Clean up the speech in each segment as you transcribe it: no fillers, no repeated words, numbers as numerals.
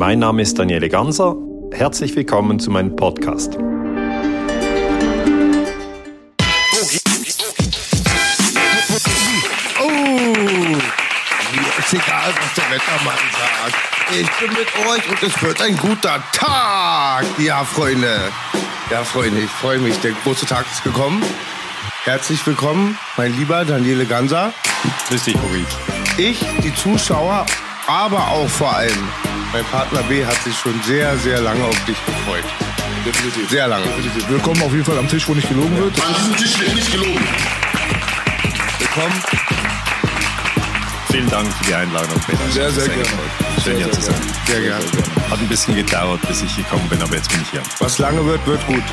Mein Name ist Daniele Ganser. Herzlich willkommen zu meinem Podcast. Ist egal, was der Wettermann sagt. Ich bin mit euch und es wird ein guter Tag. Ja, Freunde. Ich freue mich. Der große Tag ist gekommen. Herzlich willkommen, mein lieber Daniele Ganser. Grüß dich, Uri. Ich, die Zuschauer, aber auch vor allem mein Partner B hat sich schon sehr, sehr lange auf dich gefreut. Definitiv. Sehr lange. Definitiv. Willkommen auf jeden Fall am Tisch, wo nicht gelogen wird. An diesem Tisch wird nicht gelogen. Willkommen. Vielen Dank für die Einladung, Peter. Sehr, sehr gerne. Schön, hier zu sein. Sehr gerne. Hat ein bisschen gedauert, bis ich gekommen bin, aber jetzt bin ich hier. Was lange wird, wird gut.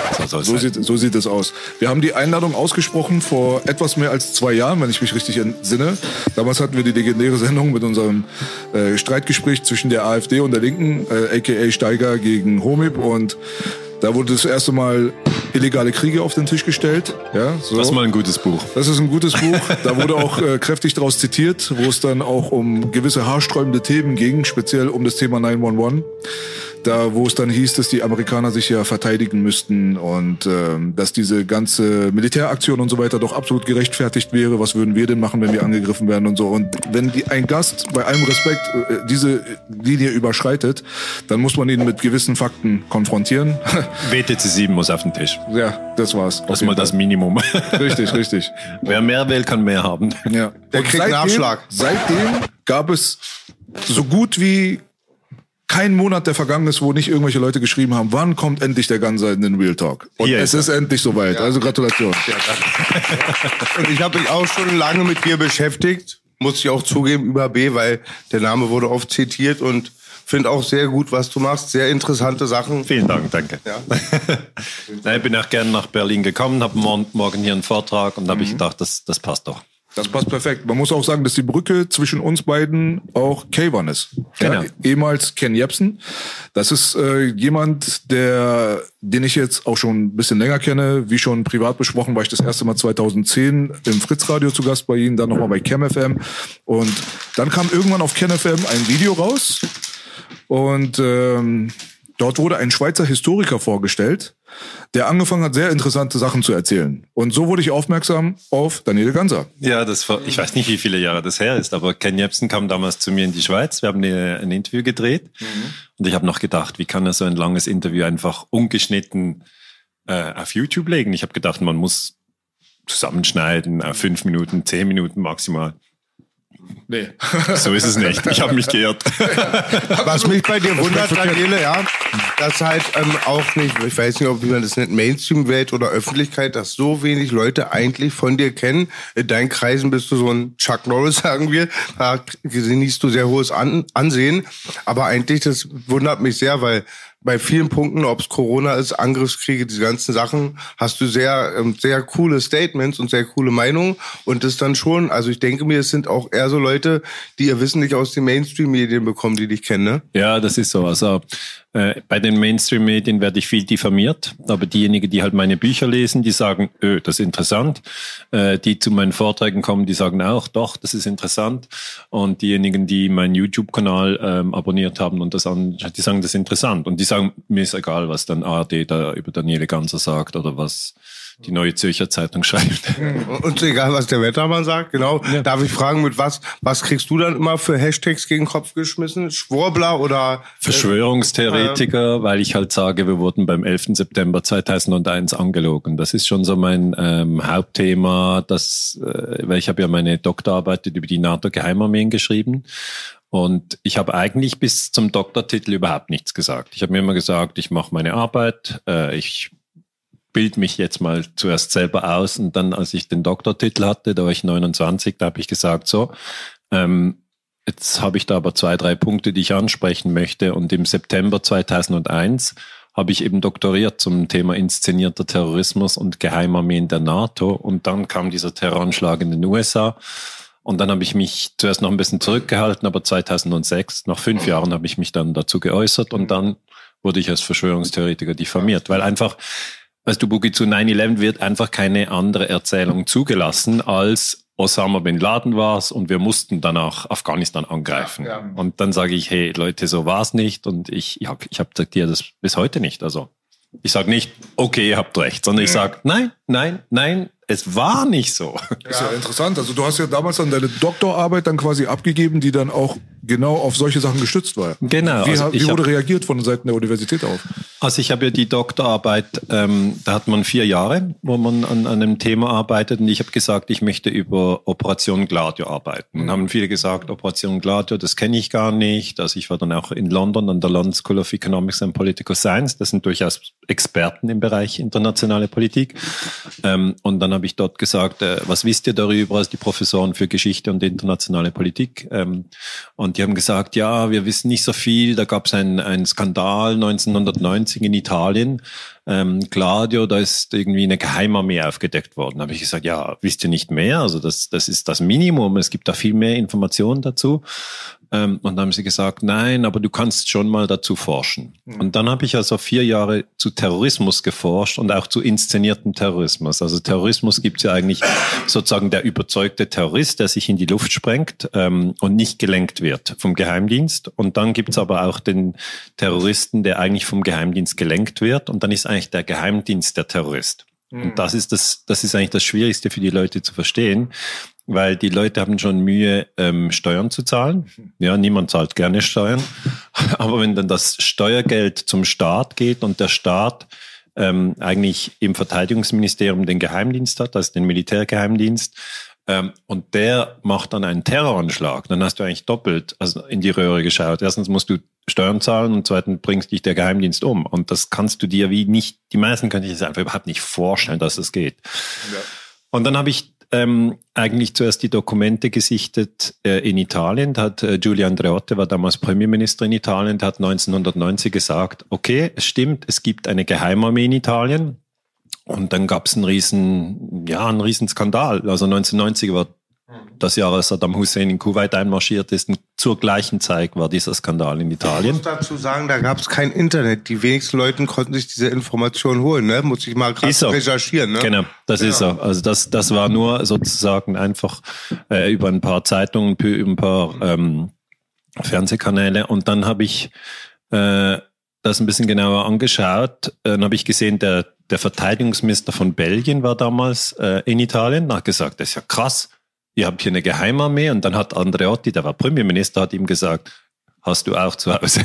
So sieht es aus. Wir haben die Einladung ausgesprochen vor etwas mehr als 2 Jahren, wenn ich mich richtig entsinne. Damals hatten wir die legendäre Sendung mit unserem Streitgespräch zwischen der AfD und der Linken, a.k.a. Steiger gegen Homib. Und da wurde das erste Mal illegale Kriege auf den Tisch gestellt. Ja, so. Das ist mal ein gutes Buch. Das ist ein gutes Buch. Da wurde auch kräftig daraus zitiert, wo es dann auch um gewisse haarsträubende Themen ging, speziell um das Thema 911. Da, wo es dann hieß, dass die Amerikaner sich ja verteidigen müssten und dass diese ganze Militäraktion und so weiter doch absolut gerechtfertigt wäre. Was würden wir denn machen, wenn wir angegriffen werden und so? Und wenn ein Gast bei allem Respekt diese Linie überschreitet, dann muss man ihn mit gewissen Fakten konfrontieren. WTC 7 muss auf den Tisch. Ja, das war's. Das ist mal das Minimum. Richtig. Wer mehr will, kann mehr haben. Ja. Der kriegt einen Abschlag. Seitdem gab es so gut wie kein Monat, der vergangen ist, wo nicht irgendwelche Leute geschrieben haben, wann kommt endlich der Ganser in den Real Talk? Und Hier es ist endlich soweit. Ja. Also Gratulation. Ja, und ich habe mich auch schon lange mit dir beschäftigt, muss ich auch zugeben, über B, weil der Name wurde oft zitiert und finde auch sehr gut, was du machst. Sehr interessante Sachen. Vielen Dank, danke. Ja. Ich bin auch gerne nach Berlin gekommen, habe morgen hier einen Vortrag und da habe ich gedacht, das passt doch. Das passt perfekt. Man muss auch sagen, dass die Brücke zwischen uns beiden auch K1 ist. Genau. Ja, ehemals Ken Jebsen. Das ist jemand, den ich jetzt auch schon ein bisschen länger kenne. Wie schon privat besprochen, war ich das erste Mal 2010 im Fritz-Radio zu Gast bei Ihnen, dann nochmal bei KenFM. Und dann kam irgendwann auf KenFM ein Video raus und dort wurde ein Schweizer Historiker vorgestellt, der angefangen hat, sehr interessante Sachen zu erzählen. Und so wurde ich aufmerksam auf Daniele Ganser. Ja, ich weiß nicht, wie viele Jahre das her ist, aber Ken Jebsen kam damals zu mir in die Schweiz. Wir haben ein Interview gedreht und ich habe noch gedacht, wie kann er so ein langes Interview einfach ungeschnitten auf YouTube legen? Ich habe gedacht, man muss zusammenschneiden, 5 Minuten, 10 Minuten maximal. Nee. So ist es nicht. Ich habe mich geirrt. Was mich bei dir wundert, Daniele, ja, dass halt auch nicht, ich weiß nicht, ob man das nennt, Mainstream-Welt oder Öffentlichkeit, dass so wenig Leute eigentlich von dir kennen. In deinen Kreisen bist du so ein Chuck Norris, sagen wir. Da genießt du sehr hohes Ansehen. Aber eigentlich, das wundert mich sehr, weil bei vielen Punkten, ob es Corona ist, Angriffskriege, diese ganzen Sachen, hast du sehr, sehr coole Statements und sehr coole Meinungen. Und das dann schon, also ich denke mir, es sind auch eher so Leute, die ihr Wissen nicht aus den Mainstream-Medien bekommen, die dich kennen, ne? Ja, das ist so. Also bei den Mainstream-Medien werde ich viel diffamiert, aber diejenigen, die halt meine Bücher lesen, die sagen, das ist interessant. Die zu meinen Vorträgen kommen, die sagen auch, doch, das ist interessant. Und diejenigen, die meinen YouTube-Kanal abonniert haben und das die sagen, das ist interessant. Und die sagen, mir ist egal, was dann ARD da über Daniele Ganser sagt oder was die Neue Zürcher Zeitung schreibt. Und egal, was der Wettermann sagt, genau. Ja. Darf ich fragen, mit was kriegst du dann immer für Hashtags gegen den Kopf geschmissen? Schwurbler oder? Verschwörungstheoretiker, weil ich halt sage, wir wurden beim 11. September 2001 angelogen. Das ist schon so mein Hauptthema, weil ich habe ja meine Doktorarbeit über die NATO-Geheimarmeen geschrieben. Und ich habe eigentlich bis zum Doktortitel überhaupt nichts gesagt. Ich habe mir immer gesagt, ich mache meine Arbeit, ich bild mich jetzt mal zuerst selber aus und dann, als ich den Doktortitel hatte, da war ich 29, da habe ich gesagt, so, jetzt habe ich da aber 2, 3 Punkte, die ich ansprechen möchte und im September 2001 habe ich eben doktoriert zum Thema inszenierter Terrorismus und Geheimarmeen der NATO und dann kam dieser Terroranschlag in den USA und dann habe ich mich zuerst noch ein bisschen zurückgehalten, aber 2006, nach 5 Jahren habe ich mich dann dazu geäußert und dann wurde ich als Verschwörungstheoretiker diffamiert, weil einfach, weißt du, Boogie, zu 9/11 wird einfach keine andere Erzählung zugelassen als Osama Bin Laden war's und wir mussten danach Afghanistan angreifen. Ja. Und dann sage ich, hey Leute, so war's nicht und ich akzeptiere das bis heute nicht. Also ich sage nicht, okay, ihr habt recht, sondern ich sage, nein, es war nicht so. Ist ja interessant. Also du hast ja damals dann deine Doktorarbeit dann quasi abgegeben, die dann auch genau auf solche Sachen gestützt war. Genau. Wie wurde reagiert von Seiten der Universität auf? Also ich habe ja die Doktorarbeit, da hat man 4 Jahre, wo man an einem Thema arbeitet und ich habe gesagt, ich möchte über Operation Gladio arbeiten. Und haben viele gesagt, Operation Gladio, das kenne ich gar nicht. Also ich war dann auch in London an der London School of Economics and Political Science. Das sind durchaus Experten im Bereich internationale Politik. Und dann habe ich dort gesagt, was wisst ihr darüber als die Professoren für Geschichte und internationale Politik? Und die haben gesagt, ja, wir wissen nicht so viel. Da gab es einen Skandal 1990 in Italien. Gladio, da ist irgendwie eine Geheimarmee aufgedeckt worden. Da habe ich gesagt, ja, wisst ihr nicht mehr? Also das ist das Minimum. Es gibt da viel mehr Informationen dazu. Und dann haben sie gesagt, nein, aber du kannst schon mal dazu forschen. Und dann habe ich also 4 Jahre zu Terrorismus geforscht und auch zu inszeniertem Terrorismus. Also Terrorismus gibt es ja eigentlich sozusagen der überzeugte Terrorist, der sich in die Luft sprengt und nicht gelenkt wird vom Geheimdienst. Und dann gibt es aber auch den Terroristen, der eigentlich vom Geheimdienst gelenkt wird. Und dann ist eigentlich der Geheimdienst der Terrorist. Und das ist eigentlich das Schwierigste für die Leute zu verstehen, weil die Leute haben schon Mühe, Steuern zu zahlen. Ja, niemand zahlt gerne Steuern. Aber wenn dann das Steuergeld zum Staat geht und der Staat eigentlich im Verteidigungsministerium den Geheimdienst hat, also den Militärgeheimdienst, und der macht dann einen Terroranschlag, dann hast du eigentlich doppelt in die Röhre geschaut. Erstens musst du Steuern zahlen und zweitens bringst dich der Geheimdienst um. Und das kannst du dir wie nicht, die meisten können sich das einfach überhaupt nicht vorstellen, dass es geht. Ja. Und dann habe ich eigentlich zuerst die Dokumente gesichtet in Italien. Da hat Giulio Andreotti, war damals Premierminister in Italien, der hat 1990 gesagt, okay, es stimmt, es gibt eine Geheimarmee in Italien. Und dann gab es einen riesen Skandal. Also 1990 war das Jahr, als Saddam Hussein in Kuwait einmarschiert ist. Und zur gleichen Zeit war dieser Skandal in Italien. Ich muss dazu sagen, da gab es kein Internet. Die wenigsten Leute konnten sich diese Informationen holen. Ne? Muss ich mal gerade recherchieren. Ne? Genau, das ist so. Also das war nur sozusagen einfach über ein paar Zeitungen, über ein paar Fernsehkanäle. Und dann habe ich das ein bisschen genauer angeschaut. Dann habe ich gesehen, der Verteidigungsminister von Belgien war damals in Italien. Hat gesagt, das ist ja krass. Ihr habt hier eine Geheimarmee. Und dann hat Andreotti, der war Premierminister, hat ihm gesagt, hast du auch zu Hause?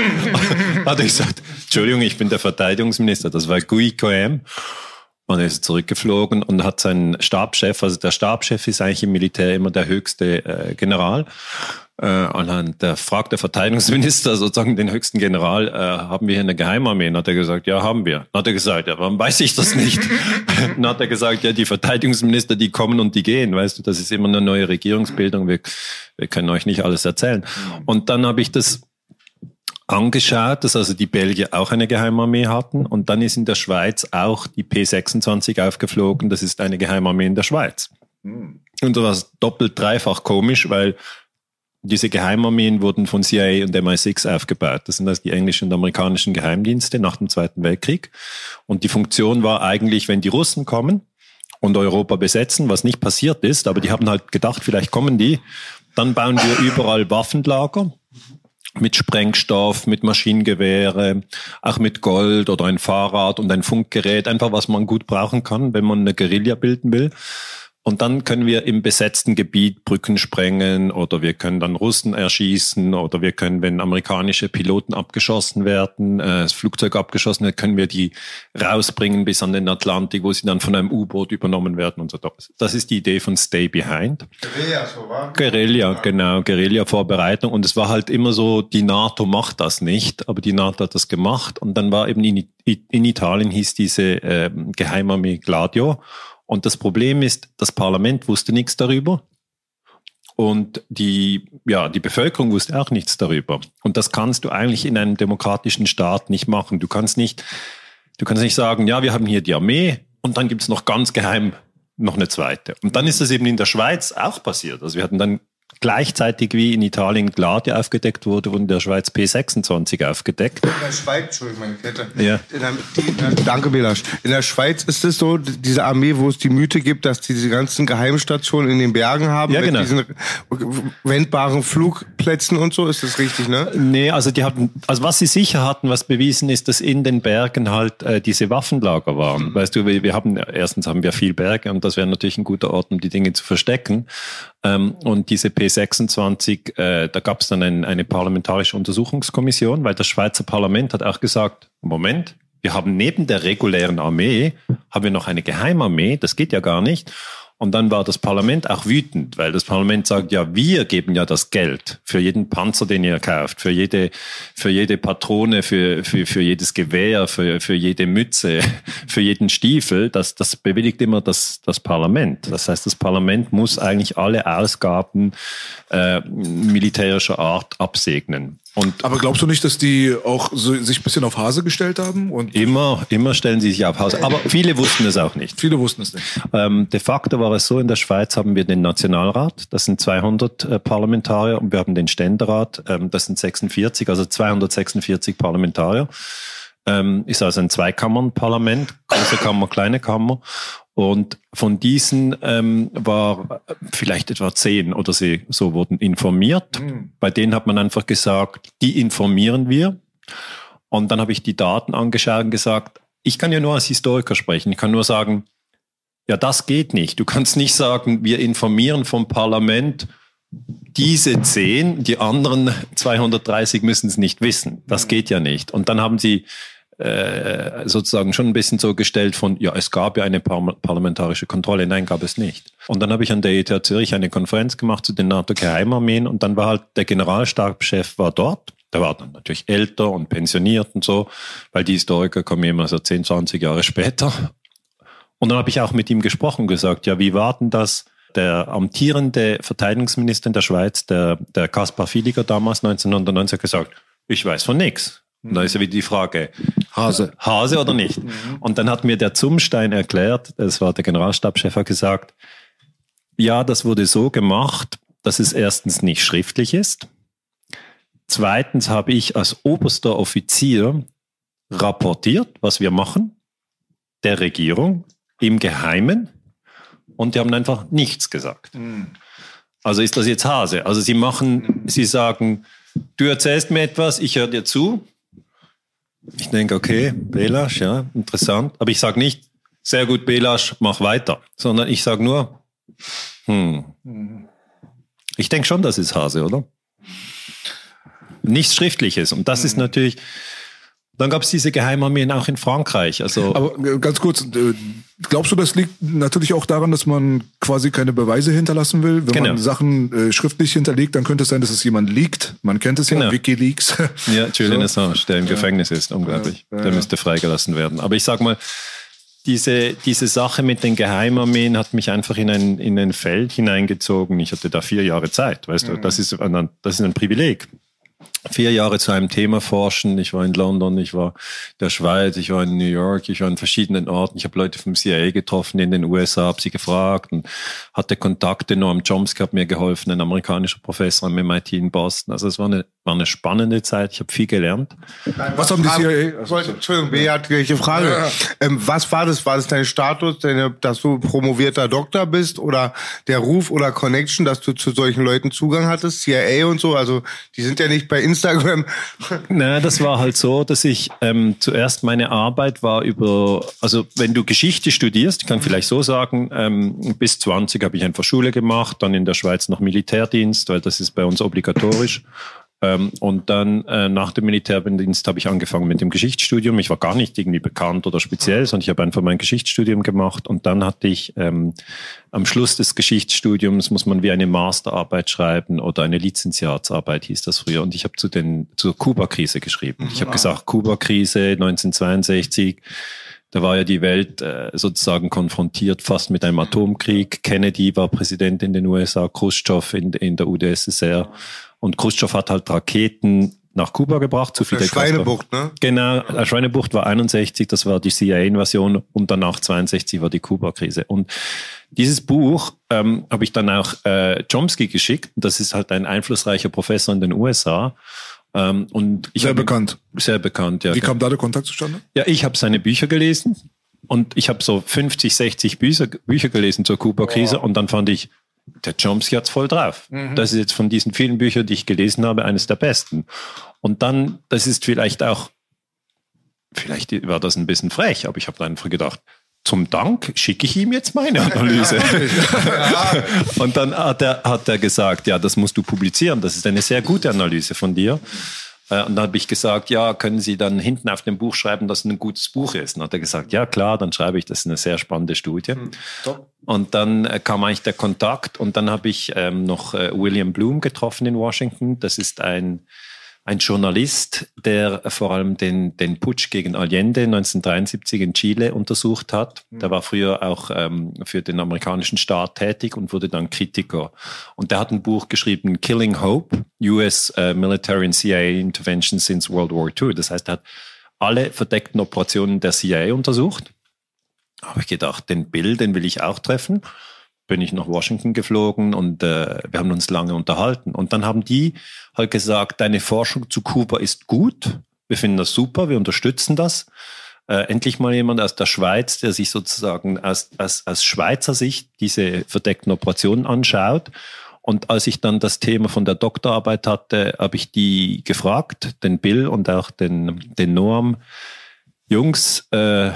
Hat er gesagt, Entschuldigung, ich bin der Verteidigungsminister. Das war Guy Coem. Und er ist zurückgeflogen und hat seinen Stabschef, also der Stabschef ist eigentlich im Militär immer der höchste General. Und dann fragt der Verteidigungsminister sozusagen den höchsten General, haben wir hier eine Geheimarmee? Und hat er gesagt, ja, haben wir. Dann hat er gesagt, ja, warum weiß ich das nicht? Dann hat er gesagt, ja, die Verteidigungsminister, die kommen und die gehen, weißt du, das ist immer eine neue Regierungsbildung, wir können euch nicht alles erzählen. Und dann habe ich das angeschaut, dass also die Belgier auch eine Geheimarmee hatten und dann ist in der Schweiz auch die P26 aufgeflogen, das ist eine Geheimarmee in der Schweiz. Und das war doppelt, dreifach komisch, weil diese Geheimarmeen wurden von CIA und MI6 aufgebaut. Das sind also die englischen und amerikanischen Geheimdienste nach dem Zweiten Weltkrieg. Und die Funktion war eigentlich, wenn die Russen kommen und Europa besetzen, was nicht passiert ist, aber die haben halt gedacht, vielleicht kommen die, dann bauen wir überall Waffenlager mit Sprengstoff, mit Maschinengewehre, auch mit Gold oder ein Fahrrad und ein Funkgerät, einfach was man gut brauchen kann, wenn man eine Guerilla bilden will. Und dann können wir im besetzten Gebiet Brücken sprengen oder wir können dann Russen erschießen oder wir können, wenn amerikanische Piloten abgeschossen werden, das Flugzeug abgeschossen wird, können wir die rausbringen bis an den Atlantik, wo sie dann von einem U-Boot übernommen werden und so. Das ist die Idee von Stay Behind. Guerilla, so war? Guerilla, genau, Guerilla-Vorbereitung. Und es war halt immer so, die NATO macht das nicht, aber die NATO hat das gemacht. Und dann war eben in Italien hieß diese Geheimarmee Gladio. Und das Problem ist, das Parlament wusste nichts darüber und die Bevölkerung wusste auch nichts darüber. Und das kannst du eigentlich in einem demokratischen Staat nicht machen. Du kannst nicht sagen, ja, wir haben hier die Armee und dann gibt's noch ganz geheim noch eine zweite. Und dann ist das eben in der Schweiz auch passiert. Also wir hatten dann gleichzeitig wie in Italien Gladio aufgedeckt wurde, in der Schweiz P26 aufgedeckt. In der Schweiz, Entschuldigung, meine Kette. Ja. Danke, Belasch. In der Schweiz ist es so, diese Armee, wo es die Mythe gibt, dass die diese ganzen Geheimstationen in den Bergen haben, ja, genau. mit diesen wendbaren Flugplätzen und so, ist das richtig, ne? Nee, also was sie sicher hatten, was bewiesen ist, dass in den Bergen halt diese Waffenlager waren. Weißt du, erstens haben wir viel Berge und das wäre natürlich ein guter Ort, um die Dinge zu verstecken. Und diese P26, da gab es dann eine parlamentarische Untersuchungskommission, weil das Schweizer Parlament hat auch gesagt, Moment, wir haben neben der regulären Armee, haben wir noch eine Geheimarmee, das geht ja gar nicht. Und dann war das Parlament auch wütend, weil das Parlament sagt, ja, wir geben ja das Geld für jeden Panzer, den ihr kauft, für jede Patrone, für jedes Gewehr, für jede Mütze, für jeden Stiefel. Das bewilligt immer das Parlament. Das heißt, das Parlament muss eigentlich alle Ausgaben militärischer Art absegnen. Aber glaubst du nicht, dass die auch sich ein bisschen auf Hase gestellt haben? Und immer stellen sie sich auf Hase. Aber viele wussten es auch nicht. Viele wussten es nicht. De facto war es so, in der Schweiz haben wir den Nationalrat, das sind 200 Parlamentarier, und wir haben den Ständerat, das sind 46, also 246 Parlamentarier. Ist also ein Zweikammernparlament, große Kammer, kleine Kammer. Und von diesen war vielleicht etwa 10 oder so wurden informiert. Bei denen hat man einfach gesagt, die informieren wir. Und dann habe ich die Daten angeschaut und gesagt, ich kann ja nur als Historiker sprechen. Ich kann nur sagen, ja, das geht nicht. Du kannst nicht sagen, wir informieren vom Parlament diese 10, die anderen 230 müssen es nicht wissen. Das geht ja nicht. Und dann haben sie sozusagen schon ein bisschen so gestellt von, ja, es gab ja eine parlamentarische Kontrolle. Nein, gab es nicht. Und dann habe ich an der ETH Zürich eine Konferenz gemacht zu den NATO-Geheimarmeen und dann war halt der Generalstabschef war dort. Der war dann natürlich älter und pensioniert und so, weil die Historiker kommen immer so 10, 20 Jahre später. Und dann habe ich auch mit ihm gesprochen, gesagt, ja, wie war denn das? Der amtierende Verteidigungsminister in der Schweiz, der Kaspar Filiger damals 1990 hat gesagt, ich weiß von nichts. Und da ist ja wieder die Frage, Hase oder nicht? Und dann hat mir der Zumstein erklärt, das war der Generalstabschef, hat gesagt, ja, das wurde so gemacht, dass es erstens nicht schriftlich ist. Zweitens habe ich als oberster Offizier rapportiert, was wir machen, der Regierung, im Geheimen. Und die haben einfach nichts gesagt. Also ist das jetzt Hase? Also sie sagen, du erzählst mir etwas, ich höre dir zu. Ich denke, okay, Belasch, ja, interessant. Aber ich sage nicht, sehr gut, Belasch, mach weiter. Sondern ich sage nur, Ich denke schon, das ist Hase, oder? Nichts Schriftliches. Und das ist natürlich... Dann gab es diese Geheimarmeen auch in Frankreich. Also aber ganz kurz, glaubst du, das liegt natürlich auch daran, dass man quasi keine Beweise hinterlassen will? Wenn man Sachen schriftlich hinterlegt, dann könnte es sein, dass es jemand leakt. Man kennt es ja, WikiLeaks. Ja, Julian Assange, der im Gefängnis ist, unglaublich. Der müsste freigelassen werden. Aber ich sag mal, diese Sache mit den Geheimarmeen hat mich einfach in ein Feld hineingezogen. Ich hatte da 4 Jahre Zeit, weißt du, das ist ein Privileg. 4 Jahre zu einem Thema forschen. Ich war in London, ich war in der Schweiz, ich war in New York, ich war in verschiedenen Orten. Ich habe Leute vom CIA getroffen in den USA, habe sie gefragt und hatte Kontakte. Noam Chomsky hat mir geholfen, ein amerikanischer Professor am MIT in Boston. Also es war eine spannende Zeit. Ich habe viel gelernt. Was haben die CIA? Entschuldigung, Bea hat gleich eine Frage. Ja. Was war das? War das dein Status, dass du promovierter Doktor bist oder der Ruf oder Connection, dass du zu solchen Leuten Zugang hattest? CIA und so, also die sind ja nicht bei Instagram. Na, das war halt so, dass ich zuerst meine Arbeit war also wenn du Geschichte studierst, ich kann vielleicht so sagen, bis 20 habe ich einfach Schule gemacht, dann in der Schweiz noch Militärdienst, weil das ist bei uns obligatorisch. Und dann nach dem Militärdienst habe ich angefangen mit dem Geschichtsstudium. Ich war gar nicht irgendwie bekannt oder speziell, sondern ich habe einfach mein Geschichtsstudium gemacht. Und dann hatte ich am Schluss des Geschichtsstudiums muss man wie eine Masterarbeit schreiben oder eine Lizenziatsarbeit hieß das früher. Und ich habe zur Kuba-Krise geschrieben. Ich habe gesagt, Kuba-Krise 1962. Da war ja die Welt sozusagen konfrontiert fast mit einem Atomkrieg. Kennedy war Präsident in den USA, Khrushchev in der UdSSR. Und Khrushchev hat halt Raketen nach Kuba gebracht. Zu Fidel Castro. Schweinebucht, ne? Genau, Schweinebucht war 61, das war die CIA-Invasion und danach 62 war die Kuba-Krise. Und Dieses Buch habe ich dann auch Chomsky geschickt. Das ist halt ein einflussreicher Professor in den USA. Und sehr bekannt. Sehr bekannt, ja. Wie kam da der Kontakt zustande? Ja, ich habe seine Bücher gelesen und ich habe so 50, 60 Bücher gelesen zur Kuba-Krise und dann fand ich, der Chomsky hat's voll drauf. Das ist jetzt von diesen vielen Büchern, die ich gelesen habe, eines der besten. Und dann, das ist vielleicht war das ein bisschen frech, aber ich habe dann einfach gedacht, zum Dank schicke ich ihm jetzt meine Analyse. Ja. Und dann hat er gesagt, ja, das musst du publizieren, das ist eine sehr gute Analyse von dir. Und dann habe ich gesagt, ja, können Sie dann hinten auf dem Buch schreiben, dass es ein gutes Buch ist? Und dann hat er gesagt, ja klar, dann schreibe ich, das ist eine sehr spannende Studie. Und dann kam eigentlich der Kontakt und dann habe ich noch William Bloom getroffen in Washington. Das ist ein Journalist, der vor allem den Putsch gegen Allende 1973 in Chile untersucht hat. Der war früher auch für den amerikanischen Staat tätig und wurde dann Kritiker. Und der hat ein Buch geschrieben, Killing Hope, US Military and CIA Intervention since World War II. Das heißt, er hat alle verdeckten Operationen der CIA untersucht. Da habe ich gedacht, den Bill, den will ich auch treffen. Bin ich nach Washington geflogen und wir haben uns lange unterhalten. Und dann haben die halt gesagt, deine Forschung zu Kuba ist gut, wir finden das super, wir unterstützen das. Endlich mal jemand aus der Schweiz, der sich sozusagen aus Schweizer Sicht diese verdeckten Operationen anschaut. Und als ich dann das Thema von der Doktorarbeit hatte, habe ich die gefragt, den Bill und auch den Noam, Jungs,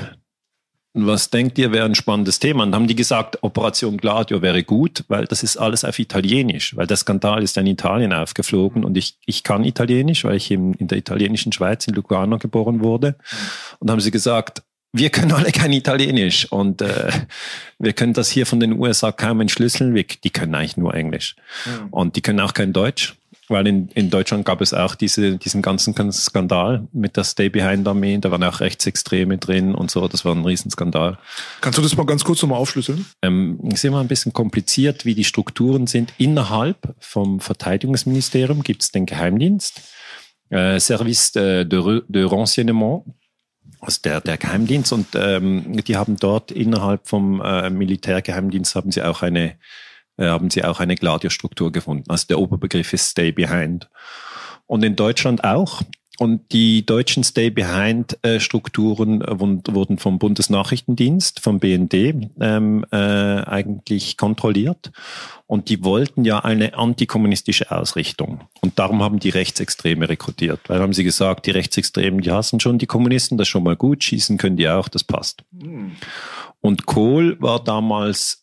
was denkt ihr, wäre ein spannendes Thema? Und dann haben die gesagt, Operation Gladio wäre gut, weil das ist alles auf Italienisch, weil der Skandal ist in Italien aufgeflogen und ich kann Italienisch, weil ich in der italienischen Schweiz in Lugano geboren wurde. Und dann haben sie gesagt, wir können alle kein Italienisch und wir können das hier von den USA kaum entschlüsseln. Die können eigentlich nur Englisch und die können auch kein Deutsch. Weil in Deutschland gab es auch diesen ganzen Skandal mit der Stay-Behind-Armee. Da waren auch Rechtsextreme drin und so. Das war ein Riesenskandal. Kannst du das mal ganz kurz nochmal aufschlüsseln? Ist immer ein bisschen kompliziert, wie die Strukturen sind. Innerhalb vom Verteidigungsministerium gibt es den Geheimdienst, Service de Renseignement, also der Geheimdienst. Und die haben dort innerhalb vom Militärgeheimdienst haben sie auch eine Gladio-Struktur gefunden. Also der Oberbegriff ist Stay Behind. Und in Deutschland auch. Und die deutschen Stay-Behind-Strukturen wurden vom Bundesnachrichtendienst, vom BND, eigentlich kontrolliert. Und die wollten ja eine antikommunistische Ausrichtung. Und darum haben die Rechtsextreme rekrutiert. Weil haben sie gesagt, die Rechtsextremen, die hassen schon die Kommunisten, das ist schon mal gut, schießen können die auch, das passt. Und Kohl war damals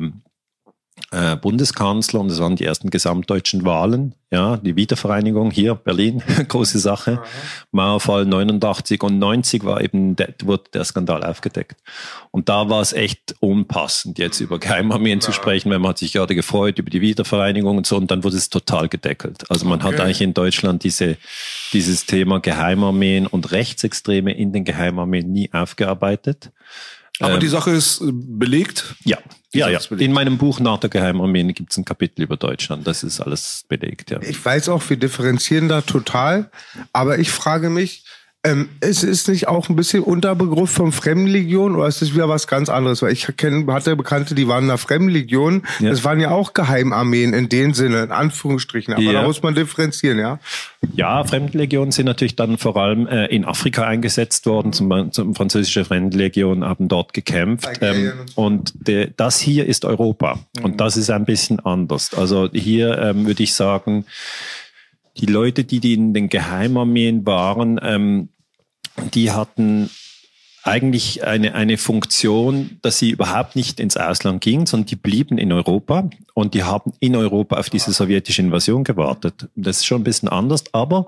Bundeskanzler und es waren die ersten gesamtdeutschen Wahlen, ja, die Wiedervereinigung hier, Berlin, große Sache, Mauerfall 89 und 90 wurde der Skandal aufgedeckt. Und da war es echt unpassend, jetzt über Geheimarmeen zu sprechen, weil man hat sich gerade gefreut über die Wiedervereinigung und so und dann wurde es total gedeckelt. Also man hat eigentlich in Deutschland dieses Thema Geheimarmeen und Rechtsextreme in den Geheimarmeen nie aufgearbeitet. Aber die Sache ist belegt? Ja. In meinem Buch Nach der Geheimarmee gibt es ein Kapitel über Deutschland. Das ist alles belegt, ja. Ich weiß auch, wir differenzieren da total. Aber ich frage mich, ist es nicht auch ein bisschen Unterbegriff von Fremdenlegion oder ist das wieder was ganz anderes? Weil ich hatte Bekannte, die waren in der Fremdenlegion. Ja. Das waren ja auch Geheimarmeen in dem Sinne, in Anführungsstrichen. Aber da muss man differenzieren, ja? Ja, Fremdenlegionen sind natürlich dann vor allem in Afrika eingesetzt worden. Zum französische Fremdenlegion haben dort gekämpft. Und das hier ist Europa. Und das ist ein bisschen anders. Also hier würde ich sagen, die Leute, die in den Geheimarmeen waren, die hatten eigentlich eine Funktion, dass sie überhaupt nicht ins Ausland gingen, sondern die blieben in Europa und die haben in Europa auf diese sowjetische Invasion gewartet. Das ist schon ein bisschen anders, aber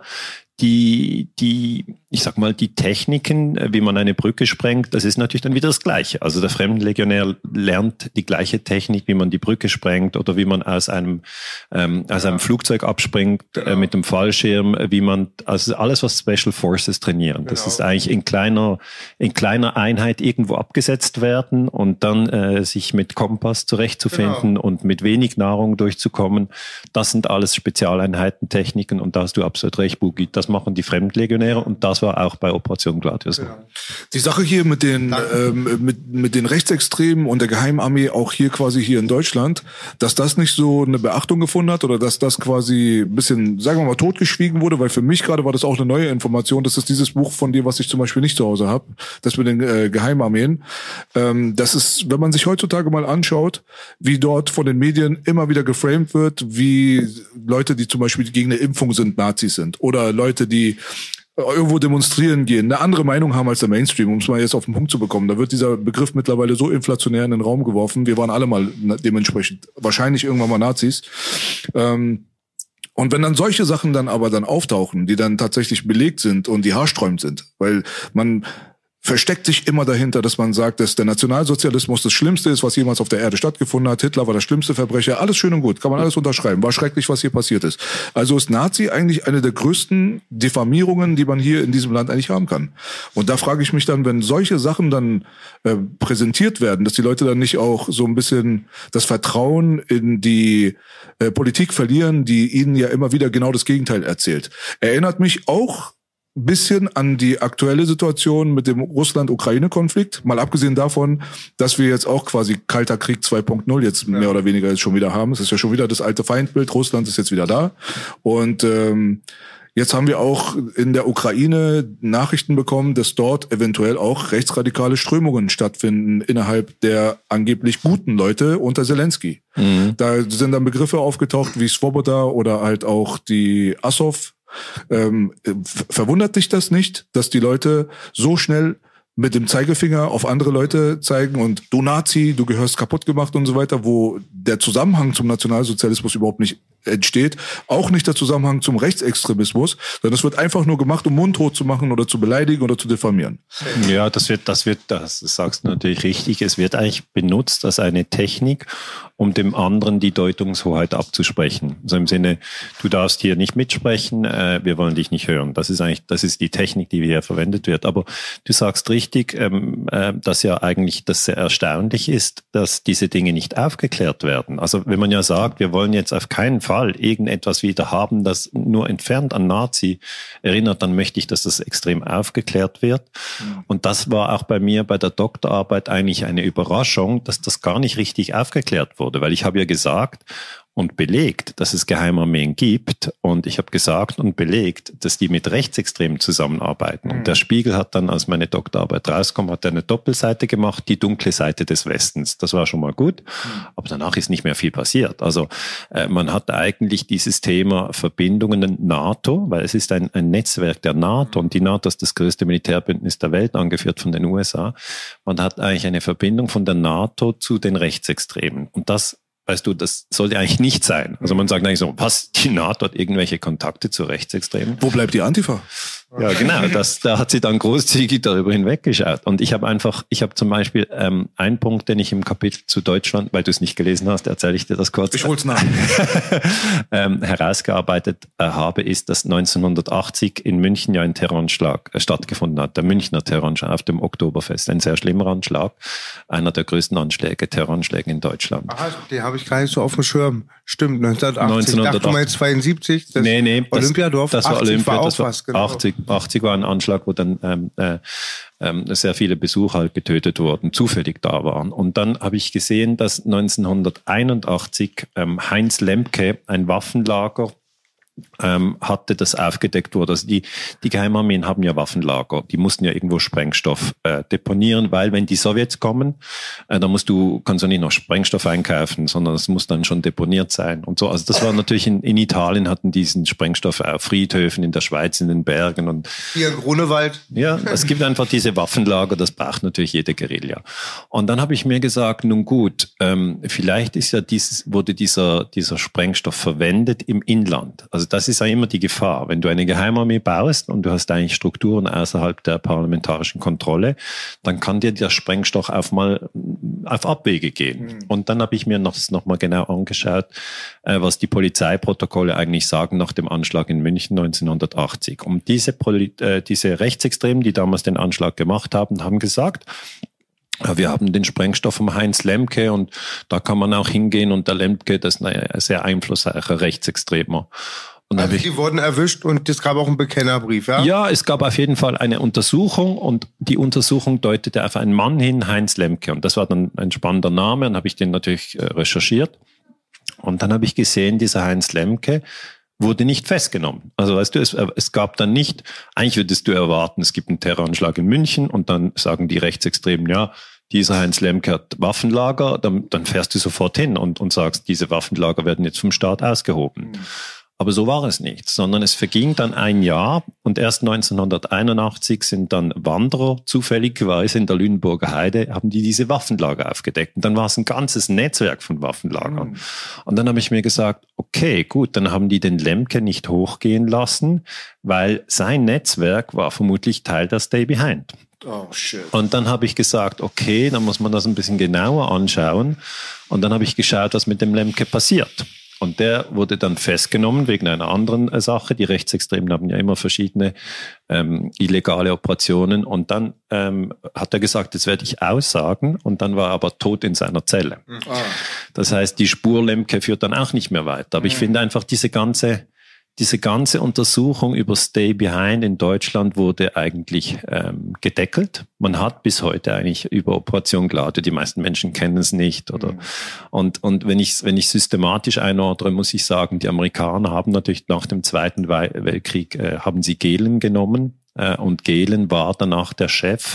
ich sag mal, die Techniken, wie man eine Brücke sprengt, das ist natürlich dann wieder das Gleiche. Also der Fremdenlegionär lernt die gleiche Technik, wie man die Brücke sprengt oder wie man aus einem Flugzeug abspringt, mit dem Fallschirm, also alles, was Special Forces trainieren. Das ist eigentlich in kleiner Einheit irgendwo abgesetzt werden und dann sich mit Kompass zurechtzufinden und mit wenig Nahrung durchzukommen. Das sind alles Spezialeinheiten, Techniken und da hast du absolut recht, Bugi. Das machen die Fremdlegionäre und das war auch bei Operation Gladius. Ja. Die Sache hier mit den Rechtsextremen und der Geheimarmee auch hier quasi hier in Deutschland, dass das nicht so eine Beachtung gefunden hat oder dass das quasi ein bisschen, sagen wir mal, totgeschwiegen wurde, weil für mich gerade war das auch eine neue Information. Das ist dieses Buch von dir, was ich zum Beispiel nicht zu Hause habe, das mit den Geheimarmeen. Das ist, wenn man sich heutzutage mal anschaut, wie dort von den Medien immer wieder geframed wird, wie Leute, die zum Beispiel gegen eine Impfung sind, Nazis sind oder Leute, die irgendwo demonstrieren gehen, eine andere Meinung haben als der Mainstream, um es mal jetzt auf den Punkt zu bekommen. Da wird dieser Begriff mittlerweile so inflationär in den Raum geworfen. Wir waren alle mal dementsprechend wahrscheinlich irgendwann mal Nazis. Und wenn dann solche Sachen dann aber dann auftauchen, die dann tatsächlich belegt sind und die haarsträubend sind, weil man versteckt sich immer dahinter, dass man sagt, dass der Nationalsozialismus das Schlimmste ist, was jemals auf der Erde stattgefunden hat. Hitler war der schlimmste Verbrecher. Alles schön und gut, kann man alles unterschreiben. War schrecklich, was hier passiert ist. Also ist Nazi eigentlich eine der größten Diffamierungen, die man hier in diesem Land eigentlich haben kann. Und da frage ich mich dann, wenn solche Sachen dann präsentiert werden, dass die Leute dann nicht auch so ein bisschen das Vertrauen in die Politik verlieren, die ihnen ja immer wieder genau das Gegenteil erzählt. Erinnert mich auch bisschen an die aktuelle Situation mit dem Russland-Ukraine-Konflikt. Mal abgesehen davon, dass wir jetzt auch quasi Kalter Krieg 2.0 jetzt mehr oder weniger jetzt schon wieder haben. Es ist ja schon wieder das alte Feindbild. Russland ist jetzt wieder da. Und jetzt haben wir auch in der Ukraine Nachrichten bekommen, dass dort eventuell auch rechtsradikale Strömungen stattfinden innerhalb der angeblich guten Leute unter Zelensky. Mhm. Da sind dann Begriffe aufgetaucht wie Svoboda oder halt auch die Azov. Verwundert dich das nicht, dass die Leute so schnell mit dem Zeigefinger auf andere Leute zeigen und du Nazi, du gehörst kaputt gemacht und so weiter, wo der Zusammenhang zum Nationalsozialismus überhaupt nicht entsteht, auch nicht der Zusammenhang zum Rechtsextremismus, sondern es wird einfach nur gemacht, um mundtot zu machen oder zu beleidigen oder zu diffamieren. Ja, das sagst du natürlich richtig, es wird eigentlich benutzt als eine Technik, um dem anderen die Deutungshoheit abzusprechen. Also im Sinne, du darfst hier nicht mitsprechen, wir wollen dich nicht hören. Das ist die Technik, die hier verwendet wird. Aber du sagst richtig, dass ja eigentlich das sehr erstaunlich ist, dass diese Dinge nicht aufgeklärt werden. Also wenn man ja sagt, wir wollen jetzt auf keinen Fall irgendetwas wieder haben, das nur entfernt an Nazi erinnert, dann möchte ich, dass das extrem aufgeklärt wird. Und das war auch bei mir bei der Doktorarbeit eigentlich eine Überraschung, dass das gar nicht richtig aufgeklärt wurde, weil ich habe ja gesagt und belegt, dass es Geheimarmeen gibt und ich habe gesagt und belegt, dass die mit Rechtsextremen zusammenarbeiten. Und der Spiegel hat dann, als meine Doktorarbeit rauskommt, hat er eine Doppelseite gemacht, die dunkle Seite des Westens. Das war schon mal gut, aber danach ist nicht mehr viel passiert. Also man hat eigentlich dieses Thema Verbindungen NATO, weil es ist ein Netzwerk der NATO und die NATO ist das größte Militärbündnis der Welt, angeführt von den USA. Man hat eigentlich eine Verbindung von der NATO zu den Rechtsextremen und das, weißt du, das sollte eigentlich nicht sein. Also man sagt eigentlich so, was, die NATO hat irgendwelche Kontakte zu Rechtsextremen. Wo bleibt die Antifa? Ja, genau. Da hat sie dann großzügig darüber hinweggeschaut. Und ich habe zum Beispiel einen Punkt, den ich im Kapitel zu Deutschland, weil du es nicht gelesen hast, erzähle ich dir das kurz. Ich hol's nach. Herausgearbeitet habe, ist, dass 1980 in München ja ein Terroranschlag stattgefunden hat. Der Münchner Terroranschlag auf dem Oktoberfest. Ein sehr schlimmer Anschlag. Einer der größten Terroranschläge in Deutschland. Aha, den habe ich gar nicht so auf dem Schirm. Stimmt, 1980. Ich dachte mal 72. Nee, Olympiadorf. Das war Olympia. Das war was, genau. 80 war ein Anschlag, wo dann sehr viele Besucher halt getötet wurden, zufällig da waren. Und dann habe ich gesehen, dass 1981 Heinz Lemke ein Waffenlager hatte, das aufgedeckt wurde. Also die Geheimarmeen haben ja Waffenlager. Die mussten ja irgendwo Sprengstoff deponieren, weil wenn die Sowjets kommen, dann kannst du nicht noch Sprengstoff einkaufen, sondern es muss dann schon deponiert sein und so. Also das war natürlich in Italien hatten diesen Sprengstoff auf Friedhöfen, in der Schweiz, in den Bergen und hier in Grunewald. Ja, es gibt einfach diese Waffenlager, das braucht natürlich jede Guerilla. Und dann habe ich mir gesagt, nun gut, vielleicht ist ja wurde dieser Sprengstoff verwendet im Inland. Also das ist ja immer die Gefahr. Wenn du eine Geheimarmee baust und du hast eigentlich Strukturen außerhalb der parlamentarischen Kontrolle, dann kann dir der Sprengstoff auf Abwege gehen. Und dann habe ich mir das nochmal genau angeschaut, was die Polizeiprotokolle eigentlich sagen nach dem Anschlag in München 1980. Und diese Rechtsextremen, die damals den Anschlag gemacht haben, haben gesagt, wir haben den Sprengstoff vom Heinz Lemke und da kann man auch hingehen und der Lemke, das ist ein sehr einflussreicher Rechtsextremer. Und also die wurden erwischt und es gab auch einen Bekennerbrief, ja? Ja, es gab auf jeden Fall eine Untersuchung und die Untersuchung deutete auf einen Mann hin, Heinz Lemke. Und das war dann ein spannender Name und habe ich den natürlich recherchiert. Und dann habe ich gesehen, dieser Heinz Lemke wurde nicht festgenommen. Also weißt du, es gab dann nicht, eigentlich würdest du erwarten, es gibt einen Terroranschlag in München und dann sagen die Rechtsextremen, ja, dieser Heinz Lemke hat Waffenlager, dann fährst du sofort hin und sagst, diese Waffenlager werden jetzt vom Staat ausgehoben. Aber so war es nicht, sondern es verging dann ein Jahr und erst 1981 sind dann Wanderer zufälligerweise in der Lüneburger Heide, haben die diese Waffenlager aufgedeckt. Und dann war es ein ganzes Netzwerk von Waffenlagern. Und dann habe ich mir gesagt, okay, gut, dann haben die den Lemke nicht hochgehen lassen, weil sein Netzwerk war vermutlich Teil der Stay Behind. Oh, shit. Und dann habe ich gesagt, okay, dann muss man das ein bisschen genauer anschauen. Und dann habe ich geschaut, was mit dem Lemke passiert. Und der wurde dann festgenommen wegen einer anderen Sache. Die Rechtsextremen haben ja immer verschiedene illegale Operationen. Und dann hat er gesagt, jetzt werde ich aussagen. Und dann war er aber tot in seiner Zelle. Das heißt, die Spur Lemke führt dann auch nicht mehr weiter. Aber ich finde einfach, diese ganze Untersuchung über Stay Behind in Deutschland wurde eigentlich gedeckelt. Man hat bis heute eigentlich über Operation Gladio, die meisten Menschen kennen es nicht. Oder und wenn ich systematisch einordne, muss ich sagen, die Amerikaner haben natürlich nach dem Zweiten Weltkrieg haben sie Gehlen genommen und Gehlen war danach der Chef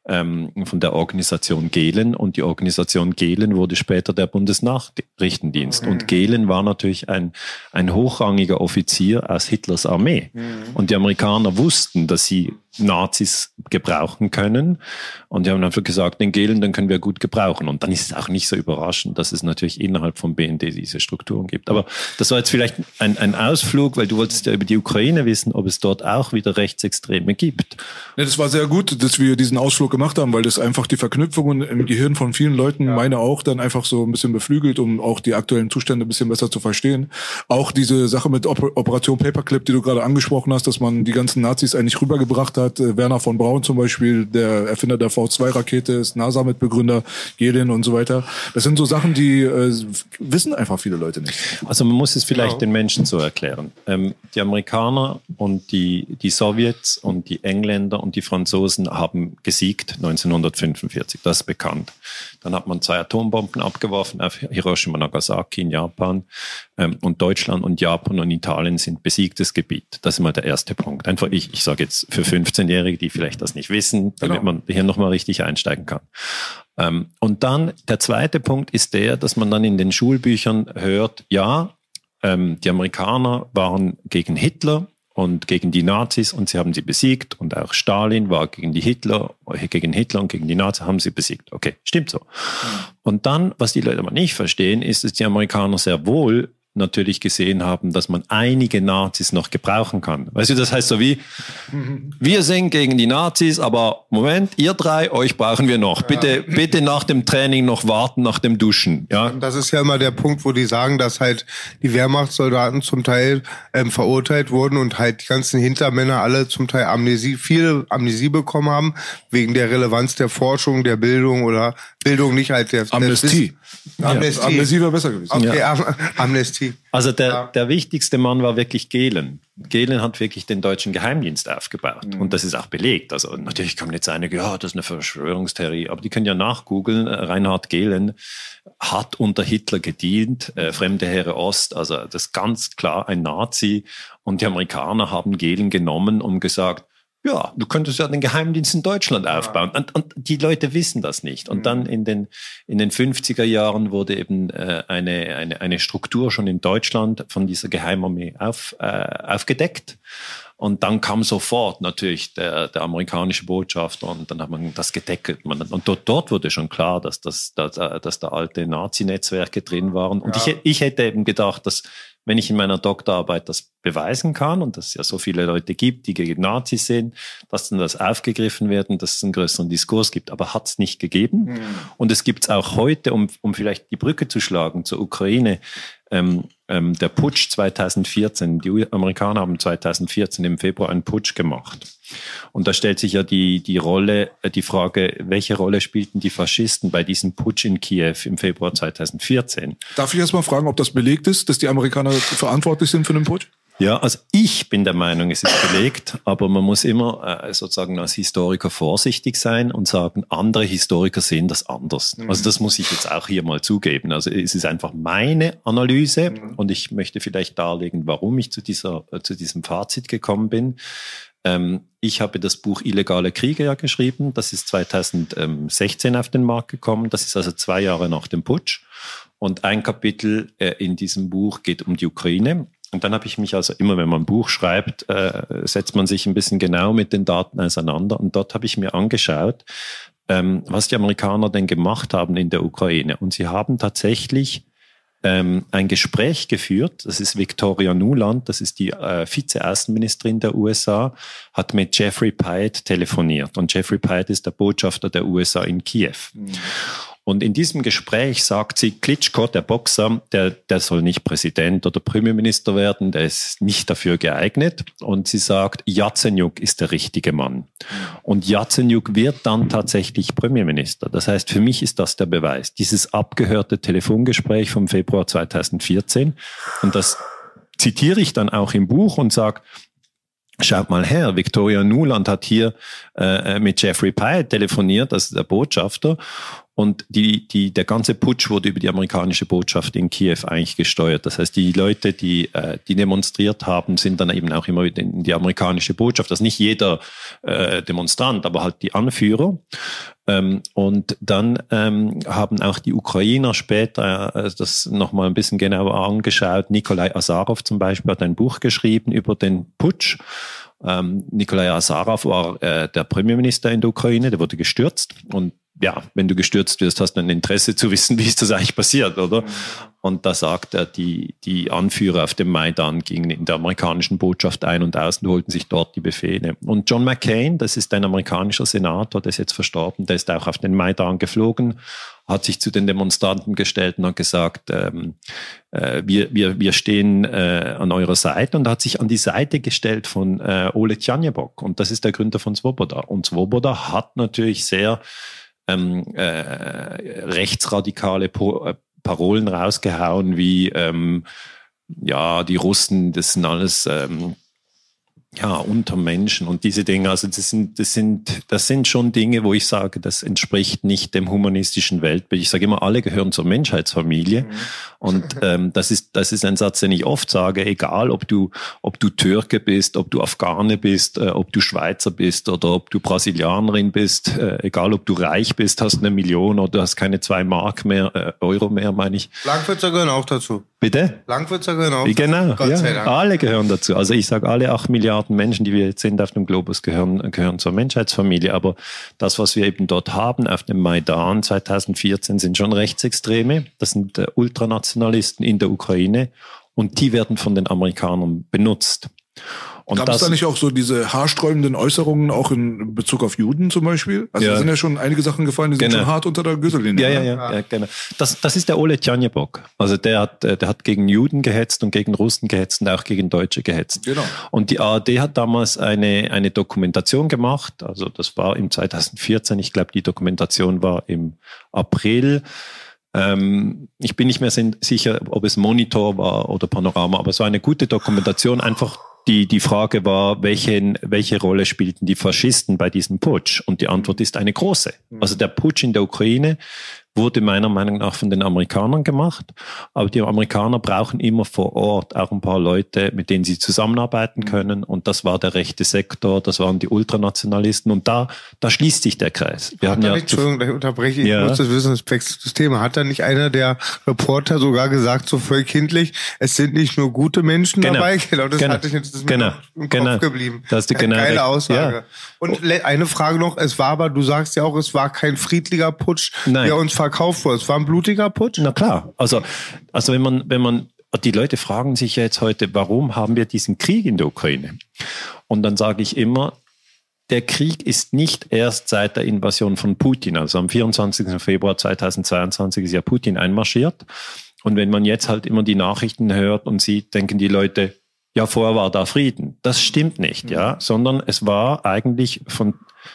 von der Organisation Gehlen und die Organisation Gehlen wurde später der Bundesnachrichtendienst und Gehlen war natürlich ein hochrangiger Offizier aus Hitlers Armee und die Amerikaner wussten, dass sie Nazis gebrauchen können und die haben einfach gesagt, den Gehlen, den können wir gut gebrauchen und dann ist es auch nicht so überraschend, dass es natürlich innerhalb vom BND diese Strukturen gibt. Aber das war jetzt vielleicht ein Ausflug, weil du wolltest ja über die Ukraine wissen, ob es dort auch wieder Rechtsextreme gibt. Ja, das war sehr gut, dass wir diesen Ausflug gemacht haben, weil das einfach die Verknüpfungen im Gehirn von vielen Leuten, meine auch, dann einfach so ein bisschen beflügelt, um auch die aktuellen Zustände ein bisschen besser zu verstehen. Auch diese Sache mit Operation Paperclip, die du gerade angesprochen hast, dass man die ganzen Nazis eigentlich rübergebracht hat. Werner von Braun zum Beispiel, der Erfinder der V2-Rakete, ist NASA-Mitbegründer, Gehlen und so weiter. Das sind so Sachen, die wissen einfach viele Leute nicht. Also man muss es vielleicht den Menschen so erklären. Die Amerikaner und die Sowjets und die Engländer und die Franzosen haben gesiegt 1945, das ist bekannt. Dann hat man 2 Atombomben abgeworfen auf Hiroshima und Nagasaki in Japan und Deutschland und Japan und Italien sind besiegtes Gebiet. Das ist mal der erste Punkt. Einfach, ich sage jetzt für 15-Jährige, die vielleicht das nicht wissen, damit man hier nochmal richtig einsteigen kann. Und dann der zweite Punkt ist der, dass man dann in den Schulbüchern hört, ja, die Amerikaner waren gegen Hitler und gegen die Nazis und sie haben sie besiegt und auch Stalin war gegen Hitler und gegen die Nazis haben sie besiegt. Okay, stimmt so. Und dann, was die Leute aber nicht verstehen, ist, dass die Amerikaner sehr wohl natürlich gesehen haben, dass man einige Nazis noch gebrauchen kann. Weißt du, das heißt so wie, wir sind gegen die Nazis, aber Moment, ihr 3, euch brauchen wir noch. Bitte nach dem Training noch warten, nach dem Duschen. Ja. Das ist ja immer der Punkt, wo die sagen, dass halt die Wehrmachtssoldaten zum Teil verurteilt wurden und halt die ganzen Hintermänner alle zum Teil viel Amnesie bekommen haben, wegen der Relevanz der Forschung, der Bildung oder Bildung nicht halt der Amnestie. Amnestie. Amnestie wäre besser gewesen. Okay, Amnestie. Also der wichtigste Mann war wirklich Gehlen. Gehlen hat wirklich den deutschen Geheimdienst aufgebaut. Und das ist auch belegt. Also natürlich kann man jetzt sagen, ja, das ist eine Verschwörungstheorie. Aber die können ja nachgoogeln. Reinhard Gehlen hat unter Hitler gedient, Fremde Heere Ost. Also das ist ganz klar ein Nazi. Und die Amerikaner haben Gehlen genommen und gesagt, ja, du könntest ja den Geheimdienst in Deutschland aufbauen. Und die Leute wissen das nicht. Und dann in den 50er Jahren wurde eben eine Struktur schon in Deutschland von dieser Geheimarmee aufgedeckt. Und dann kam sofort natürlich der amerikanische Botschafter und dann hat man das gedeckelt. Und dort wurde schon klar, dass da alte Nazi-Netzwerke drin waren. Und ich hätte eben gedacht, dass wenn ich in meiner Doktorarbeit das beweisen kann und dass es ja so viele Leute gibt, die gegen Nazis sind, dass dann das aufgegriffen wird und dass es einen größeren Diskurs gibt. Aber hat es nicht gegeben. Und es gibt es auch heute, um vielleicht die Brücke zu schlagen zur Ukraine, der Putsch 2014. Die Amerikaner haben 2014 im Februar einen Putsch gemacht. Und da stellt sich ja die Frage, welche Rolle spielten die Faschisten bei diesem Putsch in Kiew im Februar 2014? Darf ich erst mal fragen, ob das belegt ist, dass die Amerikaner verantwortlich sind für den Putsch? Ja, also ich bin der Meinung, es ist belegt, aber man muss immer sozusagen als Historiker vorsichtig sein und sagen, andere Historiker sehen das anders. Also das muss ich jetzt auch hier mal zugeben. Also es ist einfach meine Analyse und ich möchte vielleicht darlegen, warum ich zu diesem Fazit gekommen bin. Ich habe das Buch Illegale Kriege ja geschrieben. Das ist 2016 auf den Markt gekommen. Das ist also 2 Jahre nach dem Putsch. Und ein Kapitel in diesem Buch geht um die Ukraine. Und dann habe ich mich also immer, wenn man ein Buch schreibt, setzt man sich ein bisschen genau mit den Daten auseinander. Und dort habe ich mir angeschaut, was die Amerikaner denn gemacht haben in der Ukraine. Und sie haben tatsächlich ein Gespräch geführt. Das ist Victoria Nuland, das ist die Vize-Außenministerin der USA, hat mit Jeffrey Pyatt telefoniert. Und Jeffrey Pyatt ist der Botschafter der USA in Kiew. Und in diesem Gespräch sagt sie, Klitschko, der Boxer, der soll nicht Präsident oder Premierminister werden, der ist nicht dafür geeignet. Und sie sagt, Jazenjuk ist der richtige Mann. Und Jazenjuk wird dann tatsächlich Premierminister. Das heißt, für mich ist das der Beweis. Dieses abgehörte Telefongespräch vom Februar 2014. Und das zitiere ich dann auch im Buch und sage, schaut mal her, Victoria Nuland hat hier mit Jeffrey Pyatt telefoniert, das ist der Botschafter. Und der ganze Putsch wurde über die amerikanische Botschaft in Kiew eigentlich gesteuert. Das heißt, die Leute, die demonstriert haben, sind dann eben auch immer in die amerikanische Botschaft. Das ist nicht jeder Demonstrant, aber halt die Anführer. Und dann haben auch die Ukrainer später das nochmal ein bisschen genauer angeschaut. Nikolai Azarov zum Beispiel hat ein Buch geschrieben über den Putsch. Nikolai Azarov war der Premierminister in der Ukraine, der wurde gestürzt. Und ja, wenn du gestürzt wirst, hast du ein Interesse zu wissen, wie ist das eigentlich passiert, oder? Und da sagt er, die Anführer auf dem Maidan gingen in der amerikanischen Botschaft ein und aus und holten sich dort die Befehle. Und John McCain, das ist ein amerikanischer Senator, der ist jetzt verstorben, der ist auch auf den Maidan geflogen, hat sich zu den Demonstranten gestellt und hat gesagt, wir stehen an eurer Seite, und hat sich an die Seite gestellt von Ole Tjanjebok. Und das ist der Gründer von Swoboda. Und Swoboda hat natürlich sehr rechtsradikale Parolen rausgehauen, wie die Russen, das sind alles Untermenschen und diese Dinge. Also das sind schon Dinge, wo ich sage, das entspricht nicht dem humanistischen Weltbild. Ich sage immer, alle gehören zur Menschheitsfamilie. Und das ist ein Satz, den ich oft sage, egal ob du Türke bist, ob du Afghane bist, ob du Schweizer bist oder ob du Brasilianerin bist, egal ob du reich bist, hast 1 Million oder hast keine 2 Mark mehr, Euro mehr, meine ich. Landwirte gehören auch dazu. Bitte? Landwirte gehören auch dazu. Genau, Gott sei Dank. Alle gehören dazu. Also ich sage, alle 8 Milliarden Menschen, die wir jetzt sind auf dem Globus, gehören zur Menschheitsfamilie. Aber das, was wir eben dort haben auf dem Maidan 2014, sind schon Rechtsextreme. Das sind Ultranationalisten in der Ukraine und die werden von den Amerikanern benutzt. Gab es da nicht auch so diese haarsträubenden Äußerungen, auch in Bezug auf Juden zum Beispiel? Also da sind ja schon einige Sachen gefallen, die sind schon hart unter der Gürtellinie. Ja, genau. Das ist der Ole Tjanjebok. Also der hat gegen Juden gehetzt und gegen Russen gehetzt und auch gegen Deutsche gehetzt. Genau. Und die ARD hat damals eine Dokumentation gemacht. Also das war im 2014. Ich glaube, die Dokumentation war im April. Ich bin nicht mehr sicher, ob es Monitor war oder Panorama, aber es war eine gute Dokumentation. Einfach die Frage war, welche Rolle spielten die Faschisten bei diesem Putsch? Und die Antwort ist eine große. Also der Putsch in der Ukraine wurde meiner Meinung nach von den Amerikanern gemacht. Aber die Amerikaner brauchen immer vor Ort auch ein paar Leute, mit denen sie zusammenarbeiten können. Und das war der rechte Sektor, das waren die Ultranationalisten. Und da schließt sich der Kreis. Entschuldigung, ich unterbreche. Ich muss das wissen, das Thema. Hat da nicht einer der Reporter sogar gesagt, so voll kindlich, es sind nicht nur gute Menschen dabei? Genau, das hatte ich jetzt im Kopf geblieben. Das ist eine geile Aussage. Ja. Und eine Frage noch, du sagst ja auch, es war kein friedlicher Putsch, der uns verkauft wurde. Es war ein blutiger Putsch? Na klar. Also wenn man, die Leute fragen sich ja jetzt heute, warum haben wir diesen Krieg in der Ukraine? Und dann sage ich immer, der Krieg ist nicht erst seit der Invasion von Putin. Also am 24. Februar 2022 ist ja Putin einmarschiert. Und wenn man jetzt halt immer die Nachrichten hört und sieht, denken die Leute, ja, vorher war da Frieden. Das stimmt nicht, sondern es war eigentlich von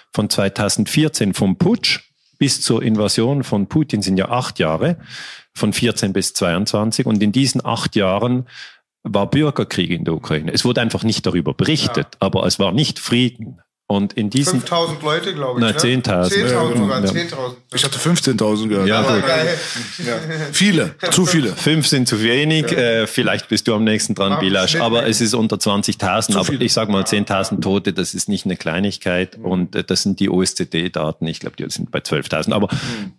2014 vom Putsch bis zur Invasion von Putin sind ja 8 Jahre, von 14 bis 22. Und in diesen 8 Jahren war Bürgerkrieg in der Ukraine. Es wurde einfach nicht darüber berichtet, aber es war nicht Frieden. Und in diesen 5.000 Leute, glaube ich. Nein, 10.000. 10.000 sogar, 10.000. Ich hatte 15.000 gehört. Ja, gut. Geil. Viele, zu viele. 5 sind zu wenig, vielleicht bist du am nächsten dran, Bilasch, aber es ist unter 20.000, aber ich sag mal 10.000 Tote, das ist nicht eine Kleinigkeit und das sind die OSZE-Daten, ich glaube, die sind bei 12.000, aber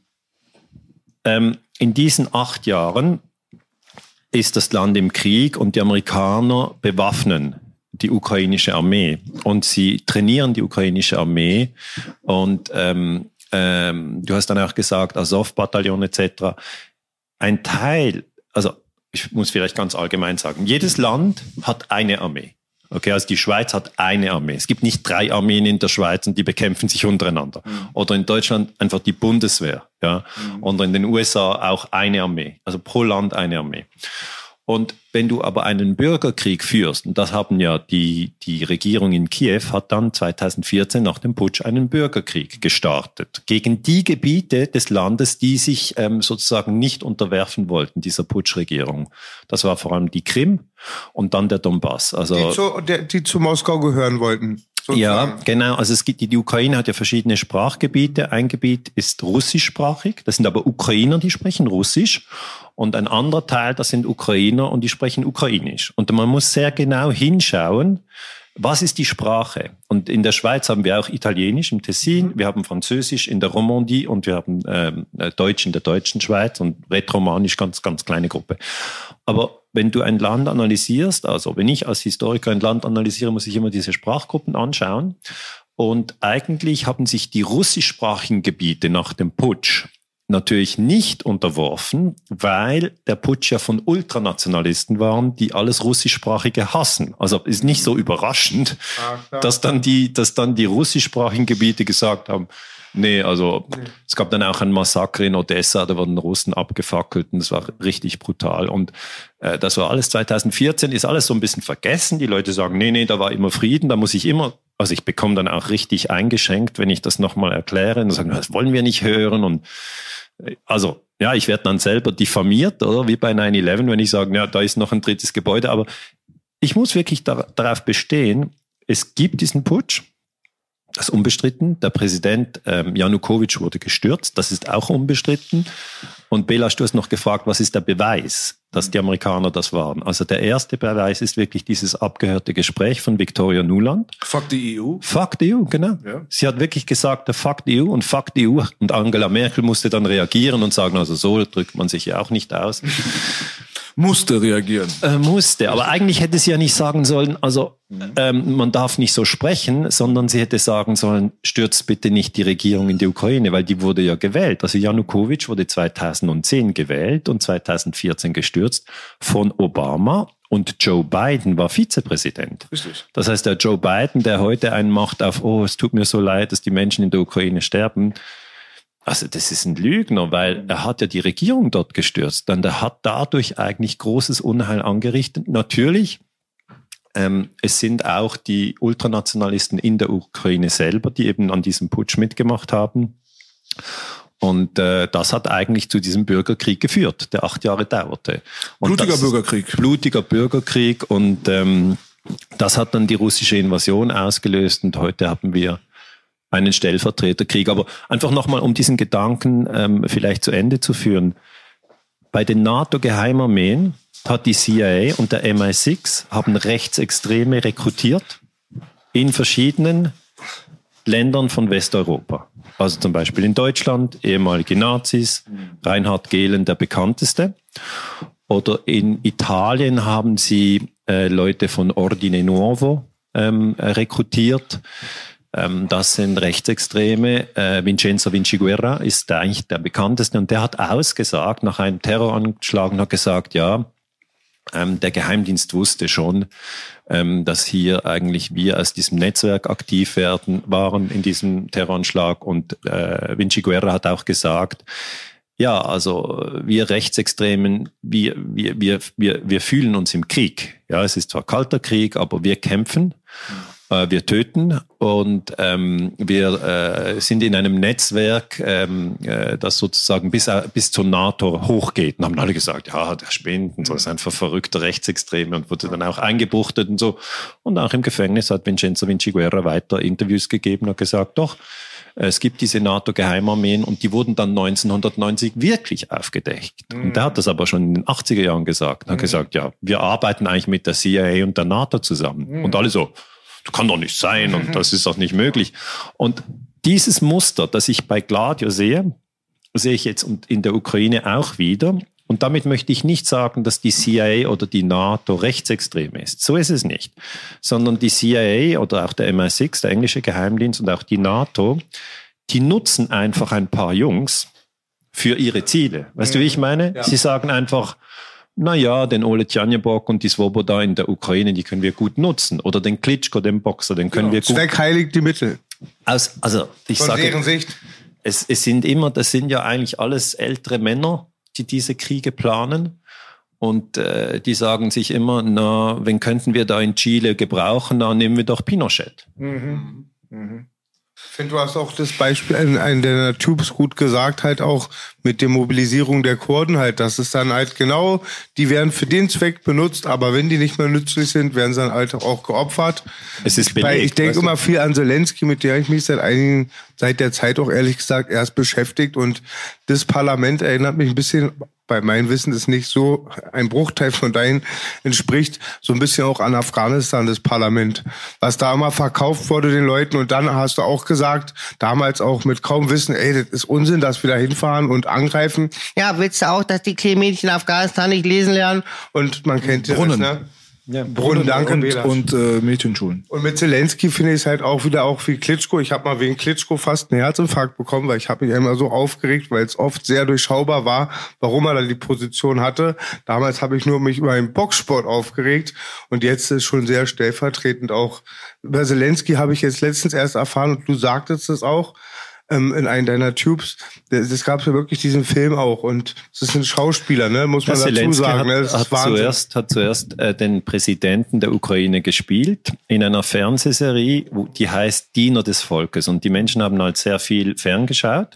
in diesen 8 Jahren ist das Land im Krieg und die Amerikaner bewaffnen die ukrainische Armee und sie trainieren die ukrainische Armee und du hast dann auch gesagt, Azov-Bataillon etc. Ein Teil, also ich muss vielleicht ganz allgemein sagen, jedes Land hat eine Armee. Okay, also die Schweiz hat eine Armee. Es gibt nicht 3 Armeen in der Schweiz und die bekämpfen sich untereinander. Oder in Deutschland einfach die Bundeswehr. Ja? Oder in den USA auch eine Armee. Also pro Land eine Armee. Und wenn du aber einen Bürgerkrieg führst, und das haben ja die Regierung in Kiew hat dann 2014 nach dem Putsch einen Bürgerkrieg gestartet gegen die Gebiete des Landes, die sich sozusagen nicht unterwerfen wollten, dieser Putschregierung. Das war vor allem die Krim und dann der Donbass. Also Die zu Moskau gehören wollten. Sozusagen. Ja, genau. Also es gibt die Ukraine hat ja verschiedene Sprachgebiete. Ein Gebiet ist russischsprachig. Das sind aber Ukrainer, die sprechen Russisch. Und ein anderer Teil, das sind Ukrainer und die sprechen Ukrainisch. Und man muss sehr genau hinschauen, was ist die Sprache? Und in der Schweiz haben wir auch Italienisch im Tessin, wir haben Französisch in der Romandie und wir haben Deutsch in der deutschen Schweiz und Rätoromanisch, ganz, ganz kleine Gruppe. Aber wenn du ein Land analysierst, also wenn ich als Historiker ein Land analysiere, muss ich immer diese Sprachgruppen anschauen. Und eigentlich haben sich die russischsprachigen Gebiete nach dem Putsch natürlich nicht unterworfen, weil der Putsch ja von Ultranationalisten waren, die alles Russischsprachige hassen. Also ist nicht so überraschend, dass dann die russischsprachigen Gebiete gesagt haben, es gab dann auch ein Massaker in Odessa, da wurden Russen abgefackelt und das war richtig brutal. Und das war alles 2014, ist alles so ein bisschen vergessen. Die Leute sagen, nee, da war immer Frieden, da muss ich immer, also ich bekomme dann auch richtig eingeschenkt, wenn ich das nochmal erkläre und sagen, das wollen wir nicht hören und also, ja, ich werde dann selber diffamiert, oder? Wie bei 9/11, wenn ich sage, ja, da ist noch ein drittes Gebäude. Aber ich muss wirklich darauf bestehen, es gibt diesen Putsch, das ist unbestritten. Der Präsident Janukowitsch wurde gestürzt, das ist auch unbestritten. Und Belasch, du hast noch gefragt, was ist der Beweis, dass die Amerikaner das waren? Also der erste Beweis ist wirklich dieses abgehörte Gespräch von Victoria Nuland. Fuck die EU. Fuck die EU, genau. Ja. Sie hat wirklich gesagt, fuck die EU und fuck die EU. Und Angela Merkel musste dann reagieren und sagen, also so drückt man sich ja auch nicht aus. Musste reagieren. Musste, aber eigentlich hätte sie ja nicht sagen sollen, also man darf nicht so sprechen, sondern sie hätte sagen sollen, stürzt bitte nicht die Regierung in die Ukraine, weil die wurde ja gewählt. Also Janukowitsch wurde 2010 gewählt und 2014 gestürzt von Obama und Joe Biden war Vizepräsident. Richtig. Das heißt, der Joe Biden, der heute einen macht auf, es tut mir so leid, dass die Menschen in der Ukraine sterben, also das ist ein Lügner, weil er hat ja die Regierung dort gestürzt. Dann der hat dadurch eigentlich großes Unheil angerichtet. Natürlich, es sind auch die Ultranationalisten in der Ukraine selber, die eben an diesem Putsch mitgemacht haben. Und das hat eigentlich zu diesem Bürgerkrieg geführt, der 8 Jahre dauerte. Und blutiger Bürgerkrieg. Und das hat dann die russische Invasion ausgelöst. Und heute haben wir einen Stellvertreterkrieg. Aber einfach nochmal, um diesen Gedanken vielleicht zu Ende zu führen. Bei den NATO-Geheimarmeen hat die CIA und der MI6 haben Rechtsextreme rekrutiert in verschiedenen Ländern von Westeuropa. Also zum Beispiel in Deutschland, ehemalige Nazis, Reinhard Gehlen, der bekannteste. Oder in Italien haben sie Leute von Ordine Nuovo rekrutiert. Das sind Rechtsextreme. Vincenzo Vinciguerra ist eigentlich der bekannteste und der hat ausgesagt, nach einem Terroranschlag, und hat gesagt, ja, der Geheimdienst wusste schon, dass hier eigentlich wir aus diesem Netzwerk aktiv waren in diesem Terroranschlag. Und Vinciguerra hat auch gesagt, ja, also wir Rechtsextremen, wir fühlen uns im Krieg. Ja, es ist zwar kalter Krieg, aber wir kämpfen. wir töten und wir sind in einem Netzwerk, das sozusagen bis zur NATO hochgeht. Und haben alle gesagt, ja, der spinnt und so, ist einfach verrückter Rechtsextreme und wurde dann auch eingebuchtet und so. Und auch im Gefängnis hat Vincenzo Vinciguerra weiter Interviews gegeben und gesagt, doch, es gibt diese NATO-Geheimarmeen und die wurden dann 1990 wirklich aufgedeckt. Und der hat das aber schon in den 80er Jahren gesagt. Er hat gesagt, ja, wir arbeiten eigentlich mit der CIA und der NATO zusammen. Und alle so, das kann doch nicht sein und das ist doch nicht möglich. Und dieses Muster, das ich bei Gladio sehe ich jetzt in der Ukraine auch wieder. Und damit möchte ich nicht sagen, dass die CIA oder die NATO rechtsextrem ist. So ist es nicht. Sondern die CIA oder auch der MI6, der englische Geheimdienst und auch die NATO, die nutzen einfach ein paar Jungs für ihre Ziele. Weißt du, wie ich meine? Ja. Sie sagen einfach, naja, den Ole Tjanjebok und die Swoboda in der Ukraine, die können wir gut nutzen. Oder den Klitschko, den Boxer, den können wir gut... Zweck heiligt die Mittel. Also ich von sage, deren Sicht. Das sind ja eigentlich alles ältere Männer, die diese Kriege planen. Und die sagen sich immer, na, wen könnten wir da in Chile gebrauchen? Na, nehmen wir doch Pinochet. Ich finde, du hast auch das Beispiel in einer der Tubes gut gesagt, halt auch mit der Mobilisierung der Kurden halt, das ist dann halt genau, die werden für den Zweck benutzt, aber wenn die nicht mehr nützlich sind, werden sie dann halt auch geopfert. Es ist belegt, ich denke immer viel an Zelensky, mit der ich mich seit der Zeit auch ehrlich gesagt erst beschäftigt, und das Parlament erinnert mich ein bisschen, bei meinem Wissen ist nicht so ein Bruchteil von deinen entspricht, so ein bisschen auch an Afghanistan, das Parlament. Was da immer verkauft wurde den Leuten, und dann hast du auch gesagt, damals auch mit kaum Wissen, das ist Unsinn, dass wir da hinfahren und angreifen. Ja, willst du auch, dass die kleinen Mädchen in Afghanistan nicht lesen lernen? Und man kennt das, ne? Ja, Brunnen, danke. Und Mädchenschulen. Und mit Zelensky finde ich es halt auch wieder auch wie Klitschko. Ich habe mal wegen Klitschko fast einen Herzinfarkt bekommen, weil ich habe mich immer so aufgeregt, weil es oft sehr durchschaubar war, warum er da die Position hatte. Damals habe ich nur mich über den Boxsport aufgeregt, und jetzt ist schon sehr stellvertretend auch. Über Zelensky habe ich jetzt letztens erst erfahren, und du sagtest es auch, in einem deiner Tubes, das gab es ja wirklich diesen Film auch, und es ist ein Schauspieler, ne, muss man dazu sagen. Hat zuerst den Präsidenten der Ukraine gespielt in einer Fernsehserie, die heißt Diener des Volkes, und die Menschen haben halt sehr viel ferngeschaut.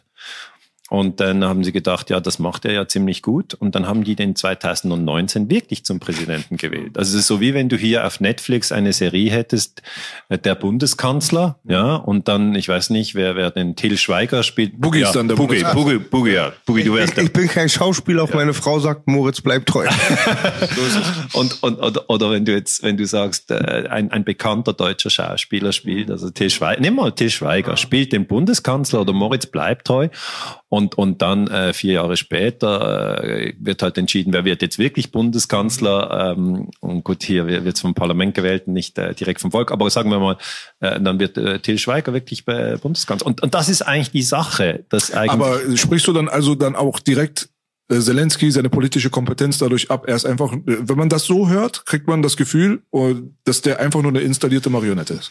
Und dann haben sie gedacht, ja, das macht er ja ziemlich gut. Und dann haben die den 2019 wirklich zum Präsidenten gewählt. Also es ist so, wie wenn du hier auf Netflix eine Serie hättest, der Bundeskanzler, ja, und dann, ich weiß nicht, wer den Till Schweiger spielt. Boogie ist dann der Boogie, du wärst ich bin kein Schauspieler, auch meine Frau sagt, Moritz, bleib treu. So ist es. Oder wenn du sagst, ein bekannter deutscher Schauspieler spielt, also Till Schweiger, nimm mal Till Schweiger, spielt den Bundeskanzler oder Moritz bleibt treu. Und dann 4 Jahre später wird halt entschieden, wer wird jetzt wirklich Bundeskanzler. Und gut, hier wird es vom Parlament gewählt, nicht direkt vom Volk. Aber sagen wir mal, dann wird Till Schweiger wirklich Bundeskanzler. Und das ist eigentlich die Sache. Aber sprichst du dann also dann auch direkt Zelensky, seine politische Kompetenz dadurch ab? Er ist einfach, wenn man das so hört, kriegt man das Gefühl, dass der einfach nur eine installierte Marionette ist.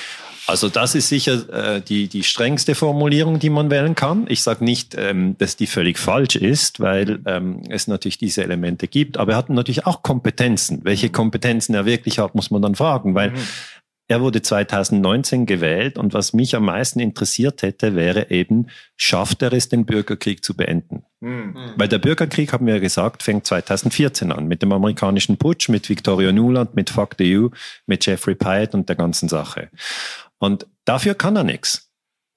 Also das ist sicher die strengste Formulierung, die man wählen kann. Ich sage nicht, dass die völlig falsch ist, weil es natürlich diese Elemente gibt. Aber er hat natürlich auch Kompetenzen. Welche Kompetenzen er wirklich hat, muss man dann fragen, weil er wurde 2019 gewählt, und was mich am meisten interessiert hätte, wäre eben, schafft er es, den Bürgerkrieg zu beenden? Weil der Bürgerkrieg, haben wir ja gesagt, fängt 2014 an, mit dem amerikanischen Putsch, mit Victoria Nuland, mit Fuck the EU, mit Jeffrey Pyatt und der ganzen Sache. Und dafür kann er nichts.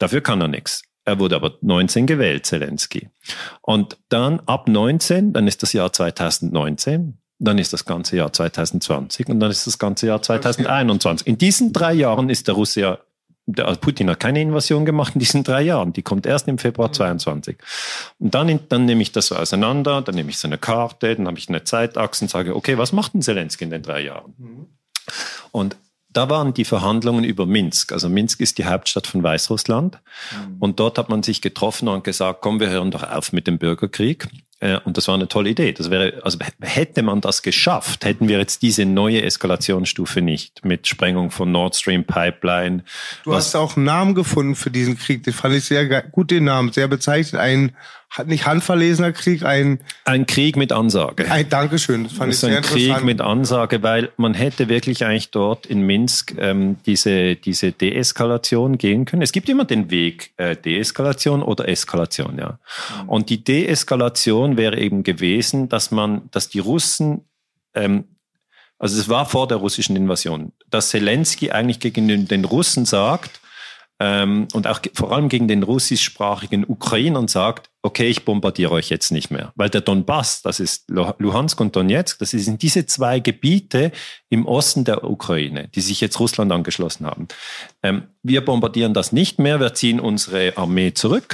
Er wurde aber 19 gewählt, Zelensky. Und dann ab 19, dann ist das Jahr 2019, dann ist das ganze Jahr 2020 und dann ist das ganze Jahr 2021. In diesen 3 Jahren ist der Putin hat keine Invasion gemacht in diesen 3 Jahren. Die kommt erst im Februar 22. Und dann nehme ich das so auseinander, dann nehme ich so eine Karte, dann habe ich eine Zeitachse und sage, okay, was macht denn Zelensky in den 3 Jahren? Und da waren die Verhandlungen über Minsk. Also Minsk ist die Hauptstadt von Weißrussland. Und dort hat man sich getroffen und gesagt, komm, wir hören doch auf mit dem Bürgerkrieg. Und das war eine tolle Idee. Also hätte man das geschafft, hätten wir jetzt diese neue Eskalationsstufe nicht mit Sprengung von Nord Stream Pipeline. Du hast auch einen Namen gefunden für diesen Krieg. Den fand ich sehr gut, den Namen, sehr bezeichnend. Ein nicht handverlesener Krieg, ein Krieg mit Ansage. Dankeschön, das fand ich sehr interessant. Ein Krieg mit Ansage, weil man hätte wirklich eigentlich dort in Minsk diese Deeskalation gehen können. Es gibt immer den Weg Deeskalation oder Eskalation, ja. Und die Deeskalation wäre eben gewesen, dass die Russen, also es war vor der russischen Invasion, dass Zelensky eigentlich gegen den Russen sagt, und auch vor allem gegen den russischsprachigen Ukrainern sagt, okay, ich bombardiere euch jetzt nicht mehr. Weil der Donbass, das ist Luhansk und Donetsk, das sind diese zwei Gebiete im Osten der Ukraine, die sich jetzt Russland angeschlossen haben. Wir bombardieren das nicht mehr, wir ziehen unsere Armee zurück.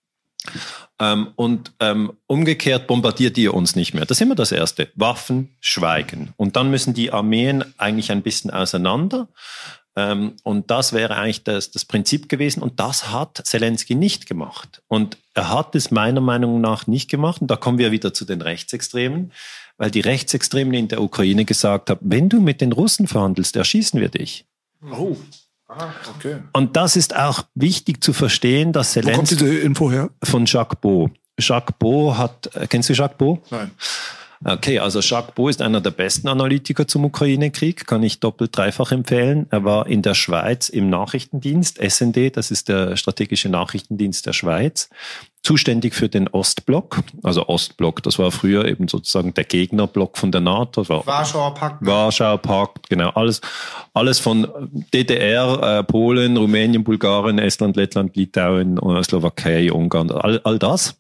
Und umgekehrt bombardiert ihr uns nicht mehr. Das ist immer das Erste. Waffen, Schweigen. Und dann müssen die Armeen eigentlich ein bisschen auseinander. Und das wäre eigentlich das Prinzip gewesen. Und das hat Zelensky nicht gemacht. Und er hat es meiner Meinung nach nicht gemacht. Und da kommen wir wieder zu den Rechtsextremen, weil die Rechtsextremen in der Ukraine gesagt haben, wenn du mit den Russen verhandelst, erschießen wir dich. Oh. Okay. Und das ist auch wichtig zu verstehen, dass Zelensky... Wo kommt diese Info her? Von Jacques Beau. Jacques Beau kennst du Jacques Beau? Nein. Okay, also Jacques Beau ist einer der besten Analytiker zum Ukraine-Krieg, kann ich doppelt, dreifach empfehlen. Er war in der Schweiz im Nachrichtendienst, SND, das ist der strategische Nachrichtendienst der Schweiz, zuständig für den Ostblock. Also Ostblock, das war früher eben sozusagen der Gegnerblock von der NATO. Warschauer Pakt. Warschauer Pakt, genau. Alles von DDR, Polen, Rumänien, Bulgarien, Estland, Lettland, Litauen, Slowakei, Ungarn, all das.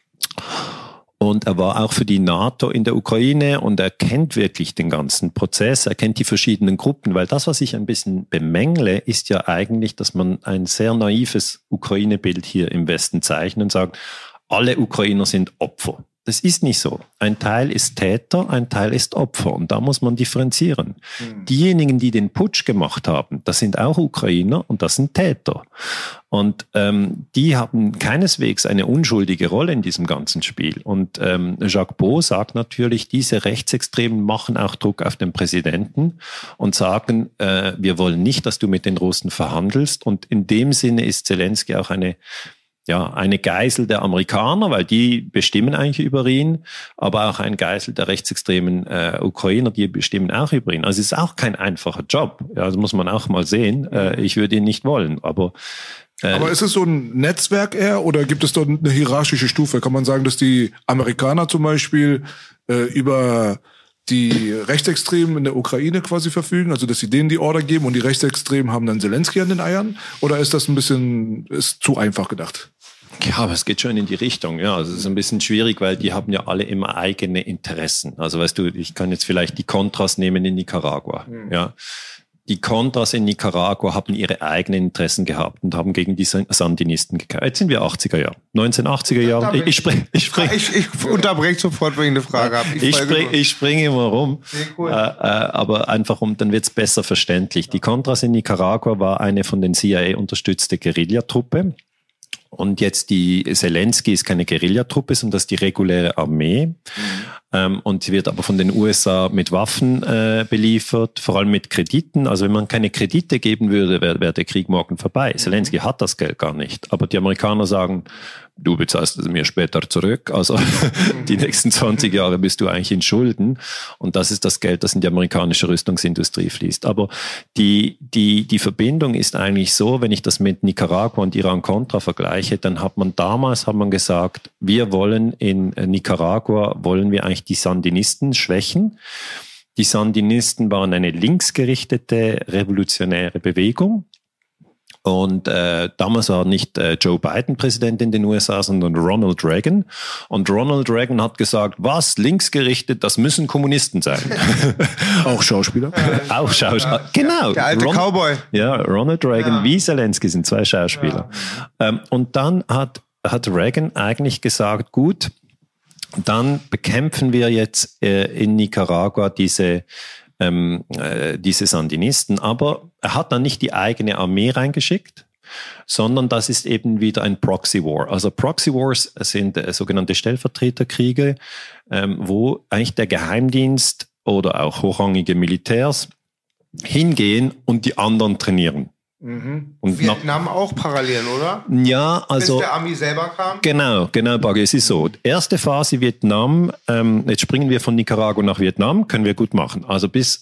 Und er war auch für die NATO in der Ukraine und er kennt wirklich den ganzen Prozess, er kennt die verschiedenen Gruppen, weil das, was ich ein bisschen bemängle, ist ja eigentlich, dass man ein sehr naives Ukraine-Bild hier im Westen zeichnet und sagt, alle Ukrainer sind Opfer. Das ist nicht so. Ein Teil ist Täter, ein Teil ist Opfer und da muss man differenzieren. Diejenigen, die den Putsch gemacht haben, das sind auch Ukrainer und das sind Täter. Und die haben keineswegs eine unschuldige Rolle in diesem ganzen Spiel. Und Jacques Beau sagt natürlich, diese Rechtsextremen machen auch Druck auf den Präsidenten und sagen, wir wollen nicht, dass du mit den Russen verhandelst. Und in dem Sinne ist Zelensky auch eine Geisel der Amerikaner, weil die bestimmen eigentlich über ihn, aber auch ein Geisel der rechtsextremen Ukrainer, die bestimmen auch über ihn. Also es ist auch kein einfacher Job. Ja, das muss man auch mal sehen. Ich würde ihn nicht wollen, aber ist es so ein Netzwerk eher oder gibt es dort eine hierarchische Stufe? Kann man sagen, dass die Amerikaner zum Beispiel über die Rechtsextremen in der Ukraine quasi verfügen, also dass sie denen die Order geben und die Rechtsextremen haben dann Zelensky an den Eiern? Oder ist das ist zu einfach gedacht? Ja, aber es geht schon in die Richtung. Ja, also es ist ein bisschen schwierig, weil die haben ja alle immer eigene Interessen. Also weißt du, ich kann jetzt vielleicht die Contras nehmen in Nicaragua. Ja. Die Contras in Nicaragua haben ihre eigenen Interessen gehabt und haben gegen die Sandinisten gekämpft. Jetzt sind wir 80er Jahre, 1980er Jahre. Ich unterbreche sofort, wenn ich eine Frage habe. Ich springe immer rum, cool. Aber einfach dann wird's besser verständlich. Die Contras in Nicaragua war eine von den CIA unterstützte Guerillatruppe. Und jetzt die Zelensky ist keine Guerillatruppe, sondern das ist die reguläre Armee. Und sie wird aber von den USA mit Waffen beliefert, vor allem mit Krediten. Also wenn man keine Kredite geben würde, wäre der Krieg morgen vorbei. Zelensky hat das Geld gar nicht. Aber die Amerikaner sagen, du bezahlst es mir später zurück. Also die nächsten 20 Jahre bist du eigentlich in Schulden. Und das ist das Geld, das in die amerikanische Rüstungsindustrie fließt. Aber die Verbindung ist eigentlich so, wenn ich das mit Nicaragua und Iran-Contra vergleiche, dann hat man gesagt, wir wollen in Nicaragua, wollen wir eigentlich die Sandinisten schwächen. Die Sandinisten waren eine linksgerichtete revolutionäre Bewegung. Und damals war nicht Joe Biden Präsident in den USA, sondern Ronald Reagan. Und Ronald Reagan hat gesagt, was, linksgerichtet, das müssen Kommunisten sein. Auch Schauspieler? Auch Schauspieler, genau. Der alte Cowboy. Ja, Ronald Reagan wie Zelensky sind zwei Schauspieler. Ja. Und dann hat Reagan eigentlich gesagt, gut, dann bekämpfen wir jetzt in Nicaragua diese Sandinisten, aber er hat dann nicht die eigene Armee reingeschickt, sondern das ist eben wieder ein Proxy War. Also Proxy Wars sind sogenannte Stellvertreterkriege, wo eigentlich der Geheimdienst oder auch hochrangige Militärs hingehen und die anderen trainieren. Und Vietnam auch parallel, oder? Ja, also... Bis der Ami selber kam? Genau, Bagge. Es ist so. Erste Phase Vietnam, jetzt springen wir von Nicaragua nach Vietnam, können wir gut machen. Also bis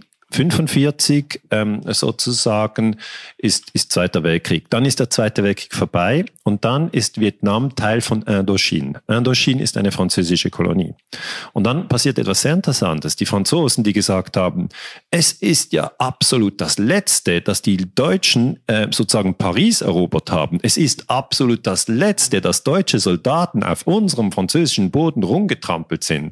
1945 sozusagen ist Zweiter Weltkrieg. Dann ist der Zweite Weltkrieg vorbei und dann ist Vietnam Teil von Indochine. Indochine ist eine französische Kolonie. Und dann passiert etwas sehr Interessantes. Die Franzosen, die gesagt haben, es ist ja absolut das Letzte, dass die Deutschen sozusagen Paris erobert haben. Es ist absolut das Letzte, dass deutsche Soldaten auf unserem französischen Boden rumgetrampelt sind.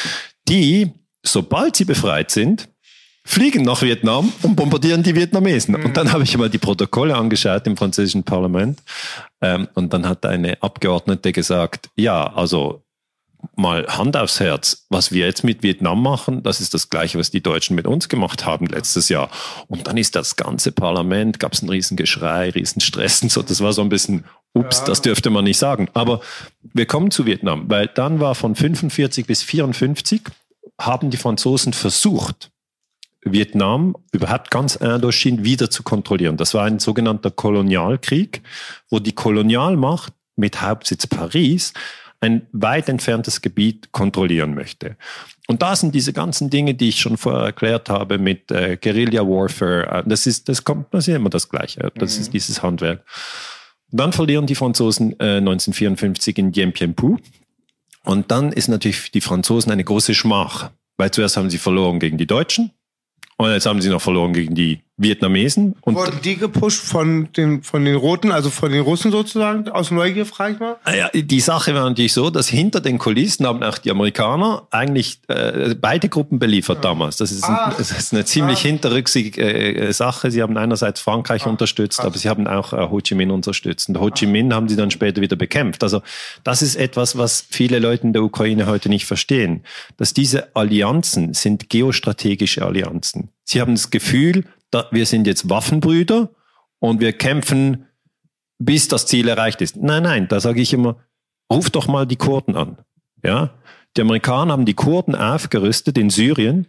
Die, sobald sie befreit sind, fliegen nach Vietnam und bombardieren die Vietnamesen. Und dann habe ich mal die Protokolle angeschaut im französischen Parlament. Und dann hat eine Abgeordnete gesagt, ja, also mal Hand aufs Herz, was wir jetzt mit Vietnam machen, das ist das Gleiche, was die Deutschen mit uns gemacht haben letztes Jahr. Und dann ist das ganze Parlament, gab es einen riesen Geschrei, riesen Stress und so. Das war so ein bisschen, ups, das dürfte man nicht sagen. Aber wir kommen zu Vietnam, weil dann war von 45 bis 54 haben die Franzosen versucht, Vietnam, überhaupt ganz Indochine wieder zu kontrollieren. Das war ein sogenannter Kolonialkrieg, wo die Kolonialmacht mit Hauptsitz Paris ein weit entferntes Gebiet kontrollieren möchte. Und da sind diese ganzen Dinge, die ich schon vorher erklärt habe mit Guerilla Warfare. Das ist immer das Gleiche. Das ist dieses Handwerk. Und dann verlieren die Franzosen 1954 in Dien Bien Phu. Und dann ist natürlich für die Franzosen eine große Schmach, weil zuerst haben sie verloren gegen die Deutschen. Und jetzt haben sie noch verloren gegen die Vietnamesen. Und wurden die gepusht von den Roten, also von den Russen sozusagen? Aus Neugier, frage ich mal. Ja, die Sache war natürlich so, dass hinter den Kulissen haben auch die Amerikaner eigentlich beide Gruppen beliefert damals. Das ist eine ziemlich hinterrücksige Sache. Sie haben einerseits Frankreich unterstützt, aber sie haben auch Ho Chi Minh unterstützt. Und Ho Chi Minh haben sie dann später wieder bekämpft. Also das ist etwas, was viele Leute in der Ukraine heute nicht verstehen. Dass diese Allianzen sind geostrategische Allianzen. Sie haben das Gefühl, wir sind jetzt Waffenbrüder und wir kämpfen, bis das Ziel erreicht ist. Nein, da sage ich immer, ruf doch mal die Kurden an. Ja? Die Amerikaner haben die Kurden aufgerüstet in Syrien,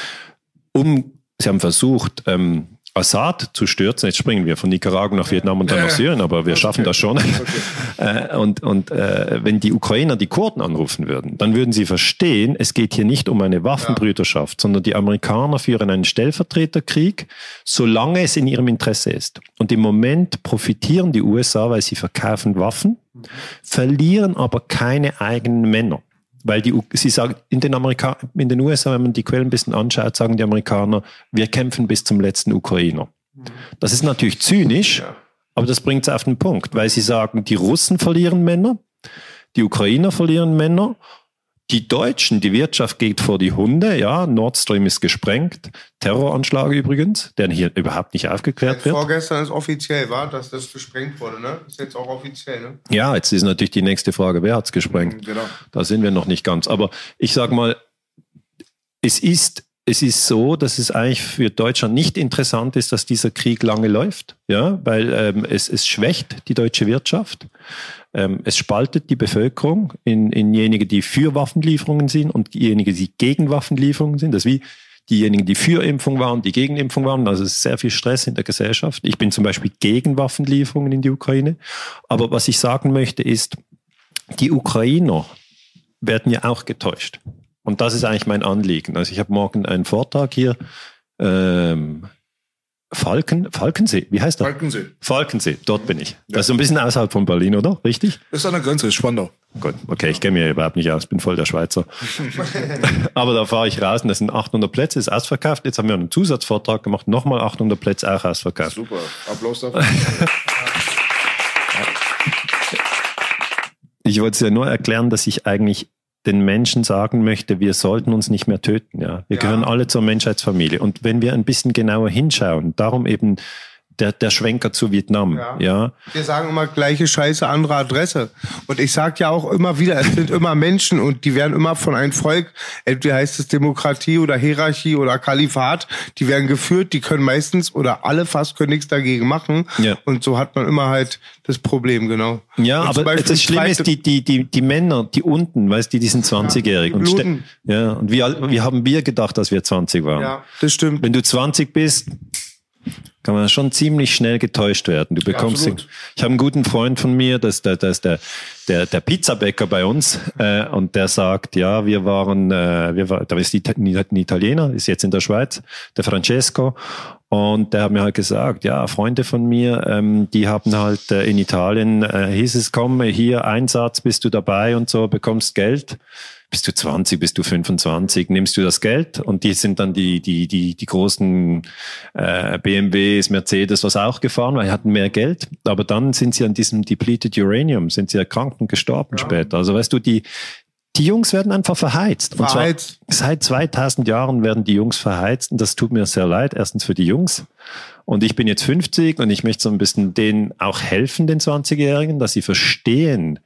sie haben versucht, Assad zu stürzen. Jetzt springen wir von Nicaragua nach Vietnam und dann nach Syrien, aber wir schaffen das schon. Und wenn die Ukrainer die Kurden anrufen würden, dann würden sie verstehen, es geht hier nicht um eine Waffenbrüderschaft, sondern die Amerikaner führen einen Stellvertreterkrieg, solange es in ihrem Interesse ist. Und im Moment profitieren die USA, weil sie verkaufen Waffen, verlieren aber keine eigenen Männer. Weil sie sagen, in den USA, wenn man die Quellen ein bisschen anschaut, sagen die Amerikaner, wir kämpfen bis zum letzten Ukrainer. Das ist natürlich zynisch, aber das bringt es auf den Punkt, weil sie sagen, die Russen verlieren Männer, die Ukrainer verlieren Männer, die Deutschen, die Wirtschaft geht vor die Hunde, ja, Nord Stream ist gesprengt, Terroranschlag übrigens, der hier überhaupt nicht aufgeklärt wird. Vorgestern ist offiziell, dass das gesprengt wurde, ne? Ist jetzt auch offiziell, ne? Ja, jetzt ist natürlich die nächste Frage, wer hat's gesprengt? Genau. Da sind wir noch nicht ganz. Aber ich sag mal, es ist so, dass es eigentlich für Deutschland nicht interessant ist, dass dieser Krieg lange läuft, ja, weil es schwächt die deutsche Wirtschaft. Es spaltet die Bevölkerung in diejenigen, die für Waffenlieferungen sind und diejenigen, die gegen Waffenlieferungen sind. Das ist wie diejenigen, die für Impfung waren, die gegen Impfung waren. Also es ist sehr viel Stress in der Gesellschaft. Ich bin zum Beispiel gegen Waffenlieferungen in die Ukraine. Aber was ich sagen möchte ist, die Ukrainer werden ja auch getäuscht. Und das ist eigentlich mein Anliegen. Also ich habe morgen einen Vortrag hier, Falkensee, wie heißt das? Falkensee, dort bin ich. Ja. Das ist ein bisschen außerhalb von Berlin, oder? Richtig? Das ist an der Grenze, ist Spandau. Gut, okay, ich kenne mich überhaupt nicht aus, bin voll der Schweizer. Aber da fahre ich raus und das sind 800 Plätze, ist ausverkauft. Jetzt haben wir einen Zusatzvortrag gemacht, nochmal 800 Plätze, auch ausverkauft. Super, Applaus dafür. Ich wollte es ja nur erklären, dass ich eigentlich den Menschen sagen möchte, wir sollten uns nicht mehr töten. Ja, wir gehören alle zur Menschheitsfamilie. Und wenn wir ein bisschen genauer hinschauen, darum eben der Schwenker zu Vietnam. Ja. Wir sagen immer gleiche Scheiße, andere Adresse. Und ich sage ja auch immer wieder, es sind immer Menschen und die werden immer von einem Volk, entweder heißt es Demokratie oder Hierarchie oder Kalifat, die werden geführt, die können meistens oder alle fast können nichts dagegen machen. Ja. Und so hat man immer halt das Problem, genau. Ja, und aber das Schlimme ist, die Männer, die unten, weißt du, die sind 20-jährig. Und wie haben wir gedacht, dass wir 20 waren? Ja, das stimmt. Wenn du 20 bist, kann man schon ziemlich schnell getäuscht werden. Du bekommst, ich habe einen guten Freund von mir, das ist der Pizzabäcker bei uns, und der sagt, ja, da ist ein Italiener, ist jetzt in der Schweiz, der Francesco, und der hat mir halt gesagt, ja, Freunde von mir, die haben halt in Italien, hieß es, komm, hier Einsatz, bist du dabei und so, bekommst Geld. Bist du 20, bist du 25, nimmst du das Geld, und die sind dann die großen BMWs, Mercedes, was auch gefahren, weil die hatten mehr Geld, aber dann sind sie an diesem depleted Uranium, sind sie erkrankt und gestorben später. Also weißt du, die Jungs werden einfach verheizt. Und zwar seit 2000 Jahren werden die Jungs verheizt, und das tut mir sehr leid, erstens für die Jungs. Und ich bin jetzt 50 und ich möchte so ein bisschen denen auch helfen, den 20-Jährigen, dass sie verstehen.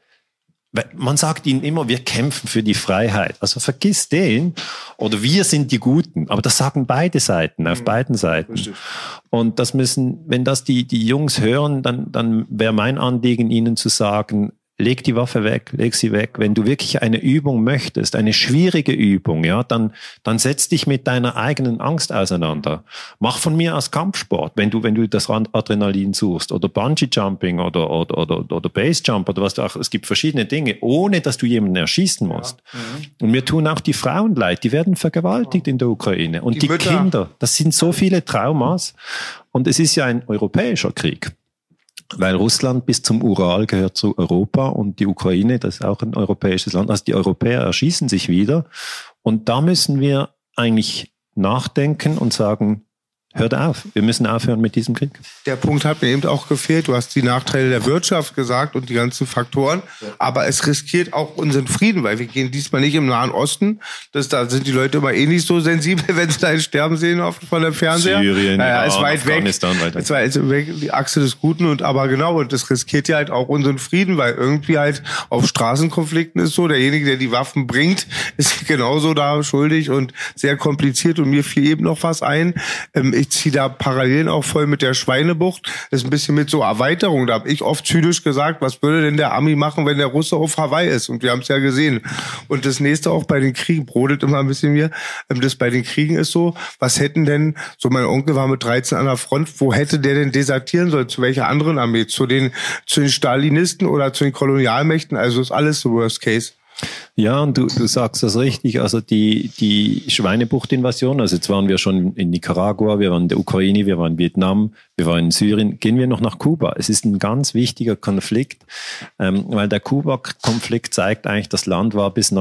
Man sagt ihnen immer, wir kämpfen für die Freiheit. Also vergiss den, oder wir sind die Guten. Aber das sagen beide Seiten, auf beiden Seiten. Richtig. Und das müssen, wenn das die Jungs hören, dann wäre mein Anliegen, ihnen zu sagen, leg die Waffe weg, leg sie weg. Wenn du wirklich eine Übung möchtest, eine schwierige Übung, ja, dann setz dich mit deiner eigenen Angst auseinander. Mach von mir aus Kampfsport, wenn du das Adrenalin suchst, oder Bungee Jumping oder Base Jump oder was auch. Es gibt verschiedene Dinge, ohne dass du jemanden erschießen musst. Ja. Und mir tun auch die Frauen leid, die werden vergewaltigt in der Ukraine. Und die Kinder, das sind so viele Traumas. Und es ist ja ein europäischer Krieg. Weil Russland bis zum Ural gehört zu Europa, und die Ukraine, das ist auch ein europäisches Land. Also die Europäer erschießen sich wieder. Und da müssen wir eigentlich nachdenken und sagen, hört auf, wir müssen aufhören mit diesem Krieg. Der Punkt hat mir eben auch gefehlt. Du hast die Nachteile der Wirtschaft gesagt und die ganzen Faktoren. Aber es riskiert auch unseren Frieden, weil wir gehen diesmal nicht im Nahen Osten. Da sind die Leute immer eh nicht so sensibel, wenn sie da ein Sterben sehen von der Fernseher. Syrien, ist weit weg. Ist weit weg, die Achse des Guten. Und das riskiert ja halt auch unseren Frieden, weil irgendwie halt auf Straßenkonflikten ist so, derjenige, der die Waffen bringt, ist genauso da schuldig und sehr kompliziert. Und mir fiel eben noch was ein. Ich ziehe da Parallelen auch voll mit der Schweinebucht. Das ist ein bisschen mit so Erweiterung. Da habe ich oft zynisch gesagt, was würde denn der Ami machen, wenn der Russe auf Hawaii ist? Und wir haben es ja gesehen. Und das nächste auch bei den Kriegen, brodelt immer ein bisschen mir, das bei den Kriegen ist so, was hätten denn, so mein Onkel war mit 13 an der Front, wo hätte der denn desertieren sollen? Zu welcher anderen Armee? Zu den Stalinisten oder zu den Kolonialmächten? Also ist alles so Worst Case. Ja, und du sagst das richtig. Also die Schweinebucht-Invasion, also jetzt waren wir schon in Nicaragua, wir waren in der Ukraine, wir waren in Vietnam, wir waren in Syrien. Gehen wir noch nach Kuba. Es ist ein ganz wichtiger Konflikt, weil der Kuba-Konflikt zeigt eigentlich, das Land war bis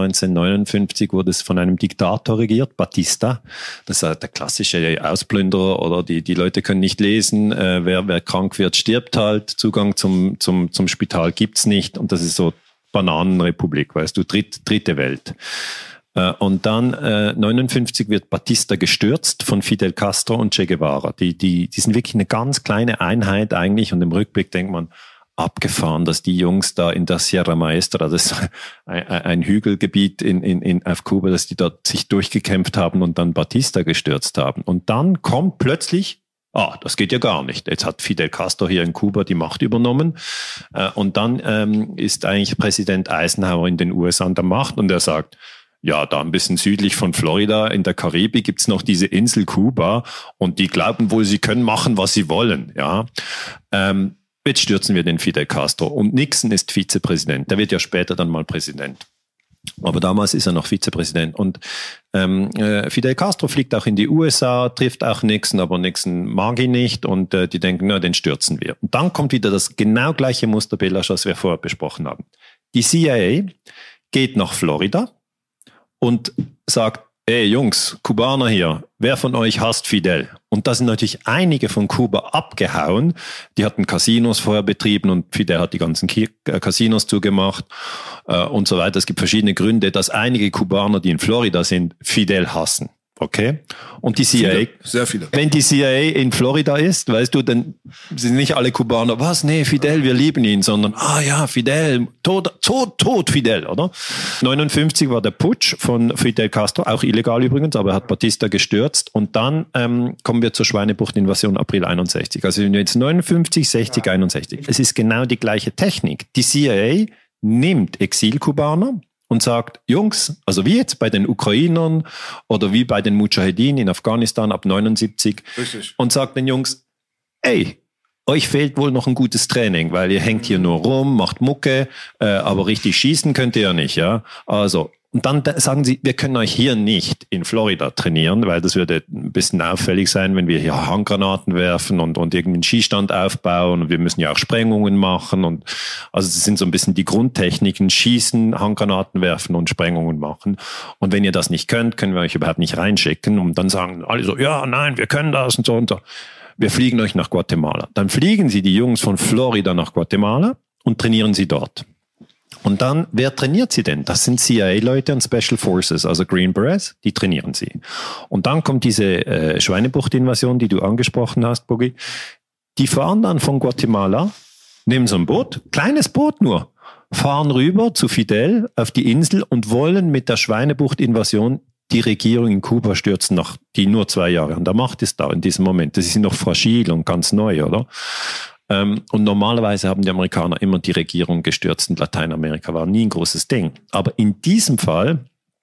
1959, wurde es von einem Diktator regiert, Batista. Das ist der klassische Ausplünderer, oder die Leute können nicht lesen, wer krank wird, stirbt halt, Zugang zum Spital gibt's nicht, und das ist so Bananenrepublik, weißt du, dritte Welt. Und dann 59 wird Batista gestürzt von Fidel Castro und Che Guevara. Die sind wirklich eine ganz kleine Einheit eigentlich, und im Rückblick denkt man, abgefahren, dass die Jungs da in der Sierra Maestra, das ist ein Hügelgebiet auf Kuba, dass die dort sich durchgekämpft haben und dann Batista gestürzt haben. Und dann kommt plötzlich, das geht ja gar nicht. Jetzt hat Fidel Castro hier in Kuba die Macht übernommen. Und dann ist eigentlich Präsident Eisenhower in den USA an der Macht, und er sagt, ja, da ein bisschen südlich von Florida in der Karibik gibt's noch diese Insel Kuba, und die glauben wohl, sie können machen, was sie wollen. Ja. Jetzt stürzen wir den Fidel Castro. Und Nixon ist Vizepräsident. Der wird ja später dann mal Präsident. Aber damals ist er noch Vizepräsident. Und Fidel Castro fliegt auch in die USA, trifft auch Nixon, aber Nixon mag ihn nicht, und die denken, na, den stürzen wir. Und dann kommt wieder das genau gleiche Muster, Belasch, was wir vorher besprochen haben. Die CIA geht nach Florida und sagt, ey Jungs, Kubaner hier, wer von euch hasst Fidel? Und da sind natürlich einige von Kuba abgehauen. Die hatten Casinos vorher betrieben, und Fidel hat die ganzen Casinos zugemacht und so weiter. Es gibt verschiedene Gründe, dass einige Kubaner, die in Florida sind, Fidel hassen. Okay? Und die CIA, sehr viele. Wenn die CIA in Florida ist, weißt du, dann sind nicht alle Kubaner, was? Nee, Fidel, wir lieben ihn, sondern, ja, Fidel, tot Fidel, oder? 59 war der Putsch von Fidel Castro, auch illegal übrigens, aber er hat Batista gestürzt, und dann kommen wir zur Schweinebucht-Invasion April 61. Also jetzt 59, 60, 61. Es ist genau die gleiche Technik. Die CIA nimmt Exilkubaner und sagt, Jungs, also wie jetzt bei den Ukrainern oder wie bei den Mujahedin in Afghanistan ab 79, richtig, und sagt den Jungs, ey, euch fehlt wohl noch ein gutes Training, weil ihr hängt hier nur rum, macht Mucke, aber richtig schießen könnt ihr ja nicht, ja. Also, und dann sagen sie, wir können euch hier nicht in Florida trainieren, weil das würde ein bisschen auffällig sein, wenn wir hier Handgranaten werfen und irgendwie einen Schießstand aufbauen und wir müssen ja auch Sprengungen machen und also das sind so ein bisschen die Grundtechniken, schießen, Handgranaten werfen und Sprengungen machen. Und wenn ihr das nicht könnt, können wir euch überhaupt nicht reinschicken und dann sagen alle so, ja, nein, wir können das und so und so. Wir fliegen euch nach Guatemala. Dann fliegen sie die Jungs von Florida nach Guatemala und trainieren sie dort. Und dann, wer trainiert sie denn? Das sind CIA-Leute und Special Forces, also Green Berets, die trainieren sie. Und dann kommt diese Schweinebucht-Invasion, die du angesprochen hast, Boogie. Die fahren dann von Guatemala, nehmen so ein Boot, kleines Boot nur, fahren rüber zu Fidel auf die Insel und wollen mit der Schweinebucht-Invasion die Regierung in Kuba stürzen, die nur 2 Jahre an der Macht ist da in diesem Moment. Das ist noch fragil und ganz neu, oder? Und normalerweise haben die Amerikaner immer die Regierung gestürzt in Lateinamerika, war nie ein großes Ding. Aber in diesem Fall,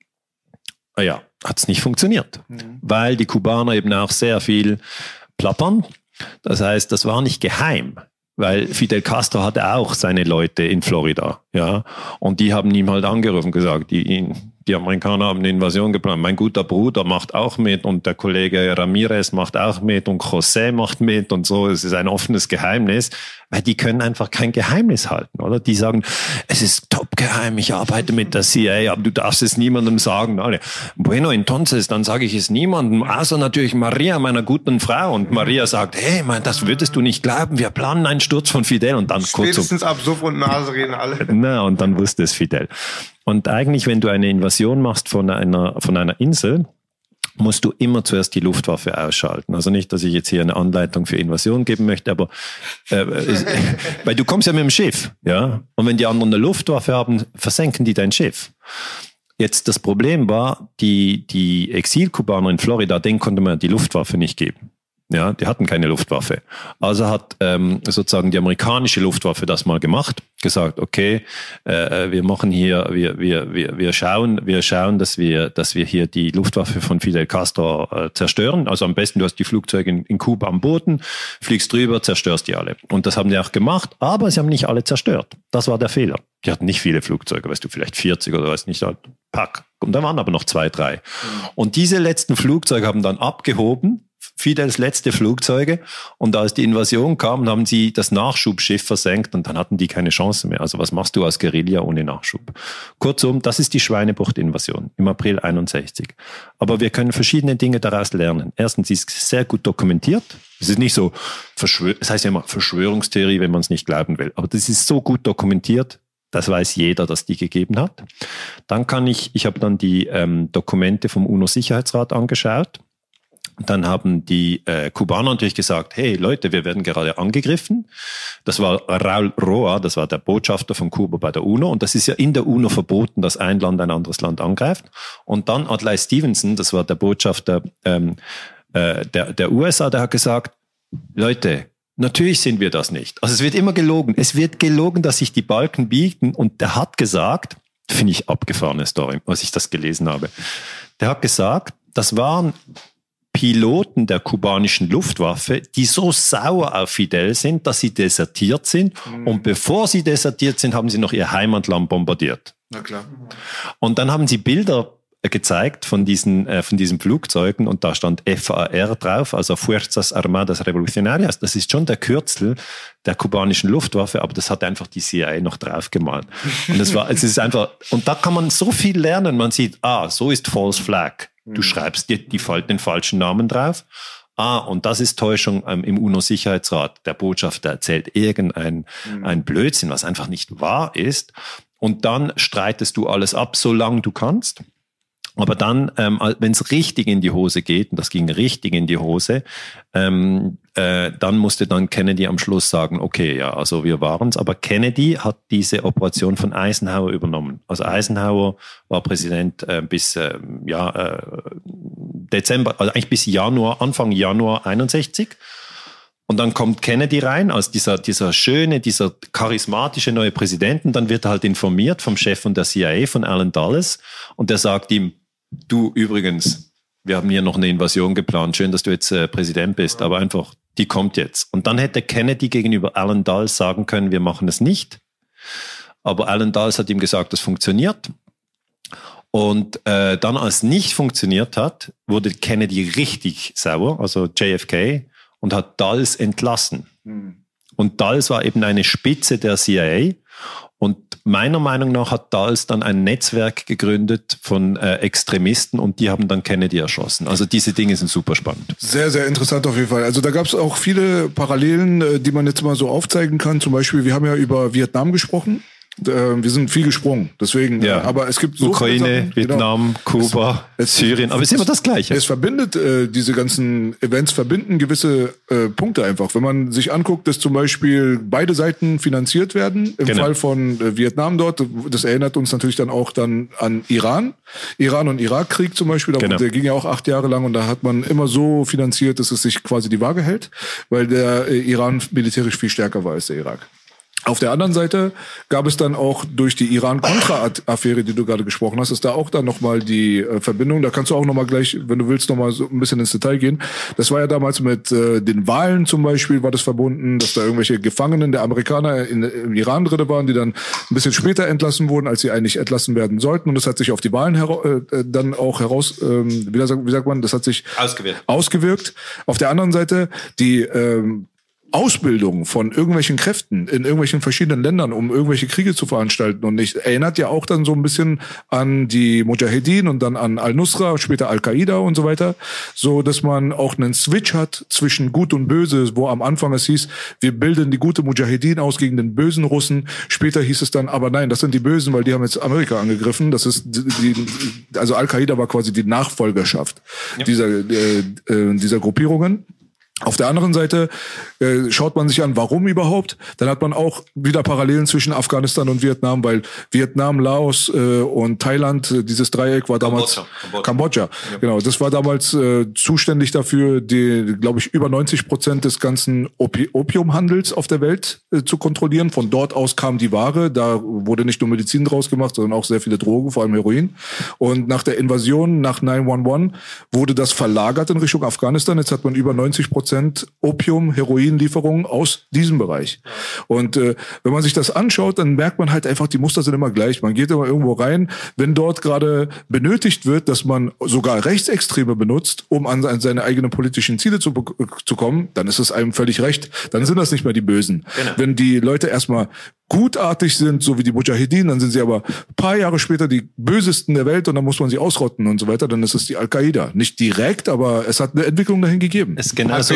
hat es nicht funktioniert, weil die Kubaner eben auch sehr viel plappern. Das heißt, das war nicht geheim. Weil Fidel Castro hatte auch seine Leute in Florida, ja. Und die haben ihm halt angerufen und gesagt, die Amerikaner haben eine Invasion geplant. Mein guter Bruder macht auch mit und der Kollege Ramirez macht auch mit und José macht mit und so. Es ist ein offenes Geheimnis, weil die können einfach kein Geheimnis halten, oder? Die sagen, es ist top geheim, ich arbeite mit der CIA, aber du darfst es niemandem sagen. Alle, bueno, entonces, dann sage ich es niemandem, außer natürlich Maria, meiner guten Frau. Und Maria sagt, hey, das würdest du nicht glauben, wir planen einen Sturz von Fidel. Und dann spätestens ab Suff und Nase reden alle. Na, und dann wusste es Fidel. Und eigentlich, wenn du eine Invasion machst von einer Insel, musst du immer zuerst die Luftwaffe ausschalten. Also nicht, dass ich jetzt hier eine Anleitung für Invasion geben möchte, aber weil du kommst ja mit dem Schiff, ja. Und wenn die anderen eine Luftwaffe haben, versenken die dein Schiff. Jetzt das Problem war, die Exilkubaner in Florida, denen konnte man die Luftwaffe nicht geben. Ja, die hatten keine Luftwaffe. Also hat sozusagen die amerikanische Luftwaffe das mal gemacht, gesagt, okay, wir machen hier, wir schauen, dass wir hier die Luftwaffe von Fidel Castro zerstören. Also am besten, du hast die Flugzeuge in Kuba am Boden, fliegst drüber, zerstörst die alle. Und das haben die auch gemacht, aber sie haben nicht alle zerstört. Das war der Fehler. Die hatten nicht viele Flugzeuge, weißt du, vielleicht 40 oder weiß nicht, halt Pack. Und da waren aber noch 2, 3. Und diese letzten Flugzeuge haben dann abgehoben, Fidels letzte Flugzeuge, und als die Invasion kam, haben sie das Nachschubschiff versenkt und dann hatten die keine Chance mehr. Also was machst du als Guerilla ohne Nachschub? Kurzum, das ist die Schweinebucht-Invasion im April 61. Aber wir können verschiedene Dinge daraus lernen. Erstens, sie ist sehr gut dokumentiert. Es ist nicht so, es heißt ja immer Verschwörungstheorie, wenn man es nicht glauben will. Aber das ist so gut dokumentiert, das weiß jeder, dass die gegeben hat. Dann ich habe dann die Dokumente vom UNO-Sicherheitsrat angeschaut. Dann haben die Kubaner natürlich gesagt, hey Leute, wir werden gerade angegriffen. Das war Raul Roa, das war der Botschafter von Kuba bei der UNO. Und das ist ja in der UNO verboten, dass ein Land ein anderes Land angreift. Und dann Adlai Stevenson, das war der Botschafter der USA, der hat gesagt, Leute, natürlich sind wir das nicht. Also es wird immer gelogen. Es wird gelogen, dass sich die Balken biegen. Und der hat gesagt, finde ich abgefahrene Story, als ich das gelesen habe. Der hat gesagt, das waren Piloten der kubanischen Luftwaffe, die so sauer auf Fidel sind, dass sie desertiert sind. Und bevor sie desertiert sind, haben sie noch ihr Heimatland bombardiert. Na klar. Und dann haben sie Bilder gezeigt von diesen Flugzeugen und da stand FAR drauf, also Fuerzas Armadas Revolucionarias. Das ist schon der Kürzel der kubanischen Luftwaffe, aber das hat einfach die CIA noch draufgemalt. Und es ist einfach, und da kann man so viel lernen. Man sieht, so ist False Flag. Du schreibst dir den falschen Namen drauf. Und das ist Täuschung im UNO-Sicherheitsrat. Der Botschafter erzählt irgendein Blödsinn, was einfach nicht wahr ist. Und dann streitest du alles ab, solange du kannst. Aber dann, wenn es richtig in die Hose geht, und das ging richtig in die Hose, dann musste dann Kennedy am Schluss sagen, okay, ja, also wir waren's. Aber Kennedy hat diese Operation von Eisenhower übernommen. Also Eisenhower war Präsident bis Dezember, also eigentlich bis Anfang Januar 61. Und dann kommt Kennedy rein als dieser charismatische neue Präsident. Und dann wird er halt informiert vom Chef von der CIA, von Alan Dulles. Und der sagt ihm, du übrigens, wir haben hier noch eine Invasion geplant. Schön, dass du jetzt Präsident bist, aber einfach die kommt jetzt. Und dann hätte Kennedy gegenüber Alan Dulles sagen können, wir machen es nicht. Aber Alan Dulles hat ihm gesagt, das funktioniert. Und dann, als es nicht funktioniert hat, wurde Kennedy richtig sauer, also JFK, und hat Dulles entlassen. Und Dulles war eben eine Spitze der CIA. Und meiner Meinung nach hat Dulles dann ein Netzwerk gegründet von Extremisten und die haben dann Kennedy erschossen. Also diese Dinge sind super spannend. Sehr, sehr interessant auf jeden Fall. Also da gab es auch viele Parallelen, die man jetzt mal so aufzeigen kann. Zum Beispiel, wir haben ja über Vietnam gesprochen. Wir sind viel gesprungen, deswegen. Ja. Aber es gibt so Ukraine, Vietnam, Kuba, Syrien, aber es ist immer das Gleiche. Es verbindet, diese ganzen Events verbinden gewisse Punkte einfach. Wenn man sich anguckt, dass zum Beispiel beide Seiten finanziert werden, im Fall von Vietnam dort, das erinnert uns natürlich dann auch dann an Iran und Irakkrieg zum Beispiel, der ging ja auch 8 Jahre lang und da hat man immer so finanziert, dass es sich quasi die Waage hält, weil der Iran militärisch viel stärker war als der Irak. Auf der anderen Seite gab es dann auch durch die Iran-Contra-Affäre, die du gerade gesprochen hast, ist da auch dann nochmal die Verbindung. Da kannst du auch nochmal gleich, wenn du willst, nochmal so ein bisschen ins Detail gehen. Das war ja damals mit den Wahlen zum Beispiel, war das verbunden, dass da irgendwelche Gefangenen der Amerikaner im Iran drin waren, die dann ein bisschen später entlassen wurden, als sie eigentlich entlassen werden sollten. Und das hat sich auf die Wahlen dann auch wie sagt man, das hat sich ausgewirkt. Auf der anderen Seite die Ausbildung von irgendwelchen Kräften in irgendwelchen verschiedenen Ländern, um irgendwelche Kriege zu veranstalten. Und ich erinnert ja auch dann so ein bisschen an die Mujahedin und dann an Al-Nusra, später Al-Qaida und so weiter, so dass man auch einen Switch hat zwischen Gut und Böse, wo am Anfang es hieß, wir bilden die gute Mujahedin aus gegen den bösen Russen. Später hieß es dann, aber nein, das sind die Bösen, weil die haben jetzt Amerika angegriffen. Das ist also Al-Qaida war quasi die Nachfolgerschaft dieser Gruppierungen. Auf der anderen Seite schaut man sich an, warum überhaupt. Dann hat man auch wieder Parallelen zwischen Afghanistan und Vietnam, weil Vietnam, Laos und Thailand, dieses Dreieck war damals Kambodscha. Ja. Genau, das war damals zuständig dafür, die, glaube ich, über 90% des ganzen Opiumhandels auf der Welt zu kontrollieren. Von dort aus kam die Ware. Da wurde nicht nur Medizin draus gemacht, sondern auch sehr viele Drogen, vor allem Heroin. Und nach der Invasion, nach 9/11, wurde das verlagert in Richtung Afghanistan. Jetzt hat man über 90% Opium, Heroinlieferungen aus diesem Bereich. Und wenn man sich das anschaut, dann merkt man halt einfach, die Muster sind immer gleich. Man geht immer irgendwo rein, wenn dort gerade benötigt wird, dass man sogar Rechtsextreme benutzt, um an seine eigenen politischen Ziele zu kommen, dann ist es einem völlig recht. Dann sind das nicht mehr die Bösen. Genau. Wenn die Leute erstmal gutartig sind, so wie die Mujahedin, dann sind sie aber ein paar Jahre später die bösesten der Welt und dann muss man sie ausrotten und so weiter, dann ist es die Al-Qaida. Nicht direkt, aber es hat eine Entwicklung dahin gegeben. Es ist genauso,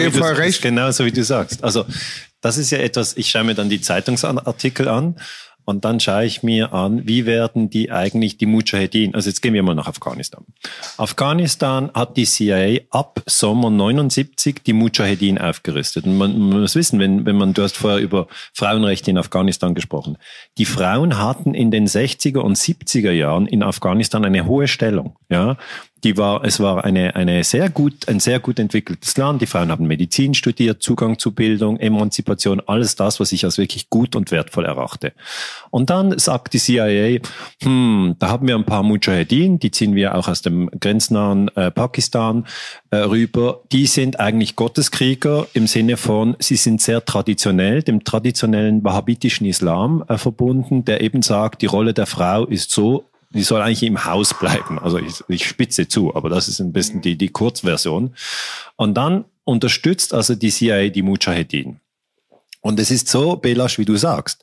wie du sagst. Also das ist ja etwas, ich schaue mir dann die Zeitungsartikel an und dann schaue ich mir an, wie werden die eigentlich die Mujahedin, also jetzt gehen wir mal nach Afghanistan. Afghanistan hat die CIA ab Sommer 79 die Mujahedin aufgerüstet. Und man muss wissen, du hast vorher über Frauenrechte in Afghanistan gesprochen. Die Frauen hatten in den 60er und 70er Jahren in Afghanistan eine hohe Stellung, ja. Es war ein sehr gut entwickeltes Land. Die Frauen haben Medizin studiert, Zugang zu Bildung, Emanzipation, alles das, was ich als wirklich gut und wertvoll erachte. Und dann sagt die CIA, da haben wir ein paar Mujahedin, die ziehen wir auch aus dem grenznahen Pakistan rüber. Die sind eigentlich Gotteskrieger im Sinne von, sie sind sehr traditionell, dem traditionellen wahhabitischen Islam verbunden, der eben sagt, die Rolle der Frau ist so, die soll eigentlich im Haus bleiben. Also ich spitze zu, aber das ist ein bisschen die Kurzversion. Und dann unterstützt also die CIA die Mujahedin. Und es ist so, Belasch, wie du sagst,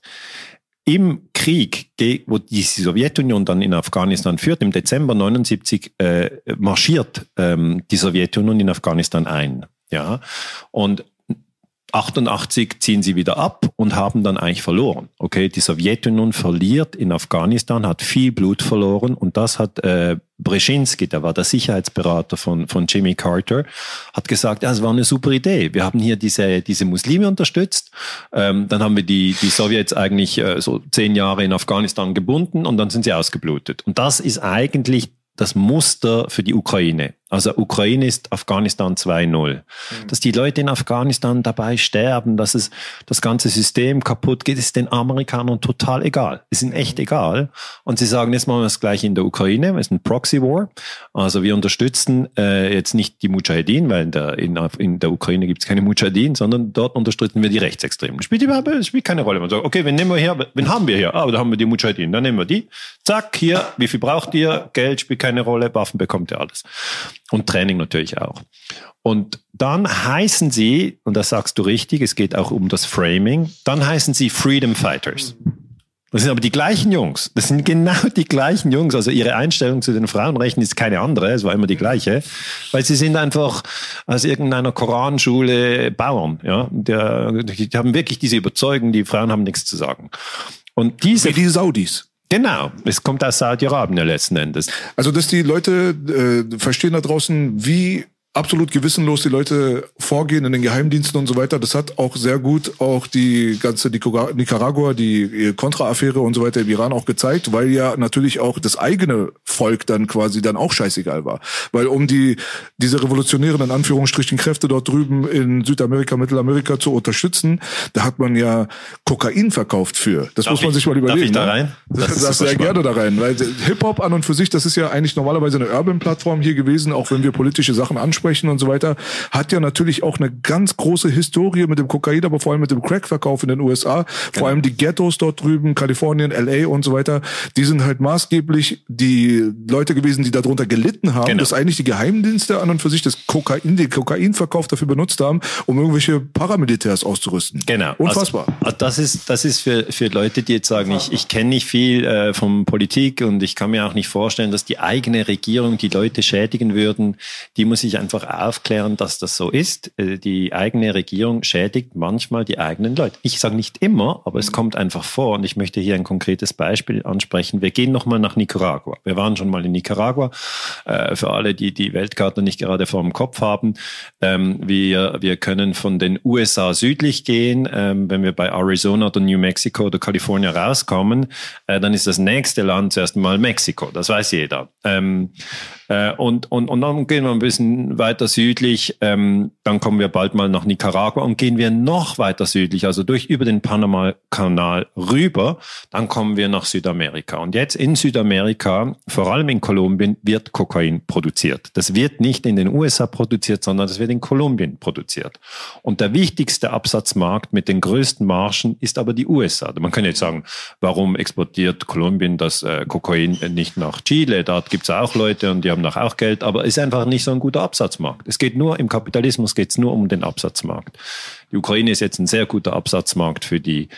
im Krieg, wo die Sowjetunion dann in Afghanistan führt, im Dezember 79 marschiert die Sowjetunion in Afghanistan ein. Ja, und 88 ziehen sie wieder ab und haben dann eigentlich verloren. Okay, die Sowjetunion verliert in Afghanistan, hat viel Blut verloren und das hat Brzezinski, der war der Sicherheitsberater von Jimmy Carter, hat gesagt, ja, es war eine super Idee. Wir haben hier diese Muslime unterstützt, dann haben wir die Sowjets eigentlich so 10 Jahre in Afghanistan gebunden und dann sind sie ausgeblutet. Und das ist eigentlich das Muster für die Ukraine. Also Ukraine ist Afghanistan 2-0. Dass die Leute in Afghanistan dabei sterben, dass es das ganze System kaputt geht, ist den Amerikanern total egal. Ist ihnen echt egal. Und sie sagen, jetzt machen wir das gleich in der Ukraine. Es ist ein Proxy War. Also wir unterstützen jetzt nicht die Mujahedin, weil in der Ukraine gibt es keine Mujahedin, sondern dort unterstützen wir die Rechtsextremen. Das spielt keine Rolle. Man sagt, okay, wen haben wir hier? Da haben wir die Mujahedin. Dann nehmen wir die. Zack, hier, wie viel braucht ihr? Geld spielt keine Rolle, Waffen bekommt ihr alles. Und Training natürlich auch. Und dann heißen sie, und das sagst du richtig, es geht auch um das Framing, dann heißen sie Freedom Fighters. Das sind aber die gleichen Jungs. Das sind genau die gleichen Jungs. Also ihre Einstellung zu den Frauenrechten ist keine andere. Es war immer die gleiche. Weil sie sind einfach aus irgendeiner Koranschule Bauern. Ja? Die haben wirklich diese Überzeugung, die Frauen haben nichts zu sagen. Und wie die Saudis. Genau, es kommt aus Saudi-Arabien letzten Endes. Also, dass die Leute verstehen da draußen, wie absolut gewissenlos die Leute vorgehen in den Geheimdiensten und so weiter. Das hat auch sehr gut auch die ganze Nicaragua, die Contra-Affäre und so weiter im Iran auch gezeigt, weil ja natürlich auch das eigene Volk dann quasi dann auch scheißegal war. Weil um diese revolutionären, in Anführungsstrichen, Kräfte dort drüben in Südamerika, Mittelamerika zu unterstützen, da hat man ja Kokain verkauft für. Das muss man sich mal überlegen. Darf ich da rein? Das sehr gerne da rein. Weil Hip-Hop an und für sich, das ist ja eigentlich normalerweise eine Urban-Plattform hier gewesen, auch wenn wir politische Sachen ansprechen und so weiter, hat ja natürlich auch eine ganz große Historie mit dem Kokain, aber vor allem mit dem Crack-Verkauf in den USA. Vor allem die Ghettos dort drüben, Kalifornien, LA und so weiter, die sind halt maßgeblich die Leute gewesen, die darunter gelitten haben, dass eigentlich die Geheimdienste an und für sich den Kokainverkauf dafür benutzt haben, um irgendwelche Paramilitärs auszurüsten. Genau. Unfassbar. Also das ist für Leute, die jetzt sagen, ich kenne nicht viel von Politik und ich kann mir auch nicht vorstellen, dass die eigene Regierung die Leute schädigen würden. Die muss ich einfach aufklären, dass das so ist. Die eigene Regierung schädigt manchmal die eigenen Leute. Ich sage nicht immer, aber es kommt einfach vor und ich möchte hier ein konkretes Beispiel ansprechen. Wir gehen nochmal nach Nicaragua. Wir waren schon mal in Nicaragua. Für alle, die die Weltkarte nicht gerade vor dem Kopf haben. Wir können von den USA südlich gehen. Wenn wir bei Arizona oder New Mexico oder Kalifornien rauskommen, dann ist das nächste Land zuerst mal Mexiko. Das weiß jeder. Und dann gehen wir ein bisschen weiter südlich, dann kommen wir bald mal nach Nicaragua und gehen wir noch weiter südlich, also über den Panama-Kanal rüber, dann kommen wir nach Südamerika. Und jetzt in Südamerika, vor allem in Kolumbien, wird Kokain produziert. Das wird nicht in den USA produziert, sondern das wird in Kolumbien produziert. Und der wichtigste Absatzmarkt mit den größten Margen ist aber die USA. Man kann jetzt sagen, warum exportiert Kolumbien das Kokain nicht nach Chile? Dort gibt es auch Leute und die haben noch auch Geld, aber es ist einfach nicht so ein guter Absatzmarkt. Es geht nur, im Kapitalismus geht es nur um den Absatzmarkt. Die Ukraine ist jetzt ein sehr guter Absatzmarkt für die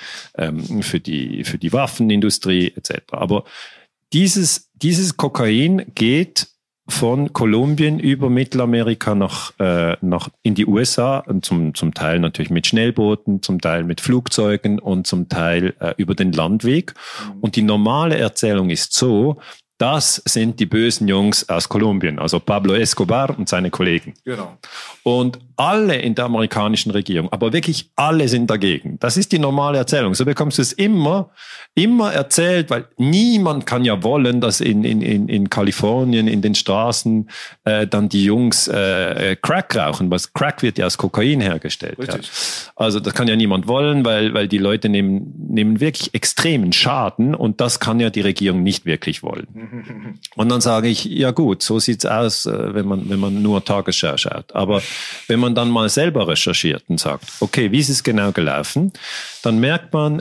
Waffenindustrie etc. Aber dieses Kokain geht von Kolumbien über Mittelamerika nach in die USA, und zum Teil natürlich mit Schnellbooten, zum Teil mit Flugzeugen und zum Teil über den Landweg. Und die normale Erzählung ist so, das sind die bösen Jungs aus Kolumbien, also Pablo Escobar und seine Kollegen. Genau. Und alle in der amerikanischen Regierung, aber wirklich alle sind dagegen. Das ist die normale Erzählung. So bekommst du es immer erzählt, weil niemand kann ja wollen, dass in Kalifornien, in den Straßen dann die Jungs Crack rauchen, weil Crack wird ja aus Kokain hergestellt. Ja. Also das kann ja niemand wollen, weil die Leute nehmen wirklich extremen Schaden und das kann ja die Regierung nicht wirklich wollen. Und dann sage ich, ja gut, so sieht's aus, wenn man nur Tagesschau schaut. Aber wenn man dann mal selber recherchiert und sagt, okay, wie ist es genau gelaufen, dann merkt man,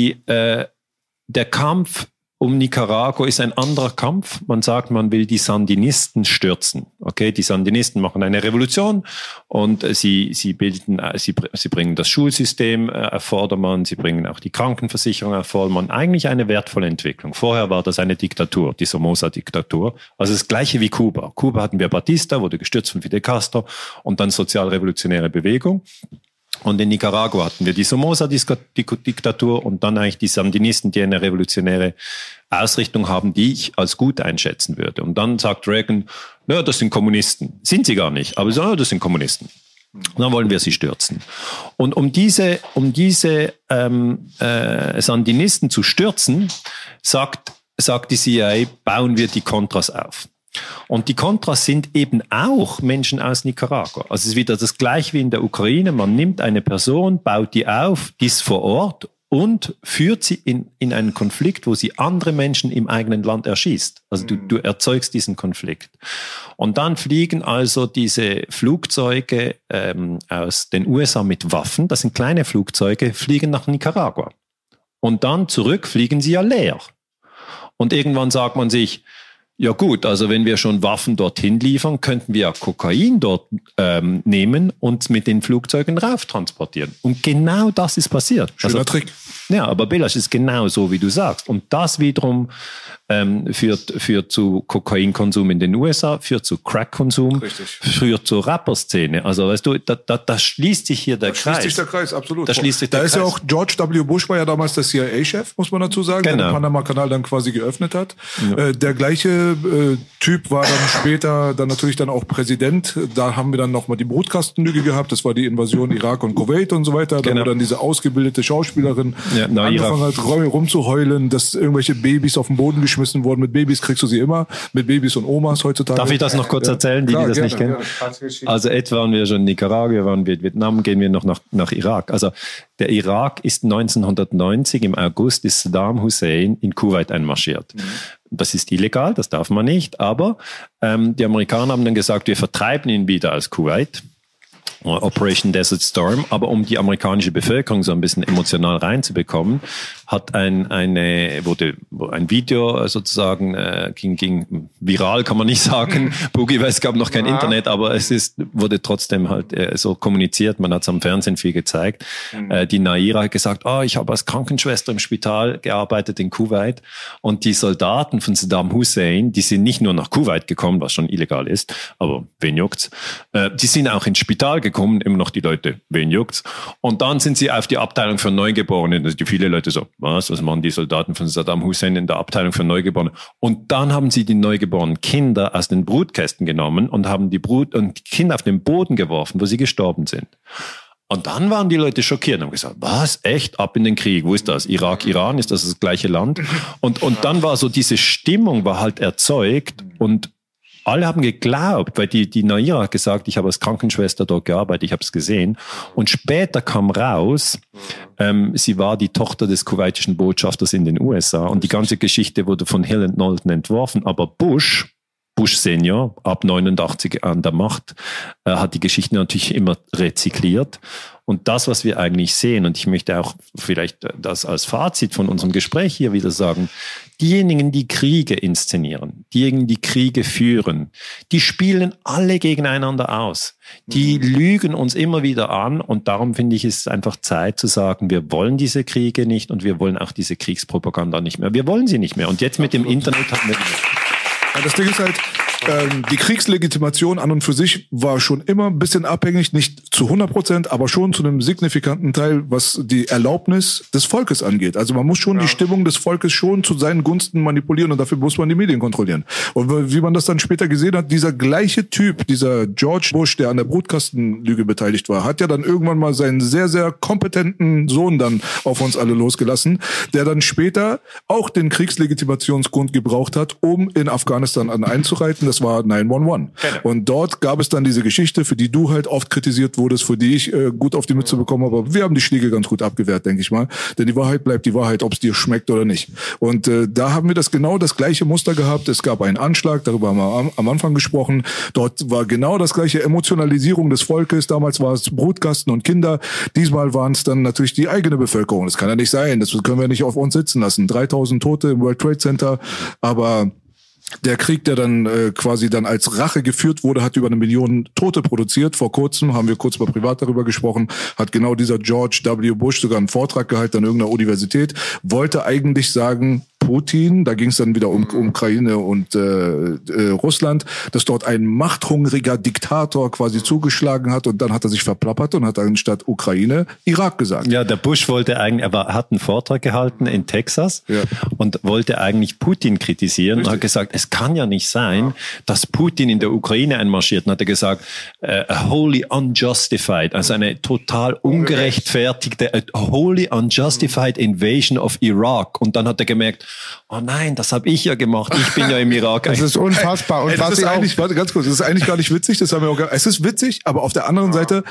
der Kampf um Nicaragua ist ein anderer Kampf. Man sagt, man will die Sandinisten stürzen. Okay, die Sandinisten machen eine Revolution und sie bringen das Schulsystem auf Vordermann, sie bringen auch die Krankenversicherung auf Vordermann. Eigentlich eine wertvolle Entwicklung. Vorher war das eine Diktatur, die Somoza-Diktatur. Also das Gleiche wie Kuba. Kuba hatten wir Batista, wurde gestürzt von Fidel Castro und dann sozialrevolutionäre Bewegung. Und in Nicaragua hatten wir die Somoza-Diktatur und dann eigentlich die Sandinisten, die eine revolutionäre Ausrichtung haben, die ich als gut einschätzen würde. Und dann sagt Reagan, ja, das sind Kommunisten. Sind sie gar nicht, aber so, ja, das sind Kommunisten. Und dann wollen wir sie stürzen. Und um diese Sandinisten zu stürzen, sagt die CIA, bauen wir die Contras auf. Und die Contras sind eben auch Menschen aus Nicaragua. Also es ist wieder das Gleiche wie in der Ukraine. Man nimmt eine Person, baut die auf, die ist vor Ort und führt sie in einen Konflikt, wo sie andere Menschen im eigenen Land erschießt. Also du erzeugst diesen Konflikt. Und dann fliegen also diese Flugzeuge aus den USA mit Waffen, das sind kleine Flugzeuge, fliegen nach Nicaragua. Und dann zurück fliegen sie ja leer. Und irgendwann sagt man sich, ja gut, also wenn wir schon Waffen dorthin liefern, könnten wir ja Kokain dort nehmen und mit den Flugzeugen rauf transportieren. Und genau das ist passiert. Schöner Trick. Ja, aber Belasch ist genau so, wie du sagst. Und das wiederum führt zu Kokainkonsum in den USA, führt zu Crack-Konsum, führt zur Rapper-Szene. Also weißt du, da schließt sich hier der Kreis. Da schließt sich der Kreis, absolut. Da schließt sich der Kreis. Ist ja auch George W. Bush war ja damals der CIA-Chef, muss man dazu sagen, der den Panama-Kanal dann quasi geöffnet hat. Ja. Der gleiche Typ war dann später dann natürlich dann auch Präsident. Da haben wir dann nochmal die Brutkastenlüge gehabt. Das war die Invasion Irak und Kuwait und so weiter. Da wo dann diese ausgebildete Schauspielerin angefangen hat, rumzuheulen, dass irgendwelche Babys auf den Boden geschmissen wurden. Mit Babys kriegst du sie immer. Mit Babys und Omas heutzutage. Darf ich das noch kurz erzählen, die das nicht kennen? Also etwa waren wir schon in Nicaragua, waren wir in Vietnam, gehen wir noch nach Irak. Also der Irak ist 1990 im August ist Saddam Hussein in Kuwait einmarschiert. Das ist illegal, das darf man nicht, aber die Amerikaner haben dann gesagt, wir vertreiben ihn wieder aus Kuwait. Operation Desert Storm, aber um die amerikanische Bevölkerung so ein bisschen emotional reinzubekommen, hat ein Video sozusagen ging viral, kann man nicht sagen, Boogie, weil es gab noch kein Internet, aber wurde trotzdem halt so kommuniziert, man hat es am Fernsehen viel gezeigt. Die Naira hat gesagt, ich habe als Krankenschwester im Spital gearbeitet in Kuwait und die Soldaten von Saddam Hussein, die sind nicht nur nach Kuwait gekommen, was schon illegal ist, aber wen juckt's, die sind auch ins Spital gekommen, immer noch die Leute, wen juckt's, und dann sind sie auf die Abteilung für Neugeborene, also die viele Leute so, was machen die Soldaten von Saddam Hussein in der Abteilung für Neugeborene? Und dann haben sie die neugeborenen Kinder aus den Brutkästen genommen und haben die Kinder auf den Boden geworfen, wo sie gestorben sind. Und dann waren die Leute schockiert und haben gesagt, was, echt, ab in den Krieg, wo ist das? Irak, Iran, ist das gleiche Land? Und dann war so diese Stimmung war halt erzeugt und alle haben geglaubt, weil die Naira hat gesagt, ich habe als Krankenschwester dort gearbeitet, ich habe es gesehen. Und später kam raus, sie war die Tochter des kuwaitischen Botschafters in den USA. Und die ganze Geschichte wurde von Hill und Knowlton entworfen. Aber Bush Senior, ab 89 an der Macht, hat die Geschichte natürlich immer rezykliert. Und das, was wir eigentlich sehen, und ich möchte auch vielleicht das als Fazit von unserem Gespräch hier wieder sagen, diejenigen, die Kriege inszenieren, diejenigen, die Kriege führen, die spielen alle gegeneinander aus. Die lügen uns immer wieder an und darum finde ich, ist es einfach Zeit zu sagen, wir wollen diese Kriege nicht und wir wollen auch diese Kriegspropaganda nicht mehr. Wir wollen sie nicht mehr. Und jetzt mit dem Internet haben wir das Ding ist halt, die Kriegslegitimation an und für sich war schon immer ein bisschen abhängig, nicht zu 100%, aber schon zu einem signifikanten Teil, was die Erlaubnis des Volkes angeht. Also man muss schon die Stimmung des Volkes schon zu seinen Gunsten manipulieren und dafür muss man die Medien kontrollieren. Und wie man das dann später gesehen hat, dieser gleiche Typ, dieser George Bush, der an der Brutkastenlüge beteiligt war, hat ja dann irgendwann mal seinen sehr, sehr kompetenten Sohn dann auf uns alle losgelassen, der dann später auch den Kriegslegitimationsgrund gebraucht hat, um in Afghanistan einzureiten. Das war 911. Und dort gab es dann diese Geschichte, für die du halt oft kritisiert wurdest, für die ich gut auf die Mütze bekommen habe. Aber wir haben die Schläge ganz gut abgewehrt, denke ich mal. Denn die Wahrheit bleibt die Wahrheit, ob es dir schmeckt oder nicht. Und da haben wir genau das gleiche Muster gehabt. Es gab einen Anschlag, darüber haben wir am Anfang gesprochen. Dort war genau das gleiche Emotionalisierung des Volkes. Damals war es Brutkasten und Kinder. Diesmal waren es dann natürlich die eigene Bevölkerung. Das kann ja nicht sein. Das können wir nicht auf uns sitzen lassen. 3000 Tote im World Trade Center. Aber der Krieg, der dann quasi dann als Rache geführt wurde, hat über 1 Million Tote produziert. Vor kurzem haben wir kurz mal privat darüber gesprochen, hat genau dieser George W. Bush sogar einen Vortrag gehalten an irgendeiner Universität, wollte eigentlich sagen, Putin, da ging es dann wieder um Ukraine und Russland, dass dort ein machthungriger Diktator quasi zugeschlagen hat und dann hat er sich verplappert und hat dann statt Ukraine Irak gesagt. Ja, der Bush wollte eigentlich, hat einen Vortrag gehalten in Texas und wollte eigentlich Putin kritisieren. Richtig. Und hat gesagt, es kann ja nicht sein, dass Putin in der Ukraine einmarschiert. Und hat er gesagt, a wholly unjustified, also eine total ungerechtfertigte, a wholly unjustified invasion of Iraq. Und dann hat er gemerkt, oh nein, das habe ich ja gemacht, ich bin ja im Irak. Das ist unfassbar. Und das ist eigentlich, warte, ganz kurz, das ist eigentlich gar nicht witzig, das haben wir auch es ist witzig, aber auf der anderen Seite,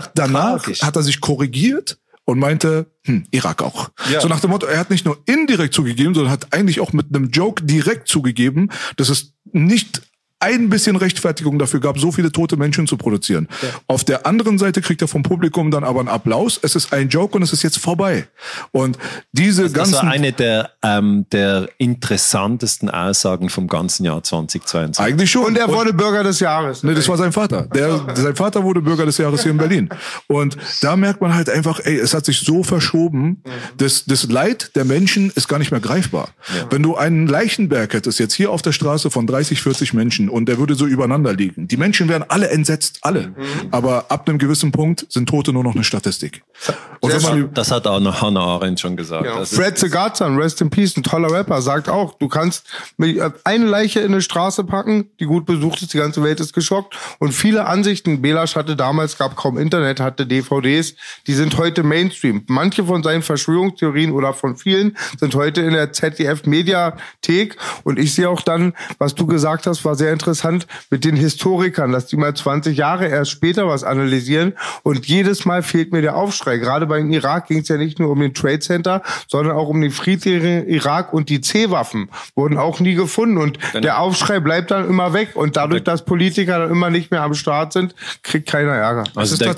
hat er sich korrigiert und meinte, Irak auch. Ja. So nach dem Motto, er hat nicht nur indirekt zugegeben, sondern hat eigentlich auch mit einem Joke direkt zugegeben, dass es nicht ein bisschen Rechtfertigung dafür gab, so viele tote Menschen zu produzieren. Ja. Auf der anderen Seite kriegt er vom Publikum dann aber einen Applaus. Es ist ein Joke und es ist jetzt vorbei. Und das war eine der interessantesten Aussagen vom ganzen Jahr 2022. Eigentlich schon. Und er wurde Bürger des Jahres. Nee, das war sein Vater. Sein Vater wurde Bürger des Jahres hier in Berlin. Und da merkt man halt einfach, es hat sich so verschoben, das Leid der Menschen ist gar nicht mehr greifbar. Ja. Wenn du einen Leichenberg hättest, jetzt hier auf der Straße von 30, 40 Menschen, und der würde so übereinander liegen. Die Menschen wären alle entsetzt, alle. Aber ab einem gewissen Punkt sind Tote nur noch eine Statistik. Und das hat auch noch Hannah Arendt schon gesagt. Ja. Fred Segatsan, Rest in Peace, ein toller Rapper, sagt auch, du kannst eine Leiche in eine Straße packen, die gut besucht ist, die ganze Welt ist geschockt. Und viele Ansichten, Belasch hatte damals, gab kaum Internet, hatte DVDs, die sind heute Mainstream. Manche von seinen Verschwörungstheorien oder von vielen sind heute in der ZDF-Mediathek. Und ich sehe auch dann, was du gesagt hast, war sehr interessant mit den Historikern, dass die mal 20 Jahre erst später was analysieren und jedes Mal fehlt mir der Aufschrei. Gerade beim Irak ging es ja nicht nur um den Trade Center, sondern auch um den friedlichen Irak und die C-Waffen wurden auch nie gefunden und der Aufschrei bleibt dann immer weg und dadurch, dass Politiker dann immer nicht mehr am Start sind, kriegt keiner Ärger. Also der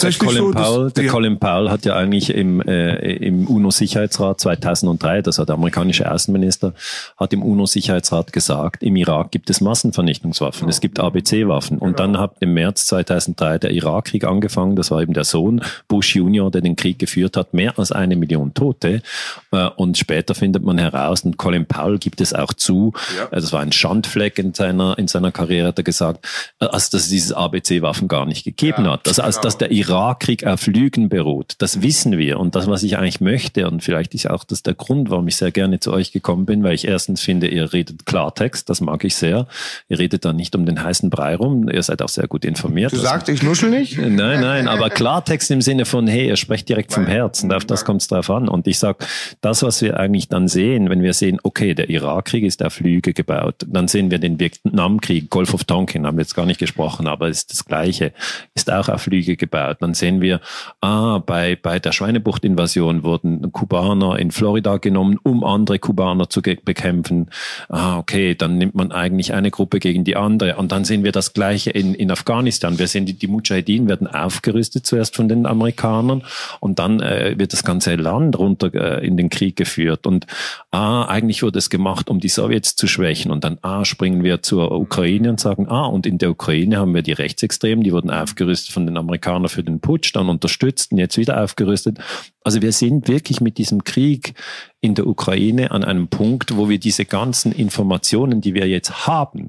Colin Powell hat ja eigentlich im UNO-Sicherheitsrat 2003, das hat der amerikanische Außenminister, hat im UNO-Sicherheitsrat gesagt, im Irak gibt es Massenvernichtungswaffen. Es gibt ABC-Waffen. Und dann hat im März 2003 der Irakkrieg angefangen. Das war eben der Sohn Bush Junior, der den Krieg geführt hat. Mehr als 1 Million Tote. Und später findet man heraus, und Colin Powell gibt es auch zu, das war ein Schandfleck in seiner Karriere, hat er gesagt, dass es dieses ABC-Waffen gar nicht gegeben hat. Dass der Irakkrieg auf Lügen beruht. Das wissen wir. Und das, was ich eigentlich möchte, und vielleicht ist auch das der Grund, warum ich sehr gerne zu euch gekommen bin, weil ich erstens finde, ihr redet Klartext, das mag ich sehr. Ihr redet da nicht um den heißen Brei rum. Ihr seid auch sehr gut informiert. Du sagst, ich nuschel nicht? Nein, aber Klartext im Sinne von, hey, ihr sprecht direkt vom Herzen. Auf das kommt es drauf an. Und ich sag, das, was wir eigentlich dann sehen, wenn wir sehen, okay, der Irakkrieg ist auf Lüge gebaut, dann sehen wir den Vietnamkrieg, Gulf of Tonkin, haben wir jetzt gar nicht gesprochen, aber ist das Gleiche, ist auch auf Lüge gebaut. Dann sehen wir, bei der Schweinebucht-Invasion wurden Kubaner in Florida genommen, um andere Kubaner zu bekämpfen. Okay, dann nimmt man eigentlich eine Gruppe gegen die andere. Und dann sehen wir das Gleiche in Afghanistan. Wir sehen, die Mujahideen werden aufgerüstet zuerst von den Amerikanern und dann wird das ganze Land runter in den Krieg geführt. Und eigentlich wurde es gemacht, um die Sowjets zu schwächen. Und dann springen wir zur Ukraine und sagen, und in der Ukraine haben wir die Rechtsextremen, die wurden aufgerüstet von den Amerikanern für den Putsch, dann unterstützt und jetzt wieder aufgerüstet. Also wir sind wirklich mit diesem Krieg in der Ukraine an einem Punkt, wo wir diese ganzen Informationen, die wir jetzt haben,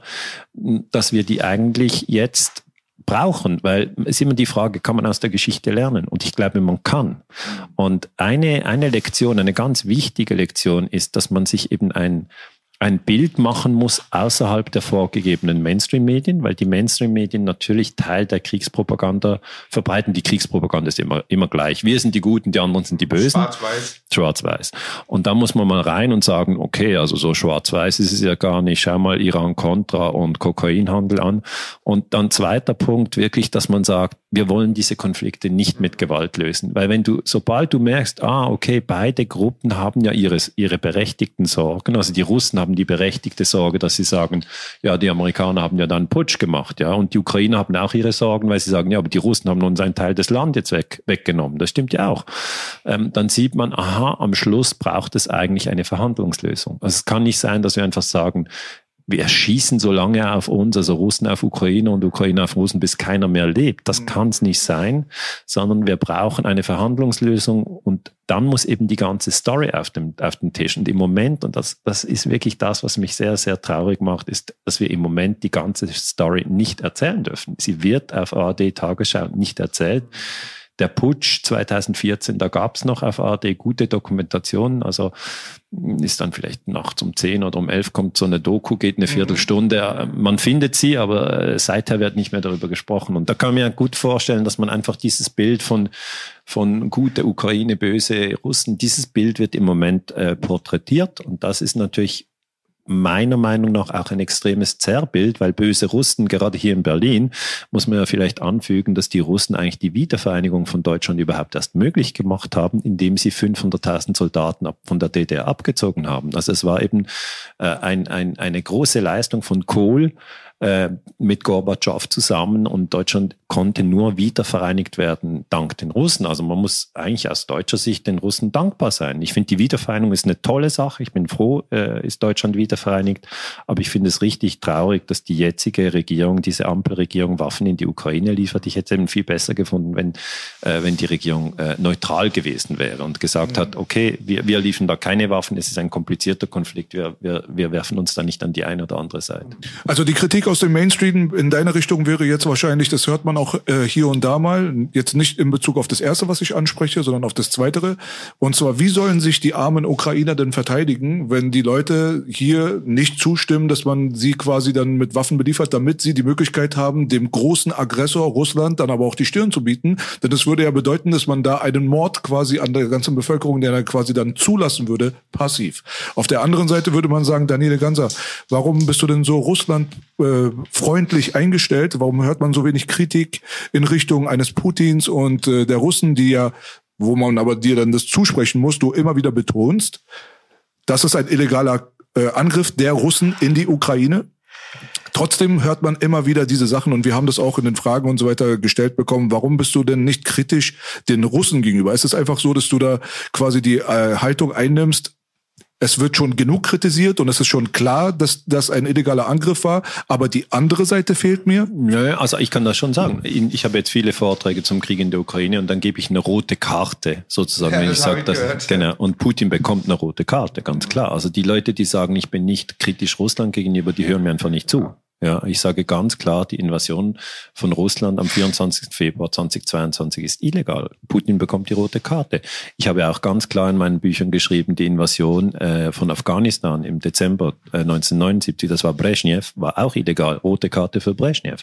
dass wir die eigentlich jetzt brauchen, weil es ist immer die Frage, kann man aus der Geschichte lernen? Und ich glaube, man kann. Und eine Lektion, eine ganz wichtige Lektion ist, dass man sich eben ein Bild machen muss außerhalb der vorgegebenen Mainstream-Medien, weil die Mainstream-Medien natürlich Teil der Kriegspropaganda verbreiten. Die Kriegspropaganda ist immer gleich. Wir sind die Guten, die anderen sind die Bösen. Schwarz-Weiß. Und da muss man mal rein und sagen, okay, also so schwarz-weiß ist es ja gar nicht. Schau mal Iran-Contra und Kokainhandel an. Und dann zweiter Punkt wirklich, dass man sagt, wir wollen diese Konflikte nicht mit Gewalt lösen. Weil sobald du merkst, okay, beide Gruppen haben ja ihre berechtigten Sorgen, also die Russen haben die berechtigte Sorge, dass sie sagen, ja, die Amerikaner haben ja dann einen Putsch gemacht, ja, und die Ukrainer haben auch ihre Sorgen, weil sie sagen, ja, aber die Russen haben uns einen Teil des Landes weggenommen. Das stimmt ja auch. Dann sieht man, am Schluss braucht es eigentlich eine Verhandlungslösung. Also es kann nicht sein, dass wir einfach sagen, wir schießen so lange auf uns, also Russen auf Ukraine und Ukraine auf Russen, bis keiner mehr lebt. Das kann es nicht sein, sondern wir brauchen eine Verhandlungslösung und dann muss eben die ganze Story auf dem Tisch. Und im Moment, und das ist wirklich das, was mich sehr, sehr traurig macht, ist, dass wir im Moment die ganze Story nicht erzählen dürfen. Sie wird auf ARD Tagesschau nicht erzählt. der Putsch 2014, da gab es noch auf ARD gute Dokumentationen, also ist dann vielleicht nachts um 10 oder um 11 kommt so eine Doku, geht eine Viertelstunde, man findet sie, aber seither wird nicht mehr darüber gesprochen. Und da kann man ja gut vorstellen, dass man einfach dieses Bild von gute Ukraine, böse Russen, dieses Bild wird im Moment porträtiert, und das ist natürlich meiner Meinung nach auch ein extremes Zerrbild, weil böse Russen, gerade hier in Berlin, muss man ja vielleicht anfügen, dass die Russen eigentlich die Wiedervereinigung von Deutschland überhaupt erst möglich gemacht haben, indem sie 500.000 Soldaten von der DDR abgezogen haben. Also es war eben eine große Leistung von Kohl mit Gorbatschow zusammen, und Deutschland konnte nur wiedervereinigt werden dank den Russen. Also man muss eigentlich aus deutscher Sicht den Russen dankbar sein. Ich finde, die Wiedervereinigung ist eine tolle Sache. Ich bin froh, ist Deutschland wiedervereinigt. Aber ich finde es richtig traurig, dass die jetzige Regierung, diese Ampelregierung, Waffen in die Ukraine liefert. Ich hätte es eben viel besser gefunden, wenn die Regierung neutral gewesen wäre und gesagt hat, okay, wir liefern da keine Waffen, es ist ein komplizierter Konflikt, wir werfen uns da nicht an die eine oder andere Seite. Also die Kritik aus dem Mainstream in deine Richtung wäre jetzt wahrscheinlich, das hört man auch hier und da mal, jetzt nicht in Bezug auf das Erste, was ich anspreche, sondern auf das Zweitere. Und zwar, wie sollen sich die armen Ukrainer denn verteidigen, wenn die Leute hier nicht zustimmen, dass man sie quasi dann mit Waffen beliefert, damit sie die Möglichkeit haben, dem großen Aggressor Russland dann aber auch die Stirn zu bieten? Denn das würde ja bedeuten, dass man da einen Mord quasi an der ganzen Bevölkerung, der dann quasi dann zulassen würde, passiv. Auf der anderen Seite würde man sagen, Daniele Ganser, warum bist du denn so Russland freundlich eingestellt? Warum hört man so wenig Kritik in Richtung eines Putins und der Russen, die ja, wo man aber dir dann das zusprechen muss, du immer wieder betonst, das ist ein illegaler Angriff der Russen in die Ukraine? Trotzdem hört man immer wieder diese Sachen, und wir haben das auch in den Fragen und so weiter gestellt bekommen. Warum bist du denn nicht kritisch den Russen gegenüber? Ist es einfach so, dass du da quasi die Haltung einnimmst, es wird schon genug kritisiert und es ist schon klar, dass das ein illegaler Angriff war, aber die andere Seite fehlt mir? Ja, also ich kann das schon sagen. Ich habe jetzt viele Vorträge zum Krieg in der Ukraine, und dann gebe ich eine rote Karte sozusagen, wenn ich sage, dass genau, und Putin bekommt eine rote Karte, ganz klar. Also die Leute, die sagen, ich bin nicht kritisch Russland gegenüber, die hören mir einfach nicht zu. Ja, ich sage ganz klar, die Invasion von Russland am 24. Februar 2022 ist illegal. Putin bekommt die rote Karte. Ich habe auch ganz klar in meinen Büchern geschrieben, die Invasion von Afghanistan im Dezember 1979, das war Brezhnev, war auch illegal. Rote Karte für Brezhnev.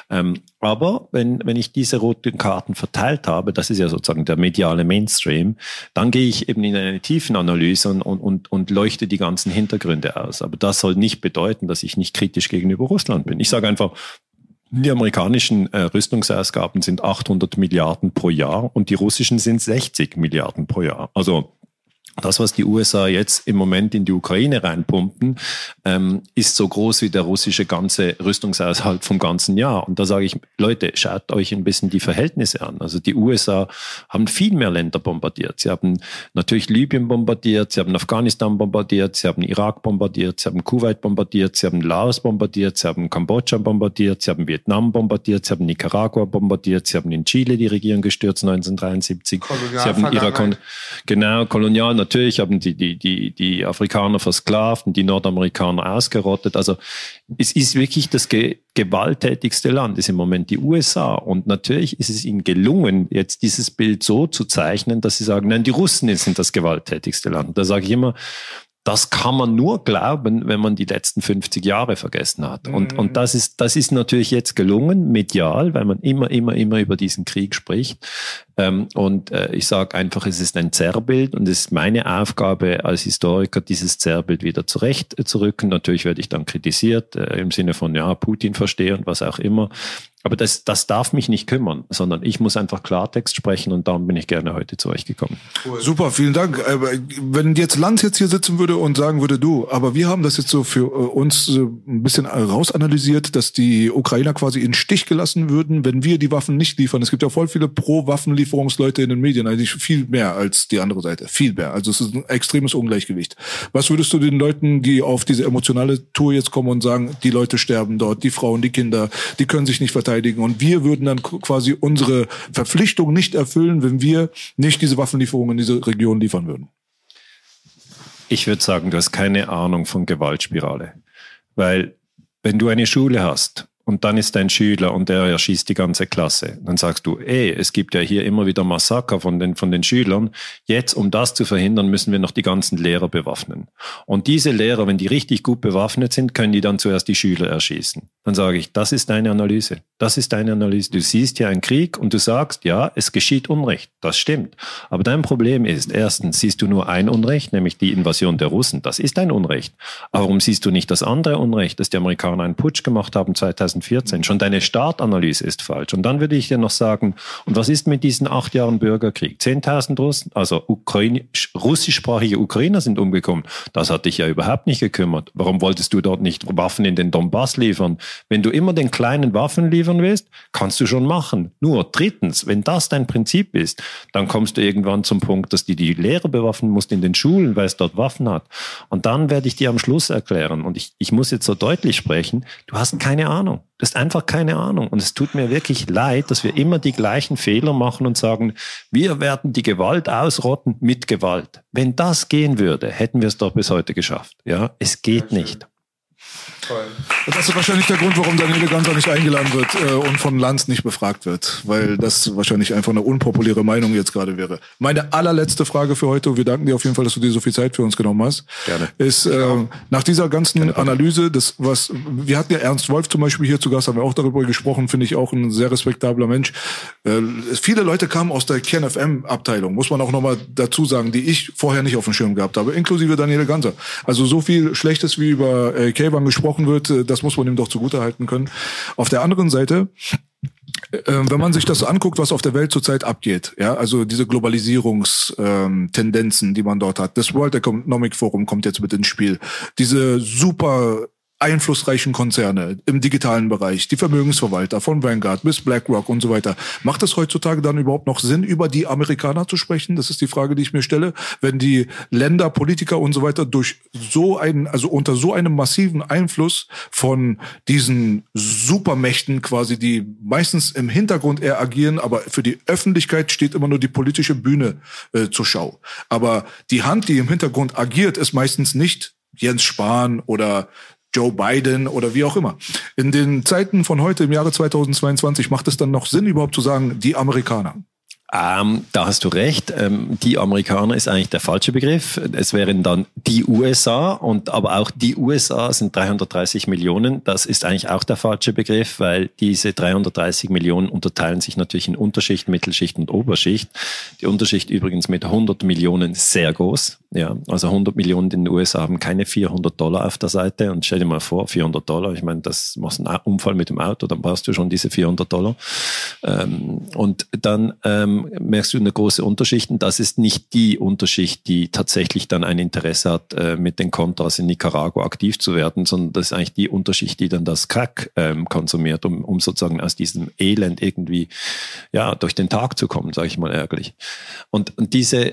Aber wenn ich diese roten Karten verteilt habe, das ist ja sozusagen der mediale Mainstream, dann gehe ich eben in eine Tiefenanalyse und leuchte die ganzen Hintergründe aus. Aber das soll nicht bedeuten, dass ich nicht kritisch gegenüber Russland bin. Ich sage einfach, die amerikanischen Rüstungsausgaben sind 800 Milliarden pro Jahr und die russischen sind 60 Milliarden pro Jahr. Also das, was die USA jetzt im Moment in die Ukraine reinpumpen, ist so groß wie der russische ganze Rüstungshaushalt vom ganzen Jahr. Und da sage ich, Leute, schaut euch ein bisschen die Verhältnisse an. Also die USA haben viel mehr Länder bombardiert. Sie haben natürlich Libyen bombardiert, sie haben Afghanistan bombardiert, sie haben Irak bombardiert, sie haben Kuwait bombardiert, sie haben Laos bombardiert, sie haben Kambodscha bombardiert, sie haben Vietnam bombardiert, sie haben Nicaragua bombardiert, sie haben in Chile die Regierung gestürzt 1973. Sie haben Irak, genau, kolonial. Natürlich haben die Afrikaner versklavt und die Nordamerikaner ausgerottet. Also es ist wirklich das gewalttätigste Land, ist im Moment die USA. Und natürlich ist es ihnen gelungen, jetzt dieses Bild so zu zeichnen, dass sie sagen, nein, die Russen sind das gewalttätigste Land. Da sage ich immer, das kann man nur glauben, wenn man die letzten 50 Jahre vergessen hat. Und das ist natürlich jetzt gelungen, medial, weil man immer über diesen Krieg spricht. Ich sage einfach, es ist ein Zerrbild, und es ist meine Aufgabe als Historiker, dieses Zerrbild wieder zurechtzurücken. Natürlich werde ich dann kritisiert, im Sinne von, ja, Putin verstehe und was auch immer. Aber das darf mich nicht kümmern, sondern ich muss einfach Klartext sprechen, und darum bin ich gerne heute zu euch gekommen. Cool. Super, vielen Dank. Wenn jetzt Lanz jetzt hier sitzen würde und sagen würde, aber wir haben das jetzt so für uns ein bisschen rausanalysiert, dass die Ukrainer quasi in den Stich gelassen würden, wenn wir die Waffen nicht liefern. Es gibt ja voll viele Pro-Waffenlieferungsleute in den Medien, eigentlich viel mehr als die andere Seite, viel mehr. Also es ist ein extremes Ungleichgewicht. Was würdest du den Leuten, die auf diese emotionale Tour jetzt kommen und sagen, die Leute sterben dort, die Frauen, die Kinder, die können sich nicht verteidigen, und wir würden dann quasi unsere Verpflichtung nicht erfüllen, wenn wir nicht diese Waffenlieferungen in diese Region liefern würden? Ich würde sagen, du hast keine Ahnung von Gewaltspirale. Weil wenn du eine Schule hast und dann ist dein Schüler und der erschießt die ganze Klasse. Dann sagst du, es gibt ja hier immer wieder Massaker von den Schülern. Jetzt, um das zu verhindern, müssen wir noch die ganzen Lehrer bewaffnen. Und diese Lehrer, wenn die richtig gut bewaffnet sind, können die dann zuerst die Schüler erschießen. Dann sage ich, das ist deine Analyse. Das ist deine Analyse. Du siehst hier einen Krieg und du sagst, ja, es geschieht Unrecht. Das stimmt. Aber dein Problem ist, erstens siehst du nur ein Unrecht, nämlich die Invasion der Russen. Das ist ein Unrecht. Aber warum siehst du nicht das andere Unrecht, dass die Amerikaner einen Putsch gemacht haben 2014? Schon deine Startanalyse ist falsch. Und dann würde ich dir noch sagen, und was ist mit diesen 8 Jahren Bürgerkrieg? 10.000 Russen, also russischsprachige Ukrainer sind umgekommen. Das hat dich ja überhaupt nicht gekümmert. Warum wolltest du dort nicht Waffen in den Donbass liefern? Wenn du immer den kleinen Waffen liefern willst, kannst du schon machen. Nur drittens, wenn das dein Prinzip ist, dann kommst du irgendwann zum Punkt, dass die Lehrer bewaffnen musst in den Schulen, weil es dort Waffen hat. Und dann werde ich dir am Schluss erklären, und ich muss jetzt so deutlich sprechen, du hast keine Ahnung. Du hast einfach keine Ahnung. Und es tut mir wirklich leid, dass wir immer die gleichen Fehler machen und sagen, wir werden die Gewalt ausrotten mit Gewalt. Wenn das gehen würde, hätten wir es doch bis heute geschafft. Ja, es geht nicht. Und das ist wahrscheinlich der Grund, warum Daniele Ganser nicht eingeladen wird und von Lanz nicht befragt wird, weil das wahrscheinlich einfach eine unpopuläre Meinung jetzt gerade wäre. Meine allerletzte Frage für heute, und wir danken dir auf jeden Fall, dass du dir so viel Zeit für uns genommen hast, gerne, ist nach dieser ganzen Analyse, wir hatten ja Ernst Wolf zum Beispiel hier zu Gast, haben wir auch darüber gesprochen, finde ich auch ein sehr respektabler Mensch. Viele Leute kamen aus der KernFM-Abteilung, muss man auch nochmal dazu sagen, die ich vorher nicht auf dem Schirm gehabt habe, inklusive Daniele Ganser. Also so viel Schlechtes wie über Kayvan gesprochen wird, das muss man ihm doch zugutehalten können. Auf der anderen Seite, wenn man sich das anguckt, was auf der Welt zurzeit abgeht, ja, also diese Globalisierungstendenzen, die man dort hat, das World Economic Forum kommt jetzt mit ins Spiel, diese super einflussreichen Konzerne im digitalen Bereich, die Vermögensverwalter von Vanguard bis BlackRock und so weiter. Macht es heutzutage dann überhaupt noch Sinn, über die Amerikaner zu sprechen? Das ist die Frage, die ich mir stelle. Wenn die Länder, Politiker und so weiter unter so einem massiven Einfluss von diesen Supermächten quasi, die meistens im Hintergrund eher agieren, aber für die Öffentlichkeit steht immer nur die politische Bühne zur Schau. Aber die Hand, die im Hintergrund agiert, ist meistens nicht Jens Spahn oder Joe Biden oder wie auch immer. In den Zeiten von heute, im Jahre 2022, macht es dann noch Sinn, überhaupt zu sagen, die Amerikaner? Da hast du recht. Die Amerikaner ist eigentlich der falsche Begriff. Es wären dann die USA, aber auch die USA sind 330 Millionen. Das ist eigentlich auch der falsche Begriff, weil diese 330 Millionen unterteilen sich natürlich in Unterschicht, Mittelschicht und Oberschicht. Die Unterschicht übrigens mit 100 Millionen sehr groß. Ja, also 100 Millionen in den USA haben keine $400 auf der Seite. Und stell dir mal vor, $400. Ich meine, das machst einen Unfall mit dem Auto, dann brauchst du schon diese $400. Und dann merkst du eine große Unterschicht, und das ist nicht die Unterschicht, die tatsächlich dann ein Interesse hat, mit den Contras in Nicaragua aktiv zu werden, sondern das ist eigentlich die Unterschicht, die dann das Crack konsumiert, um sozusagen aus diesem Elend irgendwie durch den Tag zu kommen, sage ich mal ärgerlich. Und diese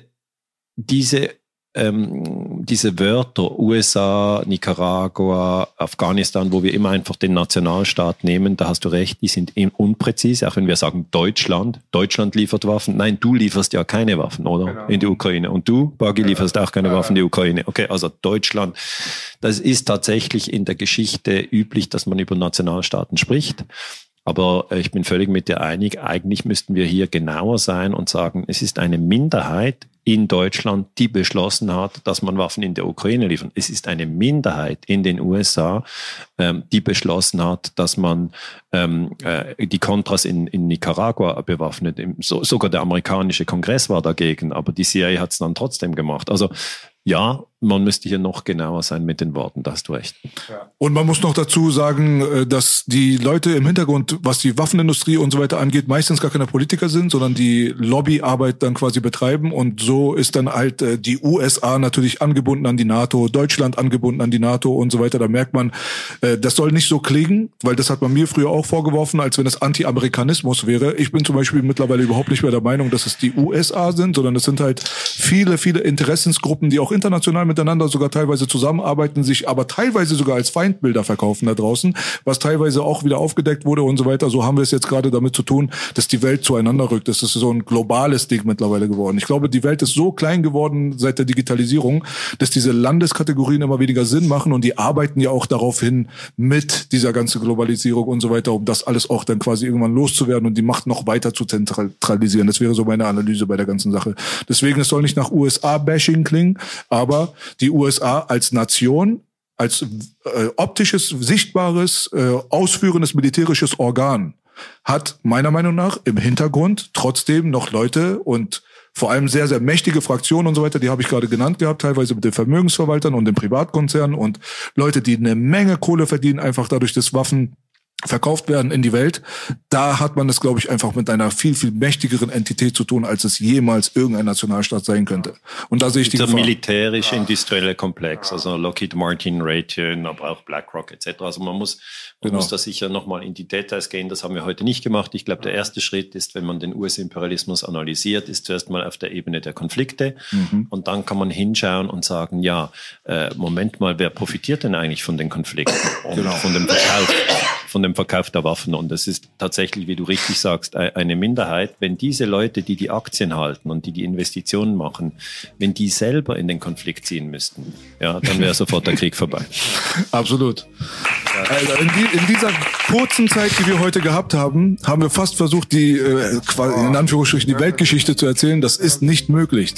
Wörter USA, Nicaragua, Afghanistan, wo wir immer einfach den Nationalstaat nehmen, da hast du recht, die sind unpräzise, auch wenn wir sagen Deutschland liefert Waffen. Nein, du lieferst ja keine Waffen, oder? Genau. In die Ukraine. Und du, Bagi, lieferst auch keine Waffen in die Ukraine. Okay, also Deutschland. Das ist tatsächlich in der Geschichte üblich, dass man über Nationalstaaten spricht. Aber ich bin völlig mit dir einig, eigentlich müssten wir hier genauer sein und sagen, es ist eine Minderheit in Deutschland, die beschlossen hat, dass man Waffen in der Ukraine liefert. Es ist eine Minderheit in den USA, die beschlossen hat, dass man die Contras in Nicaragua bewaffnet. Sogar der amerikanische Kongress war dagegen, aber die CIA hat es dann trotzdem gemacht. Also ja, man müsste hier noch genauer sein mit den Worten, da hast du recht. Ja. Und man muss noch dazu sagen, dass die Leute im Hintergrund, was die Waffenindustrie und so weiter angeht, meistens gar keine Politiker sind, sondern die Lobbyarbeit dann quasi betreiben. Und so ist dann halt die USA natürlich angebunden an die NATO, Deutschland angebunden an die NATO und so weiter. Da merkt man, das soll nicht so klingen, weil das hat man mir früher auch vorgeworfen, als wenn es Anti-Amerikanismus wäre. Ich bin zum Beispiel mittlerweile überhaupt nicht mehr der Meinung, dass es die USA sind, sondern es sind halt viele, viele Interessensgruppen, die auch international miteinander sogar teilweise zusammenarbeiten, sich aber teilweise sogar als Feindbilder verkaufen da draußen, was teilweise auch wieder aufgedeckt wurde und so weiter. So haben wir es jetzt gerade damit zu tun, dass die Welt zueinander rückt. Das ist so ein globales Ding mittlerweile geworden. Ich glaube, die Welt ist so klein geworden seit der Digitalisierung, dass diese Landeskategorien immer weniger Sinn machen und die arbeiten ja auch darauf hin mit dieser ganzen Globalisierung und so weiter, um das alles auch dann quasi irgendwann loszuwerden und die Macht noch weiter zu zentralisieren. Das wäre so meine Analyse bei der ganzen Sache. Deswegen, es soll nicht nach USA-Bashing klingen, aber die USA als Nation, als optisches, sichtbares, ausführendes militärisches Organ hat meiner Meinung nach im Hintergrund trotzdem noch Leute und vor allem sehr, sehr mächtige Fraktionen und so weiter, die habe ich gerade genannt gehabt, teilweise mit den Vermögensverwaltern und den Privatkonzernen und Leute, die eine Menge Kohle verdienen, einfach dadurch, dass Waffen verkauft werden in die Welt. Da hat man es, glaube ich, einfach mit einer viel, viel mächtigeren Entität zu tun, als es jemals irgendein Nationalstaat sein könnte. Und da sehe ich die Gefahr. Der militärisch-industrielle Komplex, also Lockheed Martin, Raytheon, aber auch BlackRock etc. Also man muss da sicher nochmal in die Details gehen. Das haben wir heute nicht gemacht. Ich glaube, der erste Schritt ist, wenn man den US-Imperialismus analysiert, ist zuerst mal auf der Ebene der Konflikte. Und dann kann man hinschauen und sagen, Moment mal, wer profitiert denn eigentlich von den Konflikten und von dem Verkauf der Waffen? Und das ist tatsächlich, wie du richtig sagst, eine Minderheit. Wenn diese Leute, die die Aktien halten und die Investitionen machen, wenn die selber in den Konflikt ziehen müssten, dann wäre sofort der Krieg vorbei. Absolut. Also in dieser kurzen Zeit, die wir heute gehabt haben, haben wir fast versucht, in Anführungsstrichen die Weltgeschichte zu erzählen. Das ist nicht möglich.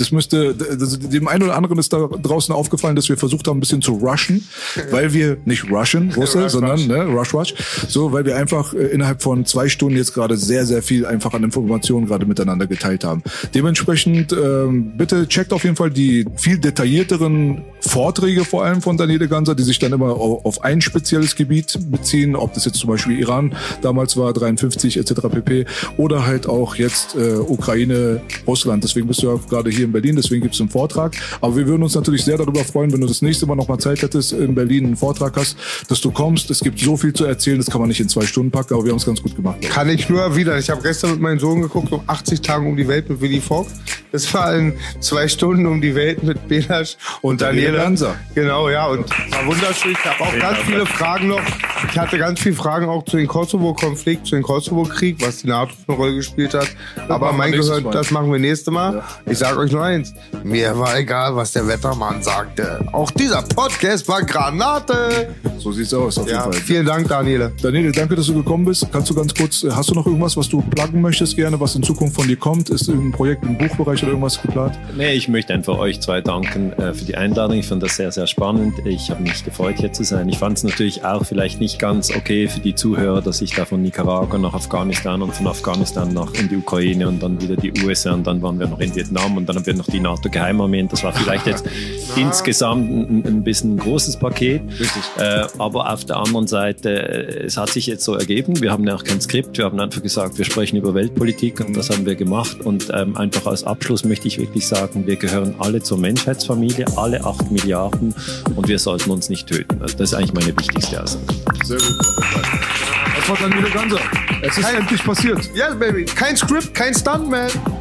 Dem einen oder anderen ist da draußen aufgefallen, dass wir versucht haben, ein bisschen zu rushen, weil wir nicht rushen, sondern rush. So, weil wir einfach innerhalb von 2 Stunden jetzt gerade sehr, sehr viel einfach an Informationen gerade miteinander geteilt haben. Dementsprechend bitte checkt auf jeden Fall die viel detaillierteren Vorträge vor allem von Daniele Ganser, die sich dann immer auf ein spezielles Gebiet beziehen, ob das jetzt zum Beispiel Iran damals war, 53 etc. pp. Oder halt auch jetzt Ukraine, Russland. Deswegen bist du ja gerade hier in Berlin, deswegen gibt es einen Vortrag. Aber wir würden uns natürlich sehr darüber freuen, wenn du das nächste Mal nochmal Zeit hättest, in Berlin einen Vortrag hast, dass du kommst. Es gibt so viel zu erzählen, das kann man nicht in 2 Stunden packen, aber wir haben es ganz gut gemacht. Kann ich nur wieder. Ich habe gestern mit meinem Sohn geguckt, um 80 Tage um die Welt mit Willy Fogg. Das waren 2 Stunden um die Welt mit Belasch und Daniele Ganser. Genau, ja, und war wunderschön. Ich habe auch ganz viele Fragen noch. Ich hatte ganz viele Fragen auch zu dem Kosovo-Konflikt, zu dem Kosovo-Krieg, was die NATO für eine Rolle gespielt hat. Aber mein Gehör, das machen wir nächstes Mal. Ja. Ich sage euch nur eins. Mir war egal, was der Wettermann sagte. Auch dieser Podcast war Granate. So sieht's aus, auf jeden Fall. Vielen Dank, Daniele. Daniele, danke, dass du gekommen bist. Kannst du ganz kurz, hast du noch irgendwas, was du pluggen möchtest gerne, was in Zukunft von dir kommt? Ist ein Projekt im Buchbereich oder irgendwas geplant? Nee, ich möchte einfach euch 2 danken für die Einladung. Ich fand das sehr, sehr spannend. Ich habe mich gefreut, hier zu sein. Ich fand es natürlich auch vielleicht nicht ganz okay für die Zuhörer, dass ich da von Nicaragua nach Afghanistan und von Afghanistan nach in die Ukraine und dann wieder die USA und dann waren wir noch in Vietnam und dann haben wir noch die NATO-Geheimarmeen. Das war vielleicht jetzt insgesamt ein bisschen ein großes Paket. Aber auf der anderen Seite, es hat sich jetzt so ergeben. Wir haben ja auch kein Skript. Wir haben einfach gesagt, wir sprechen über Weltpolitik und das haben wir gemacht. Und einfach als Abschluss möchte ich wirklich sagen, wir gehören alle zur Menschheitsfamilie, alle 8 Milliarden und wir sollten uns nicht töten. Also das ist eigentlich meine wichtigste Aussage. Sehr gut. Das war Daniele Ganser. Es ist endlich passiert. Yes, baby. Kein Skript, kein Stuntman.